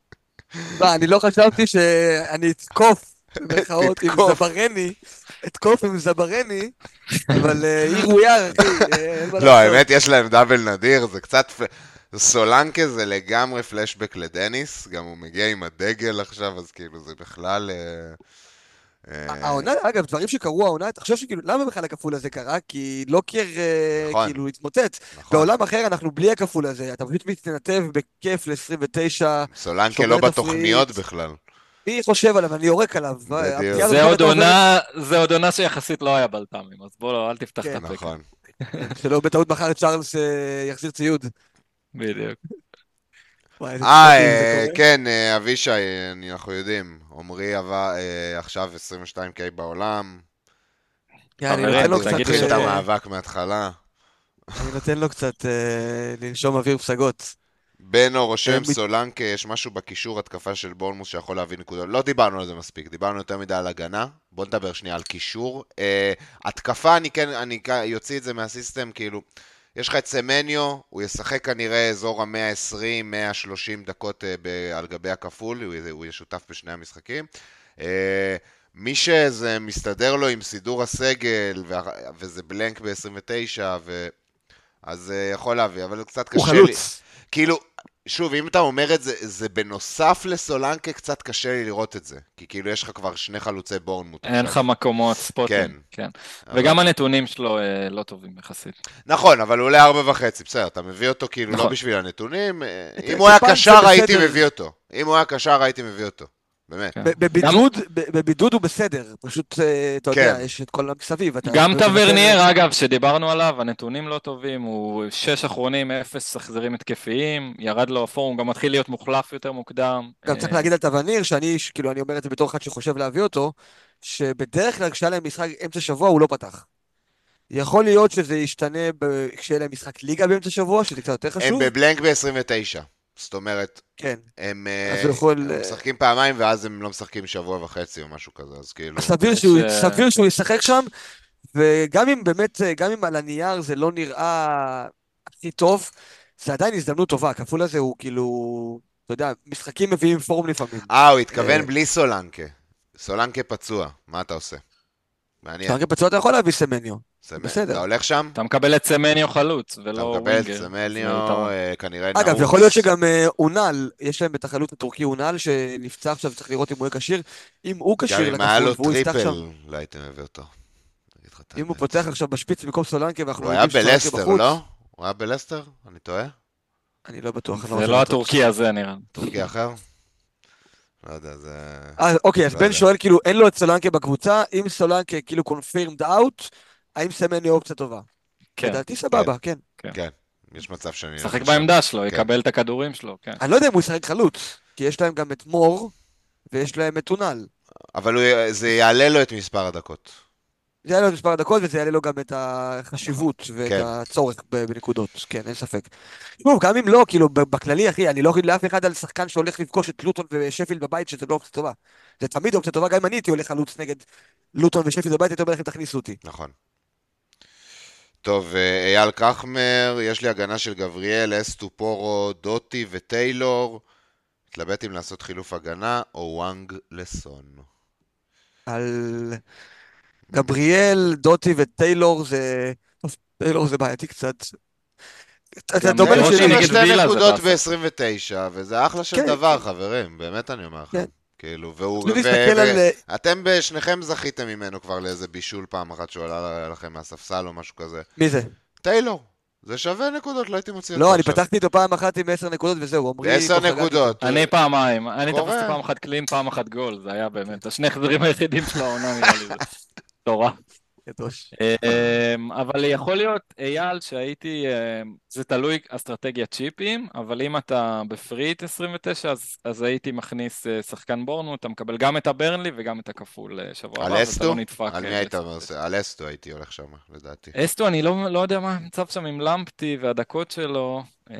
לא, אני לא חשבתי שאני אתקוף, במרכאות, עם תתקוף. זברני, אתקוף עם זברני, אבל אה, היא ראויה, אחי, אה, אין מה לא, לעשות. האמת יש להם דאבל נדיר, זה קצת... פ- סולנקה זה לגמרי פלשבק לדניס, גם הוא מגיע עם הדגל עכשיו, אז כאילו זה בכלל... אה, אה, העונה, אגב, דברים שקרו העונה, אתה חושב שכאילו, למה בכלל הכפול הזה קרה? כי לוקר אה, נכון. כאילו התמוטט. נכון. בעולם אחר אנחנו בלי הכפול הזה, אתה פשוט מתנתב בכיף ל-עשרים ותשע, סולנקה שומר לא תפריט. בתוכניות בכלל. מי חושב עליו, אני יורק עליו. בדיוק. הפציעה זה הזאת עוד לא עוברת- עונה, זה עוד עונה שיחסית לא היה בלת"מים, אז בוא, לא, אל תפתח את כן. הפה. נכון. שלא בטעות מחר את צ'ארלס אה, יחזיר ציוד. בדיוק. וואי, איזה אה, צחוקים זה אה, קורה. כן, אה, אבישי, אה, אני- אנחנו יודעים. עמרי עבר אה, עכשיו עשרים ושתיים קיי בעולם. יאללה, אני חברים, נותן לו תגיד קצת... לי התחיל את שאתה- אה, המאבק מההתחלה. אני נותן לו קצת אה, לנשום אוויר פסגות. בנו רושם אה, מת- סולנקה, יש משהו בקישור התקפה של בורנמוס שיכול להביא נקודות. לא דיברנו על זה מספיק, דיברנו יותר מדי על הגנה. בוא נדבר שנייה על קישור. אה, התקפה, אני כן, אני כ- יוציא את זה מהסיסטם, כאילו, יש לך את סמניו, הוא ישחק כנראה אזור ה-מאה ועשרים מאה ושלושים דקות uh, ב- על גבי הכפול, הוא, הוא יהיה שותף בשני המשחקים. Uh, מי שזה מסתדר לו עם סידור הסגל, ו- וזה בלנק ב-עשרים ותשע, ו... אז uh, יכול להביא, אבל קצת הוא קשה לי. חלוץ. כאילו, שוב, אם אתה אומר את זה, זה בנוסף לסולנקה, קצת קשה לי לראות את זה. כי כאילו יש לך כבר שני חלוצי בורנמוט. אין לך מקומות, ספוטים. כן. אבל- וגם הנתונים שלו אה, לא טובים יחסית. נכון, אבל הוא עולה ארבע וחצי, בסדר, אתה מביא אותו כאילו לא נכון. בשביל הנתונים. אה, את- אם הוא היה טיפה זה קשר הייתי בסדר. מביא אותו. אם הוא היה קשר הייתי מביא אותו. באמת. כן. ב- בבידוד, ב- בבידוד הוא בסדר, פשוט, אה, אתה יודע, כן. יש את כל המסביב. אתה- גם אתה- טברניאר, אגב, שדיברנו עליו, הנתונים לא טובים, הוא שש אחרונים, אפס החזרים התקפיים, ירד לו הפורום, הוא גם מתחיל להיות מוחלף יותר מוקדם. גם צריך אה, להגיד על טברניר, שאני, איש- כאילו, אני אומר את זה בתור אחד שחושב להביא אותו, שבדרך כלל כשהיה להם משחק אמצע שבוע הוא לא פתח. יכול להיות שזה ישתנה ב- כשיהיה להם משחק ליגה באמצע שבוע, שזה קצת יותר הם חשוב. בבלנק ב-עשרים ותשע. זאת אומרת, כן. הם אז אה, הוא יכול, הם אה, משחקים פעמיים ואז הם לא משחקים שבוע וחצי או משהו כזה, אז כאילו... סביר יש, שהוא, אה, סביר שהוא ישחק שם, וגם אם באמת, גם אם על הנייר זה לא נראה הכי טוב, זה עדיין הזדמנות טובה. הכפול הזה הוא כאילו, אתה יודע, משחקים מביאים פורום לפעמים. אה, הוא התכוון אה, בלי סולנקה. סולנקה פצוע, מה אתה עושה? מעניין. שרק בצורה אתה יכול להביא סמניו. סמ- בסדר. אתה הולך שם? אתה מקבל את סמניו חלוץ, אתה ולא מקבל את ווינגר. זה סמליו, יתרון. אה, כנראה נעוץ. אגב, יכול להיות שגם אה, אונל, יש להם את החלוץ הטורקי אונל, שנפצע עכשיו, צריך לראות אם הוא יהיה כשיר. אם הוא גם כשיר אם היה לו לכפול, והוא יפתח שם, טריפל, לא הייתי מביא אותו. אגיד לך את אם הוא האמת. פותח עכשיו בשפיץ במקום סולנקה, ואנחנו הוא היה יודעים שסולנקה בלסטר, בחוץ, לא? הוא היה בלסטר? אני טועה? אני לא בטוח. אני זה רוצה לא לטעות. הטורקי הזה נראה. טורקי אחר? לא יודע, זה... אה, אוקיי, אז לא בן יודע. שואל, כאילו, אין לו את סולנקה בקבוצה, אם סולנקה כאילו confirmed out, האם סמניו אופציה טובה? כן, לדעתי סבבה, כן. כן, יש מצב שאני... שחק אלך לשם. בעמדה שלו, כן. יקבל את הכדורים שלו, כן. אני לא יודע אם הוא ישחק חלוץ, כי יש להם גם את מור, ויש להם את אונל. אבל הוא- זה יעלה לו את מספר הדקות. זה יעלה לו את מספר הדקות, וזה יעלה לו גם את החשיבות ואת כן. הצורך ב- בנקודות, כן, אין ספק. שוב, גם אם לא, כאילו, ב- בכללי, אחי, אני לא אגיד לאף אחד על שחקן שהולך לפגוש את לוטון ושפילד בבית, שזה לא אופציה טובה. זה תמיד אופציה טובה, גם אם אני הייתי הולך חלוץ נגד לוטון ושפילד בבית, הייתי אומר לכם, תכניסו אותי. נכון. טוב, אה, אייל קחמר, יש לי הגנה של גבריאל, אסטו פורו, דוטי וטיילור. מתלבט אם לעשות חילוף הגנה או וואנג לסון. על גבריאל, דוטי וטיילור זה... טוב, טיילור זה בעייתי קצת. אתה גם דומה דוטי לשני נגד יש וילה שתי זה נקודות באסה. ב-עשרים ותשע, וזה אחלה של כן, דבר, כן. חברים, באמת אני אומר לכם. כן. כאילו, והוא... פשוט ו- להסתכל ו- על... אתם בשניכם זכיתם ממנו כבר לאיזה בישול פעם אחת שהוא עלה לכם מהספסל או משהו כזה. מי זה? טיילור, זה שווה נקודות, לא הייתי מוציא אותו לא, אני עכשיו. פתחתי איתו פעם אחת עם עשר נקודות וזהו, עמרי... עשר פה חגג. נקודות. אני פעמיים, אני קורה. תפסתי פעם אחת קלין, פעם אחת גול, זה היה באמת השני החזרים היחידים של העונה נראה לי, זה תורה. קדוש. אמ, אבל יכול להיות, אייל, שהייתי, אמ, זה תלוי אסטרטגיית צ'יפים, אבל אם אתה בפריט עשרים ותשע, אז, אז הייתי מכניס אה, שחקן בורנמוט, אתה מקבל גם את הברנלי וגם את הכפול אה, שבוע על הבא, ואתה אסטו? לא נדפק. על אה, מי היית ב-עשרים ותשע. אומר? על אסטו הייתי הולך שם, לדעתי. אסטו, אני לא, לא יודע מה המצב שם עם למפטי והדקות שלו. אה,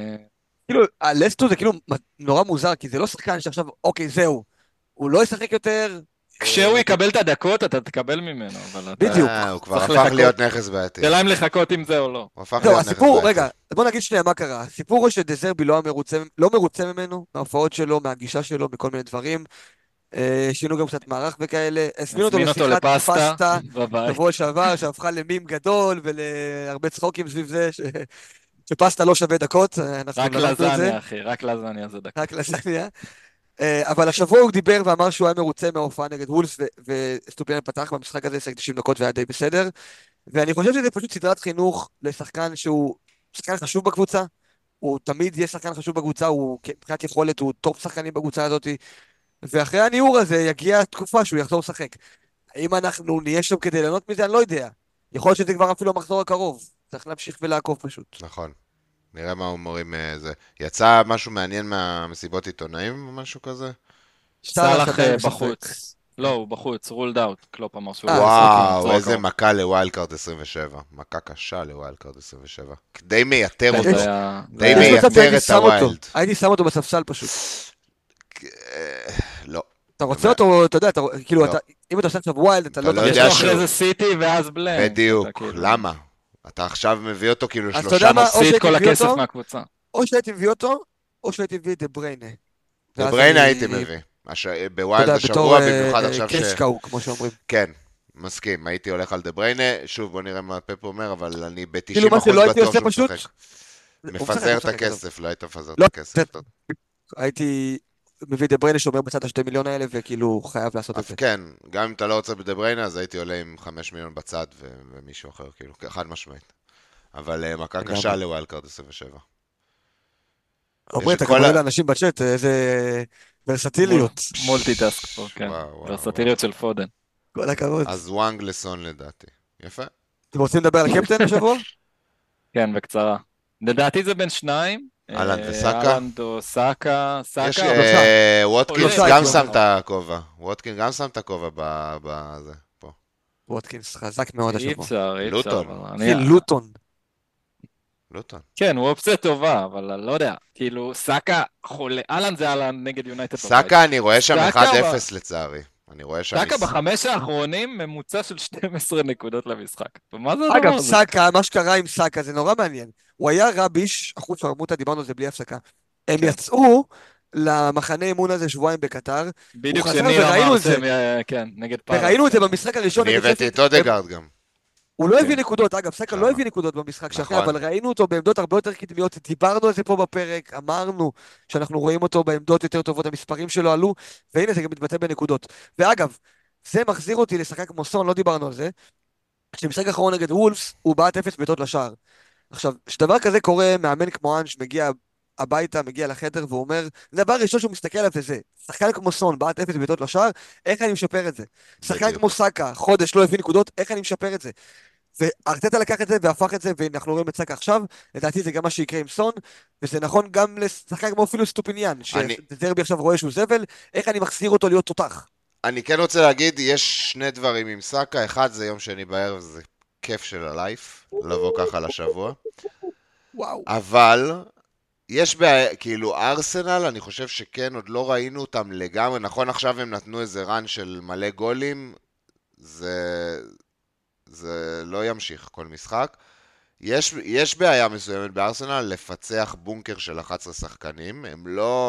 כאילו, הלסטו זה כאילו נורא מוזר, כי זה לא שחקן שעכשיו, אוקיי, זהו. הוא לא ישחק יותר. כשהוא יקבל את הדקות, אתה תקבל ממנו, אבל אתה... בדיוק. אה, הוא כבר צריך הפך לחכות. להיות נכס בעייתי. שאלה אם לחכות עם זה או לא. הוא הפך זהו, להיות נכס הסיפור, בעייתי. רגע, בוא נגיד שנייה מה קרה. הסיפור הוא שדזרבי לא היה מרוצה, לא מרוצה ממנו, מההופעות שלו, מהגישה שלו, מכל מיני דברים. אה, שינו גם קצת מערך וכאלה. הזמינו אותו הזמין אותו לשיחת לפסטה פסטה בבית. שבוע שעבר, שהפכה למים גדול ולהרבה צחוקים סביב זה, ש- שפסטה לא שווה דקות. אה, אנחנו רק למדנו את זה. לזניה, אחי, רק לזניה זה דקה. רק לזניה. אה, אבל השבוע הוא דיבר ואמר שהוא היה מרוצה מההופעה נגד וולס, ו- וסטופיאן פתח במשחק הזה, שיחק תשעים דקות והיה די בסדר. ואני חושב שזה פשוט סדרת חינוך לשחקן שהוא שחקן חשוב בקבוצה. הוא תמיד יהיה שחקן חשוב בקבוצה, הוא מבחינת יכולת, הוא טופ שחקנים בקבוצה הזאת. ואחרי הניעור הזה יגיע תקופה שהוא יחזור לשחק. האם אנחנו נהיה שם כדי ליהנות מזה? אני לא יודע. יכול להיות שזה כבר אפילו המחזור הקרוב. צריך להמשיך ולעקוב פשוט. נכון. נראה מה אומרים אה, זה. יצא משהו מעניין מהמסיבות עיתונאים או משהו כזה? סאלח עדיין אה, משחק. בחוץ. לא, הוא בחוץ, רולד אאוט. קלופ אמר שהוא... אה, לא וואו, ישחק, איזה יצחק. מכה לווילד קארד עשרים ושבע. מכה קשה לווילד קארד עשרים ושבע. די מייתר כן, אותו. זה היה- די זה היה- יש מייתר מצב שהייתי את שם אותו. הווילד. הייתי שם אותו בספסל פשוט. אה, לא. אתה רוצה אותו, אתה יודע, אתה- כאילו, לא. אתה- אם אתה עושה עכשיו ווילד, אתה אתה לא... לא יש יודע לו שהוא- אחרי זה סיטי ואז בלנק. בדיוק. אתה כאילו- למה? אתה עכשיו מביא אותו כאילו אז אתה שלושה יודע מה, או נוסעים. הוציא את שהייתי כל מביא הכסף אותו, מהקבוצה. או שהייתי מביא אותו, או שהייתי מביא את דה בריינה. דה ואז בריינה אני- הייתי מביא. הש... אתה בווילד יודע, בתור השבוע, במיוחד עכשיו ש... קאש קאו, כמו שאומרים. כן, מסכים, הייתי הולך על דה בריינה, שוב בוא נראה מה פפ אומר, אבל אני כאילו ב-תשעים מה אחוז שלא הייתי בטוח עושה שהוא פשוט, משחק. הוא משחק, מפזר הוא את משחק, הכסף, לא היית מפזר את לא, הכסף. זה- הייתי מביא דה בריינה שאומר בצד השתי מיליון האלה, וכאילו חייב לעשות את אף זה. כן, גם אם אתה לא רוצה בדה בריינה, אז הייתי עולה עם חמש מיליון בצד ו- ומישהו אחר, כאילו, חד משמעית. אבל אה, מכה לגמרי. קשה לווילד קארד עשרים ושבע. אומרים, את אתה כל גם ה- רואה לאנשים בצ'אט, איזה ורסטיליות. מולטיטאסק פה, כן. וואו, וואו, ורסטיליות של פודן. כל הכבוד. אז וואנג לסון לדעתי. יפה. אתם רוצים לדבר על הקפטן השבוע? כן, בקצרה. לדעתי זה בין שניים. אהלנד אה, וסאקה? אהלנד או סאקה. יש, סאקה, שלושה. אה, ווטקינס שלושה, גם הייתי שם אומר. את הכובע. ווטקינס גם שם את הכובע ב- בזה, פה. ווטקינס חזק מאוד אי השבוע. אפשר, אי אפשר. לוטון. אבל אני- אחי, לוטון. לוטון. כן, הוא אופציה טובה, אבל אני לא יודע. כאילו, סאקה חולה. אהלן זה אהלן נגד יונייטד. בבית. סאקה, אני רואה שם סאקה אחד ב- אפס לצערי. אני רואה שם... סאקה מס- בחמש האחרונים ממוצע של שתים עשרה נקודות למשחק. ומה זה הדבר אגב, הזה? סאקה, מה שקרה עם סאקה זה נורא מעניין. הוא היה רביש, אחוז שרמוטה, דיברנו על זה בלי הפסקה. הם כן. יצאו למחנה אימון הזה שבועיים בקטר, בדיוק הוא חזר שניר וראינו אמר את זה. שהם, אה, כן, נגד פארק. וראינו את זה במשחק הראשון. אני נגד הבאתי שפילד. את אודגרד גם. הוא לא כן. הביא נקודות, אגב, סאקה לא כמה? הביא נקודות במשחק שאחרי, נכון. אבל ראינו אותו בעמדות הרבה יותר קדמיות, דיברנו על זה פה בפרק, אמרנו שאנחנו רואים אותו בעמדות יותר טובות, המספרים שלו עלו, והנה זה גם מתבטא בנקודות. ואגב, זה מחזיר אותי לשחק כמו סון, לא דיברנו על זה, שבמשחק האחרון נגד וולפס, הוא בעט אפס בעיטות לשער. עכשיו, כשדבר כזה קורה, מאמן כמו אנש מגיע הביתה, מגיע לחדר והוא אומר, הדבר הראשון שהוא מסתכל עליו זה זה, שחקן כמו סון, בעט אפס בעיטות לשער, איך אני משפר את זה? שחקן בדיוק. כמו סאקה, חודש לא הביא נקודות, איך אני משפר את זה? וארטטה לקח את זה והפך את זה, ואנחנו רואים את סאקה עכשיו, לדעתי זה גם מה שיקרה עם סון, וזה נכון גם לשחקן כמו אפילו סטופיניאן, אני- שדרבי עכשיו רואה שהוא זבל, איך אני מחזיר אותו להיות תותח? אני כן רוצה להגיד, יש שני דברים עם סאקה, אחד זה יום שני בערב, זה כיף של הלייף, לבוא ככה לשבוע, וואו. אבל יש בעיה, כאילו ארסנל, אני חושב שכן, עוד לא ראינו אותם לגמרי, נכון עכשיו הם נתנו איזה רן של מלא גולים, זה, זה לא ימשיך כל משחק. יש, יש בעיה מסוימת בארסנל לפצח בונקר של אחת עשרה שחקנים, הם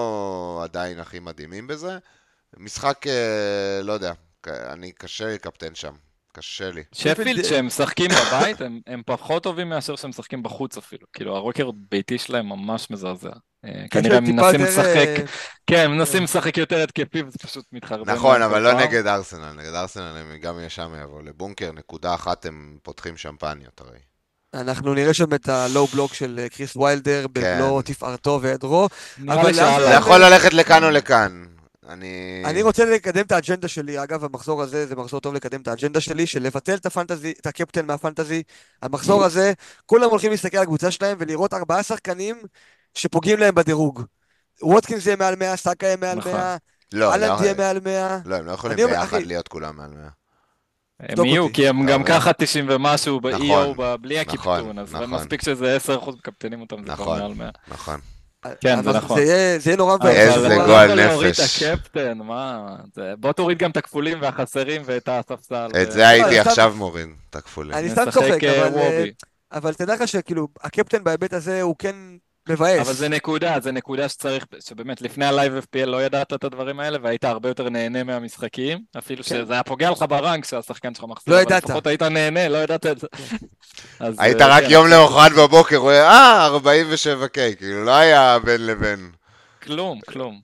לא עדיין הכי מדהימים בזה. משחק, אה, לא יודע, אני קשה לי קפטן שם, קשה לי. שפילד שהם משחקים בבית, הם, הם פחות טובים מאשר שהם משחקים בחוץ אפילו. כאילו, הרוקר ביתי שלהם ממש מזעזע. אה, כנראה הם טיפה מנסים יותר, לשחק, אה, כן, הם מנסים לשחק יותר התקפי, וזה פשוט מתחרבן. נכון, להם אבל כל לא פעם. נגד ארסנל, נגד ארסנל הם גם ישם יבואו לבונקר, נקודה אחת הם פותחים שמפניות הרי. אנחנו נראה שם את הלואו בלוק של אה, קריס ויילדר, במלוא תפארתו ועדרו. נראה אבל לי לארסנל- זה שאלה. יכול ללכת לכאן או לכאן. אני... אני רוצה לקדם את האג'נדה שלי, אגב, המחזור הזה זה מחזור טוב לקדם את האג'נדה שלי, של לבטל את הפנטזי, את הקפטן מהפנטזי. המחזור הזה, כולם הולכים להסתכל על הקבוצה שלהם ולראות ארבעה שחקנים שפוגעים להם בדירוג. ווטקינס יהיה מעל מאה, סאקה יהיה מעל נכון. מאה, לא, אהלנד לא, יהיה מעל מאה. לא, הם לא יכולים אני אומר, ביחד אחי- להיות כולם מעל מאה. הם תבדוק יהיו, אותי. כי הם אתה גם אומר. ככה תשעים ומשהו ב-E נכון, O בלי נכון, הקיפטון, אז נכון. מספיק שזה עשרה אחוז מקפטנים אותם, זה כבר נכון. מעל מאה. נכון. כן, זה אבל נכון. זה יהיה, זה יהיה נורא אבל איזה אתה לא גועל יכול להוריד את נפש. הקפטן, מה? זה- בוא תוריד גם את הכפולים והחסרים ואת הספסל. את ו- זה הייתי לא, סתם- עכשיו מוריד, את הכפולים. אני סתם נשחק, צוחק, אה, אבל, אה, וובי. אבל תדע לך שכאילו, הקפטן בהיבט הזה הוא כן מבאס. אבל זה נקודה, זה נקודה שצריך, שבאמת לפני הלייב אף פי אל לא ידעת את הדברים האלה, והיית הרבה יותר נהנה מהמשחקים, אפילו כן. שזה היה פוגע לך ברנק שהשחקן שלך מחסיר, לא אבל ידעת. לפחות היית נהנה, לא ידעת את זה. אז, היית אה, רק כן, יום למחרת בבוקר רואה, אה, ארבעים ושבע קיי, כאילו לא היה בין לבין. כלום, כלום.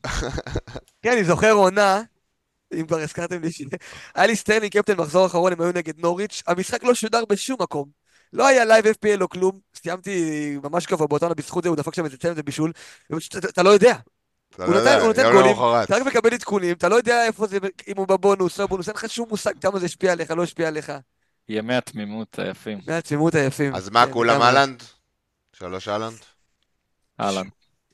כן, אני זוכר עונה, אם כבר הזכרתם לי, היה לי סטרלינג קפטן מחזור אחרון, הם היו נגד נוריץ', המשחק לא שודר בשום מקום. לא היה לייב אף פי אל או כלום, סיימתי ממש גבוה באותה עונה בזכות זה, הוא דפק שם איזה צמד ובישול, ופשוט אתה- אתה לא יודע, אתה הוא לא נותן- יודע, הוא נותן יום גולים, למחרת. אתה רק מקבל עדכונים, אתה לא יודע איפה זה, אם הוא בבונוס, לא בונוס, אין לך שום מושג כמה זה השפיע עליך, לא השפיע עליך. ימי התמימות היפים. מהעצימות היפים. אז מה, כן, כולם לגמרי. אהלנד? שלוש אהלנד? אהלן.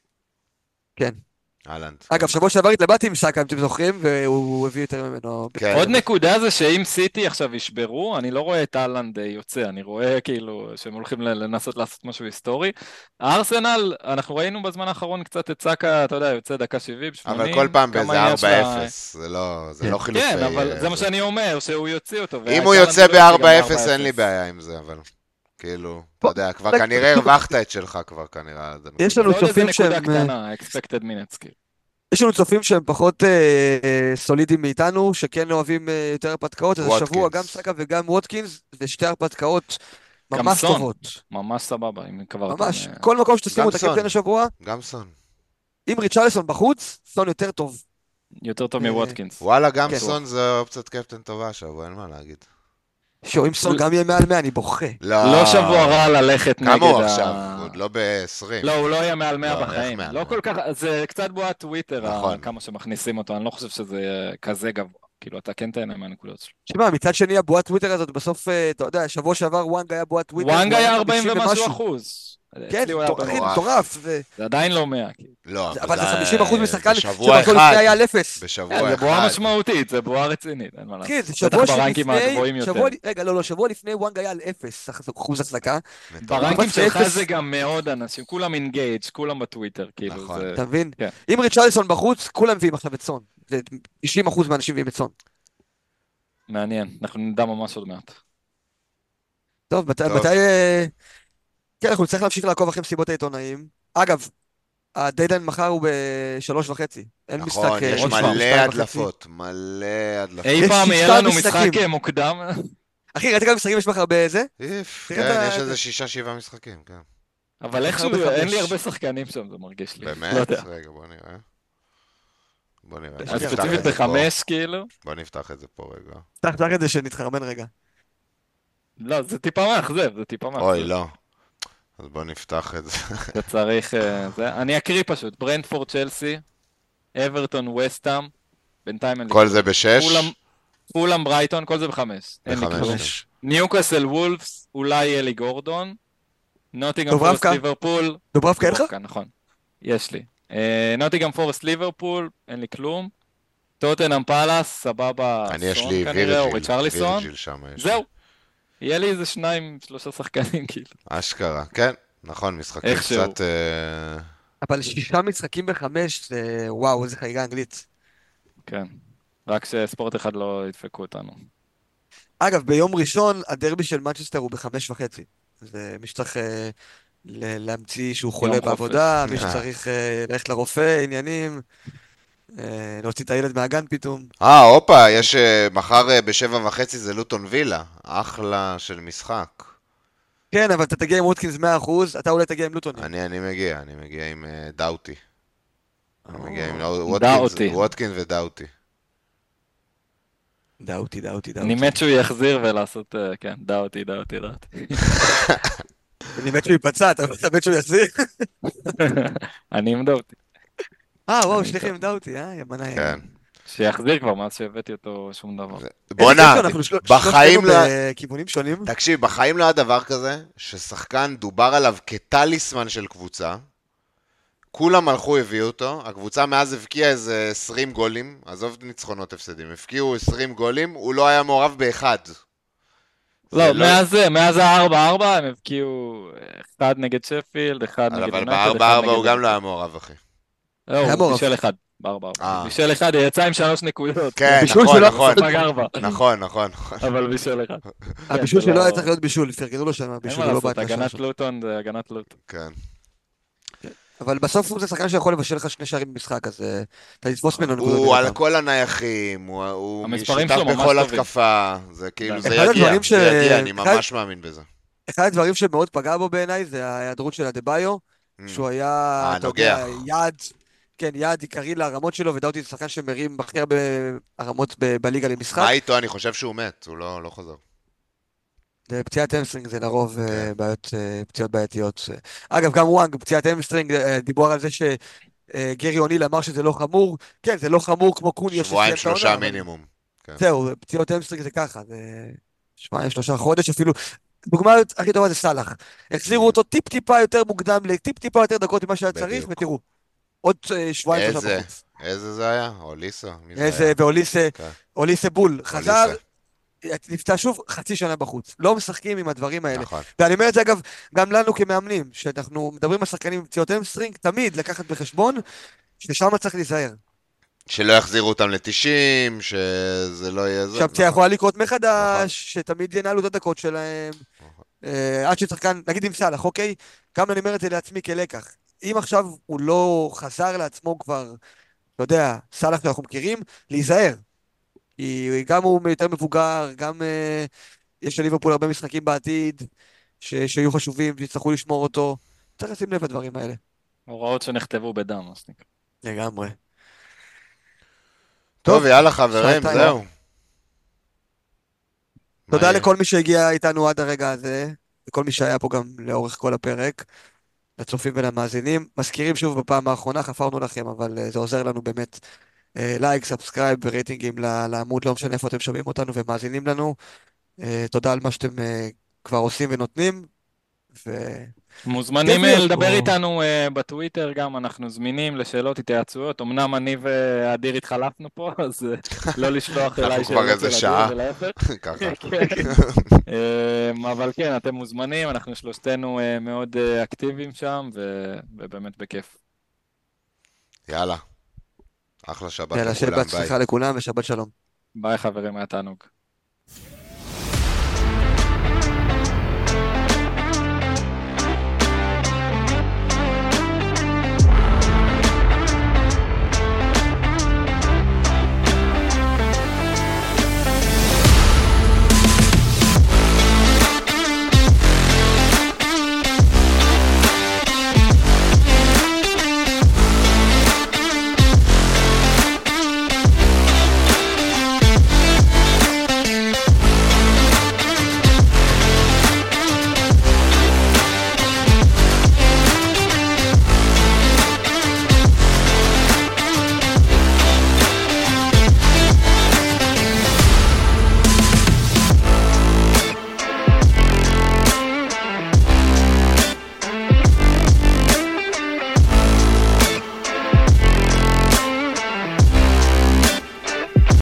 כן. אהלנד. אגב, שבוע שעבר התלבטתי עם סאקה, אם אתם זוכרים, והוא הביא יותר ממנו. כן. עוד נקודה זה שאם סיטי עכשיו ישברו, אני לא רואה את אהלנד יוצא, אני רואה כאילו שהם הולכים לנסות לעשות משהו היסטורי. הארסנל, אנחנו ראינו בזמן האחרון קצת את סאקה, אתה יודע, יוצא דקה שבעים, שמונים. אבל כל פעם כמה באיזה עניין ארבע שלה- אפס, זה לא זה כן. לא חילופי. כן, אבל אה, זה מה שאני אומר, שהוא יוציא אותו. אם ואת הוא אהלנד יוצא לא יוציא גם ב-ארבע אפס אין לי ב-ארבע אפס. בעיה עם זה, אבל... כאילו, אתה בוא, יודע, כבר רק- כנראה הרווחת את שלך כבר כנראה. זה יש נקודה. לנו זה עוד איזה צופים נקודה שהם, אה, קטנה, expected minutes, כאילו. יש לנו צופים שהם פחות אה, אה, סולידיים מאיתנו, שכן אוהבים אה, יותר הרפתקאות, אז השבוע גם ווטקינס. סאקה וגם ווטקינס, זה שתי הרפתקאות גם ממש סון, טובות. ממש סבבה, אם כבר אתה... ממש, מ- כל מקום שתשימו גם את הקפטן סון, השבוע, גם סון. אם ריצ'רליסון בחוץ, סון יותר טוב. יותר טוב אה, מווטקינס. וואלה, גם כן. סון זה אופציית קפטן טובה השבוע, אין מה להגיד. שואו, אם סון ל- גם יהיה מעל מאה, אני בוכה. לא שבוע רע ללכת נגד כמה הוא ה... עכשיו? הוא עוד לא ב-עשרים. לא, הוא לא יהיה מעל מאה לא, איך בחיים. מעל לא מאה? כל כך, זה קצת בועת טוויטר, ה- נכון. כמה שמכניסים אותו, אני לא חושב שזה יהיה כזה גבוה. כאילו, אתה כן תהנה מהנקודות שלו. תשמע, מצד שני, הבועת טוויטר הזאת, בסוף, אה, אתה יודע, שבוע שעבר וואנג היה בועת טוויטר, וואנג והוא היה היה ארבעים חמישים ומשהו ומשהו. אחוז. כן, אצלי הוא היה אחי, ארבעים. מטורף. מטורף. זה- זה עדיין לא מאה. כאילו. לא, אבל זה חמישים אחוז משחקן בשבוע שבמחזור אחד. לפני היה על אפס. כן, בשבוע זה בועה אחד. משמעותית, זה בועה רצינית, אין מה לעשות. אחי, זה בטח שבוע ברנקים שלפני, הגבוהים יותר. שבוע, רגע, לא, לא, שבוע לפני וואנג היה על אפס, סך אחוז החזקה. מטורף. ברנקים קפץ שלך לאפס. זה גם מאוד אנשים, כולם אינגייג', כולם בטוויטר, כאילו נכון. זה... אתה מבין? כן. אם ריצ'רליסון בחוץ, כולם מביאים עכשיו את סון. זה תשעים אחוז מהאנשים מביאים את סון. מעניין, אנחנו נדע ממש עוד מעט. טוב, מתי, טוב. מתי... אה, כן, אנחנו נצטרך להמשיך לעקוב אחרי מסיבות העיתונאים. אגב, הדדליין מחר הוא בשלוש וחצי. אין משחק... נכון, אה, יש עוד פעם, מלא שתיים וחצי. הדלפות, מלא הדלפות. אי יש פעם יהיה שישה לנו משחקים. משחק מוקדם? אחי, ראית כמה משחקים יש מחר בזה? איף, תראה כן, את ה- יש איזה שישה, שבעה משחקים, כן. אבל איכשהו מחר בחמש. אין לי הרבה שחקנים שם, זה מרגיש לי. לא באמת? יודע. רגע, בוא נראה. בוא נראה. אז בוא אז נפתח ספציפית את זה פה. בחמש, כאילו? בוא נפתח את זה פה רגע. פתח פתח את זה שנתחרמן רגע. לא, זה טיפה מאכזב, זה טיפה מאכזב. אוי, לא. אז בוא נפתח את זה. אתה צריך... אה, זה. אני אקריא פשוט. ברנדפורד צ'לסי, אברטון וסטאם, בינתיים אין לי... כל זה בשש? פולאם- פולאם ברייטון, כל זה בחמש. אין לי בחמש, כלום. כן. ניוקאסל וולפס, אולי אלי גורדון. נוטיגאם פורסט דוברבקה? ליברפול. דוברבקה אין לך? דוברבקה, נכון. יש לי. אה, נוטיגאם פורסט ליברפול, אין לי כלום. טוטנהאם פאלאס, סבבה. אני יש סון לי כנראה, או וירג'יל. ריצ'רליסון. וירג'יל שם יש לי. זהו. יהיה לי איזה שניים, שלושה שחקנים, כאילו. אשכרה, כן. נכון, משחקים איכשהו. קצת... אה, אבל שישה משחקים בחמש, זה וואו, איזה חגיגה אנגלית. כן. רק שספורט אחד לא ידפקו אותנו. אגב, ביום ראשון, הדרבי של מנצ'סטר הוא בחמש וחצי. זה מי שצריך אה, ל- להמציא שהוא חולה חופש. בעבודה, מי שצריך אה, ללכת לרופא, עניינים, אה, להוציא את הילד מהגן פתאום. אה, הופה, יש... אה, מחר אה, בשבע וחצי זה לוטון וילה. אחלה של משחק. כן, אבל אתה תגיע עם ווטקינס מאה אחוז, אתה אולי תגיע עם לוטונים. אני אני מגיע, אני מגיע עם אה, דאוטי. אני מגיע עם או, ווטקינס- דאוטי. ווטקינס ודאוטי. דאוטי, דאוטי, אני דאוטי. מת שהוא יחזיר ולעשות, אה, כן, דע אותי, דע אותי, דע אותי. אני מת שהוא ייפצע, אתה אתה מת שהוא יחזיר? אני עם דאוטי. אה, וואו, אני שליחים איתו. דאוטי, אה, ימנה. כן. שיחזיר כבר, מאז שהבאתי אותו שום דבר. בואנה, אנחנו של- בחיים שלושתנו לא... בכיוונים שונים. תקשיב, בחיים לא היה דבר כזה, ששחקן דובר עליו כטליסמן של קבוצה, כולם הלכו, הביאו אותו, הקבוצה מאז הבקיעה איזה עשרים גולים, עזוב ניצחונות הפסדים, הבקיעו עשרים גולים, הוא לא היה מעורב באחד. לא, זה מאז זה, מאז ה-ארבע ארבע הם הבקיעו אחד נגד שפילד, אחד נגד אבל יונייטד, בארבע אחד ארבע הוא נגד... גם לא היה מעורב, אחי. לא, היה הוא מעורב. בישל אחד, בארבע ארבע. אה. בישל אחד, יצא עם שלוש נקודות. כן, בישול נכון, שלו- נכון, ספג ארבע, נכון, נכון, נכון. אבל בישל אחד. הבישול זה שלו לא- היה צריך להיות בישול, פרגנו לו שם, אין הבישול מה הוא לא לעשות, בעט לשער הגנת שם. לוטון זה הגנת לוטון. כן. אבל בסוף הוא זה שחקן שיכול לבשל לך שני שערים במשחק, אז אה, אתה תתפוס ממנו נקודות. הוא מדי על פעם. כל הנייחים, הוא- הוא המספרים שותף שלו ממש בכל טובים. התקפה, זה כאילו, אחד זה יגיע, הדברים ש- זה יגיע, אני אחד- ממש מאמין בזה. אחד הדברים שמאוד פגע בו בעיניי זה ההיעדרות של אדה-ביו, שהוא היה, אה, אתה יודע, נוגח. יעד, כן, יעד עיקרי לרמות שלו, ודאוטי זה שחקן שמרים הכי הרבה הרמות ב- בליגה למשחק. מה איתו? אני חושב שהוא מת, הוא לא לא חוזר. זה פציעת אמסטרינג זה לרוב אה, כן. בעיות, אה, פציעות בעייתיות. אגב, גם וואנג, פציעת אמסטרינג, אה, דיבור על זה שגרי אוניל אמר שזה לא חמור. כן, זה לא חמור כמו קוניו שבועיים שסיים את שלושה העונה, אבל מינימום. כן. זהו, פציעות אמסטרינג זה ככה, זה שבועיים, שלושה חודש אפילו. דוגמה הכי טובה זה סאלח. החזירו אותו טיפ-טיפה יותר מוקדם, לטיפ-טיפה יותר דקות ממה שהיה צריך, בדיוק. ותראו, עוד אה, שבועיים, שלושה איזה? בחוץ. איזה זה היה? אוליסה? מי זה איזה, היה? ואוליסה, כן. אוליסה בול, חזר, אוליסה, נפצע שוב, חצי שנה בחוץ. לא משחקים עם הדברים האלה. נכון. ואני אומר את זה אגב, גם לנו כמאמנים, שאנחנו מדברים על שחקנים עם פציעות אמסטרינג, תמיד לקחת בחשבון ששם צריך להיזהר. שלא יחזירו אותם ל-תשעים, שזה לא יהיה זה. שהפציעה נכון. יכולה לקרות מחדש, שתמיד ינהלו את הדקות שלהם. אה, עד ששחקן, נגיד עם סאלח, אוקיי? גם אני אומר את זה לעצמי כלקח. אם עכשיו הוא לא חזר לעצמו כבר, אתה יודע, סאלח שאנחנו מכירים, להיזהר. כי גם הוא יותר מבוגר, גם אה, יש לליברפול הרבה משחקים בעתיד ש- שיהיו חשובים, שיצטרכו לשמור אותו. צריך לשים לב לדברים האלה. הוראות שנכתבו בדם, מה שנקרא. לגמרי. טוב, טוב, יאללה חברים, שעתיים. זהו. מה תודה יהיה? לכל מי שהגיע איתנו עד הרגע הזה, וכל מי שהיה פה גם לאורך כל הפרק, לצופים ולמאזינים. מזכירים שוב בפעם האחרונה, חפרנו לכם, אבל אה, זה עוזר לנו באמת. אה, לייק, סאבסקרייב ורייטינגים ל- לעמוד, לא משנה איפה אתם שומעים אותנו ומאזינים לנו. אה, תודה על מה שאתם אה, כבר עושים ונותנים, וכיף מוזמנים אה, להיות לדבר פה. איתנו אה, בטוויטר גם, אנחנו זמינים לשאלות, התייעצויות. אמנם אני ואדיר התחלפנו פה, אז אה, לא לשלוח אנחנו אליי כבר שאלות איזה של אדיר שעה, ולהפך. ככה. כן. אה, אבל כן, אתם מוזמנים, אנחנו שלושתנו אה, מאוד אה, אקטיביים שם, ו- ובאמת בכיף. יאללה, אחלה שבת יאללה, שיהיה לכולם, ביי. בהצלחה לכולם ושבת שלום. ביי חברים, היה תענוג.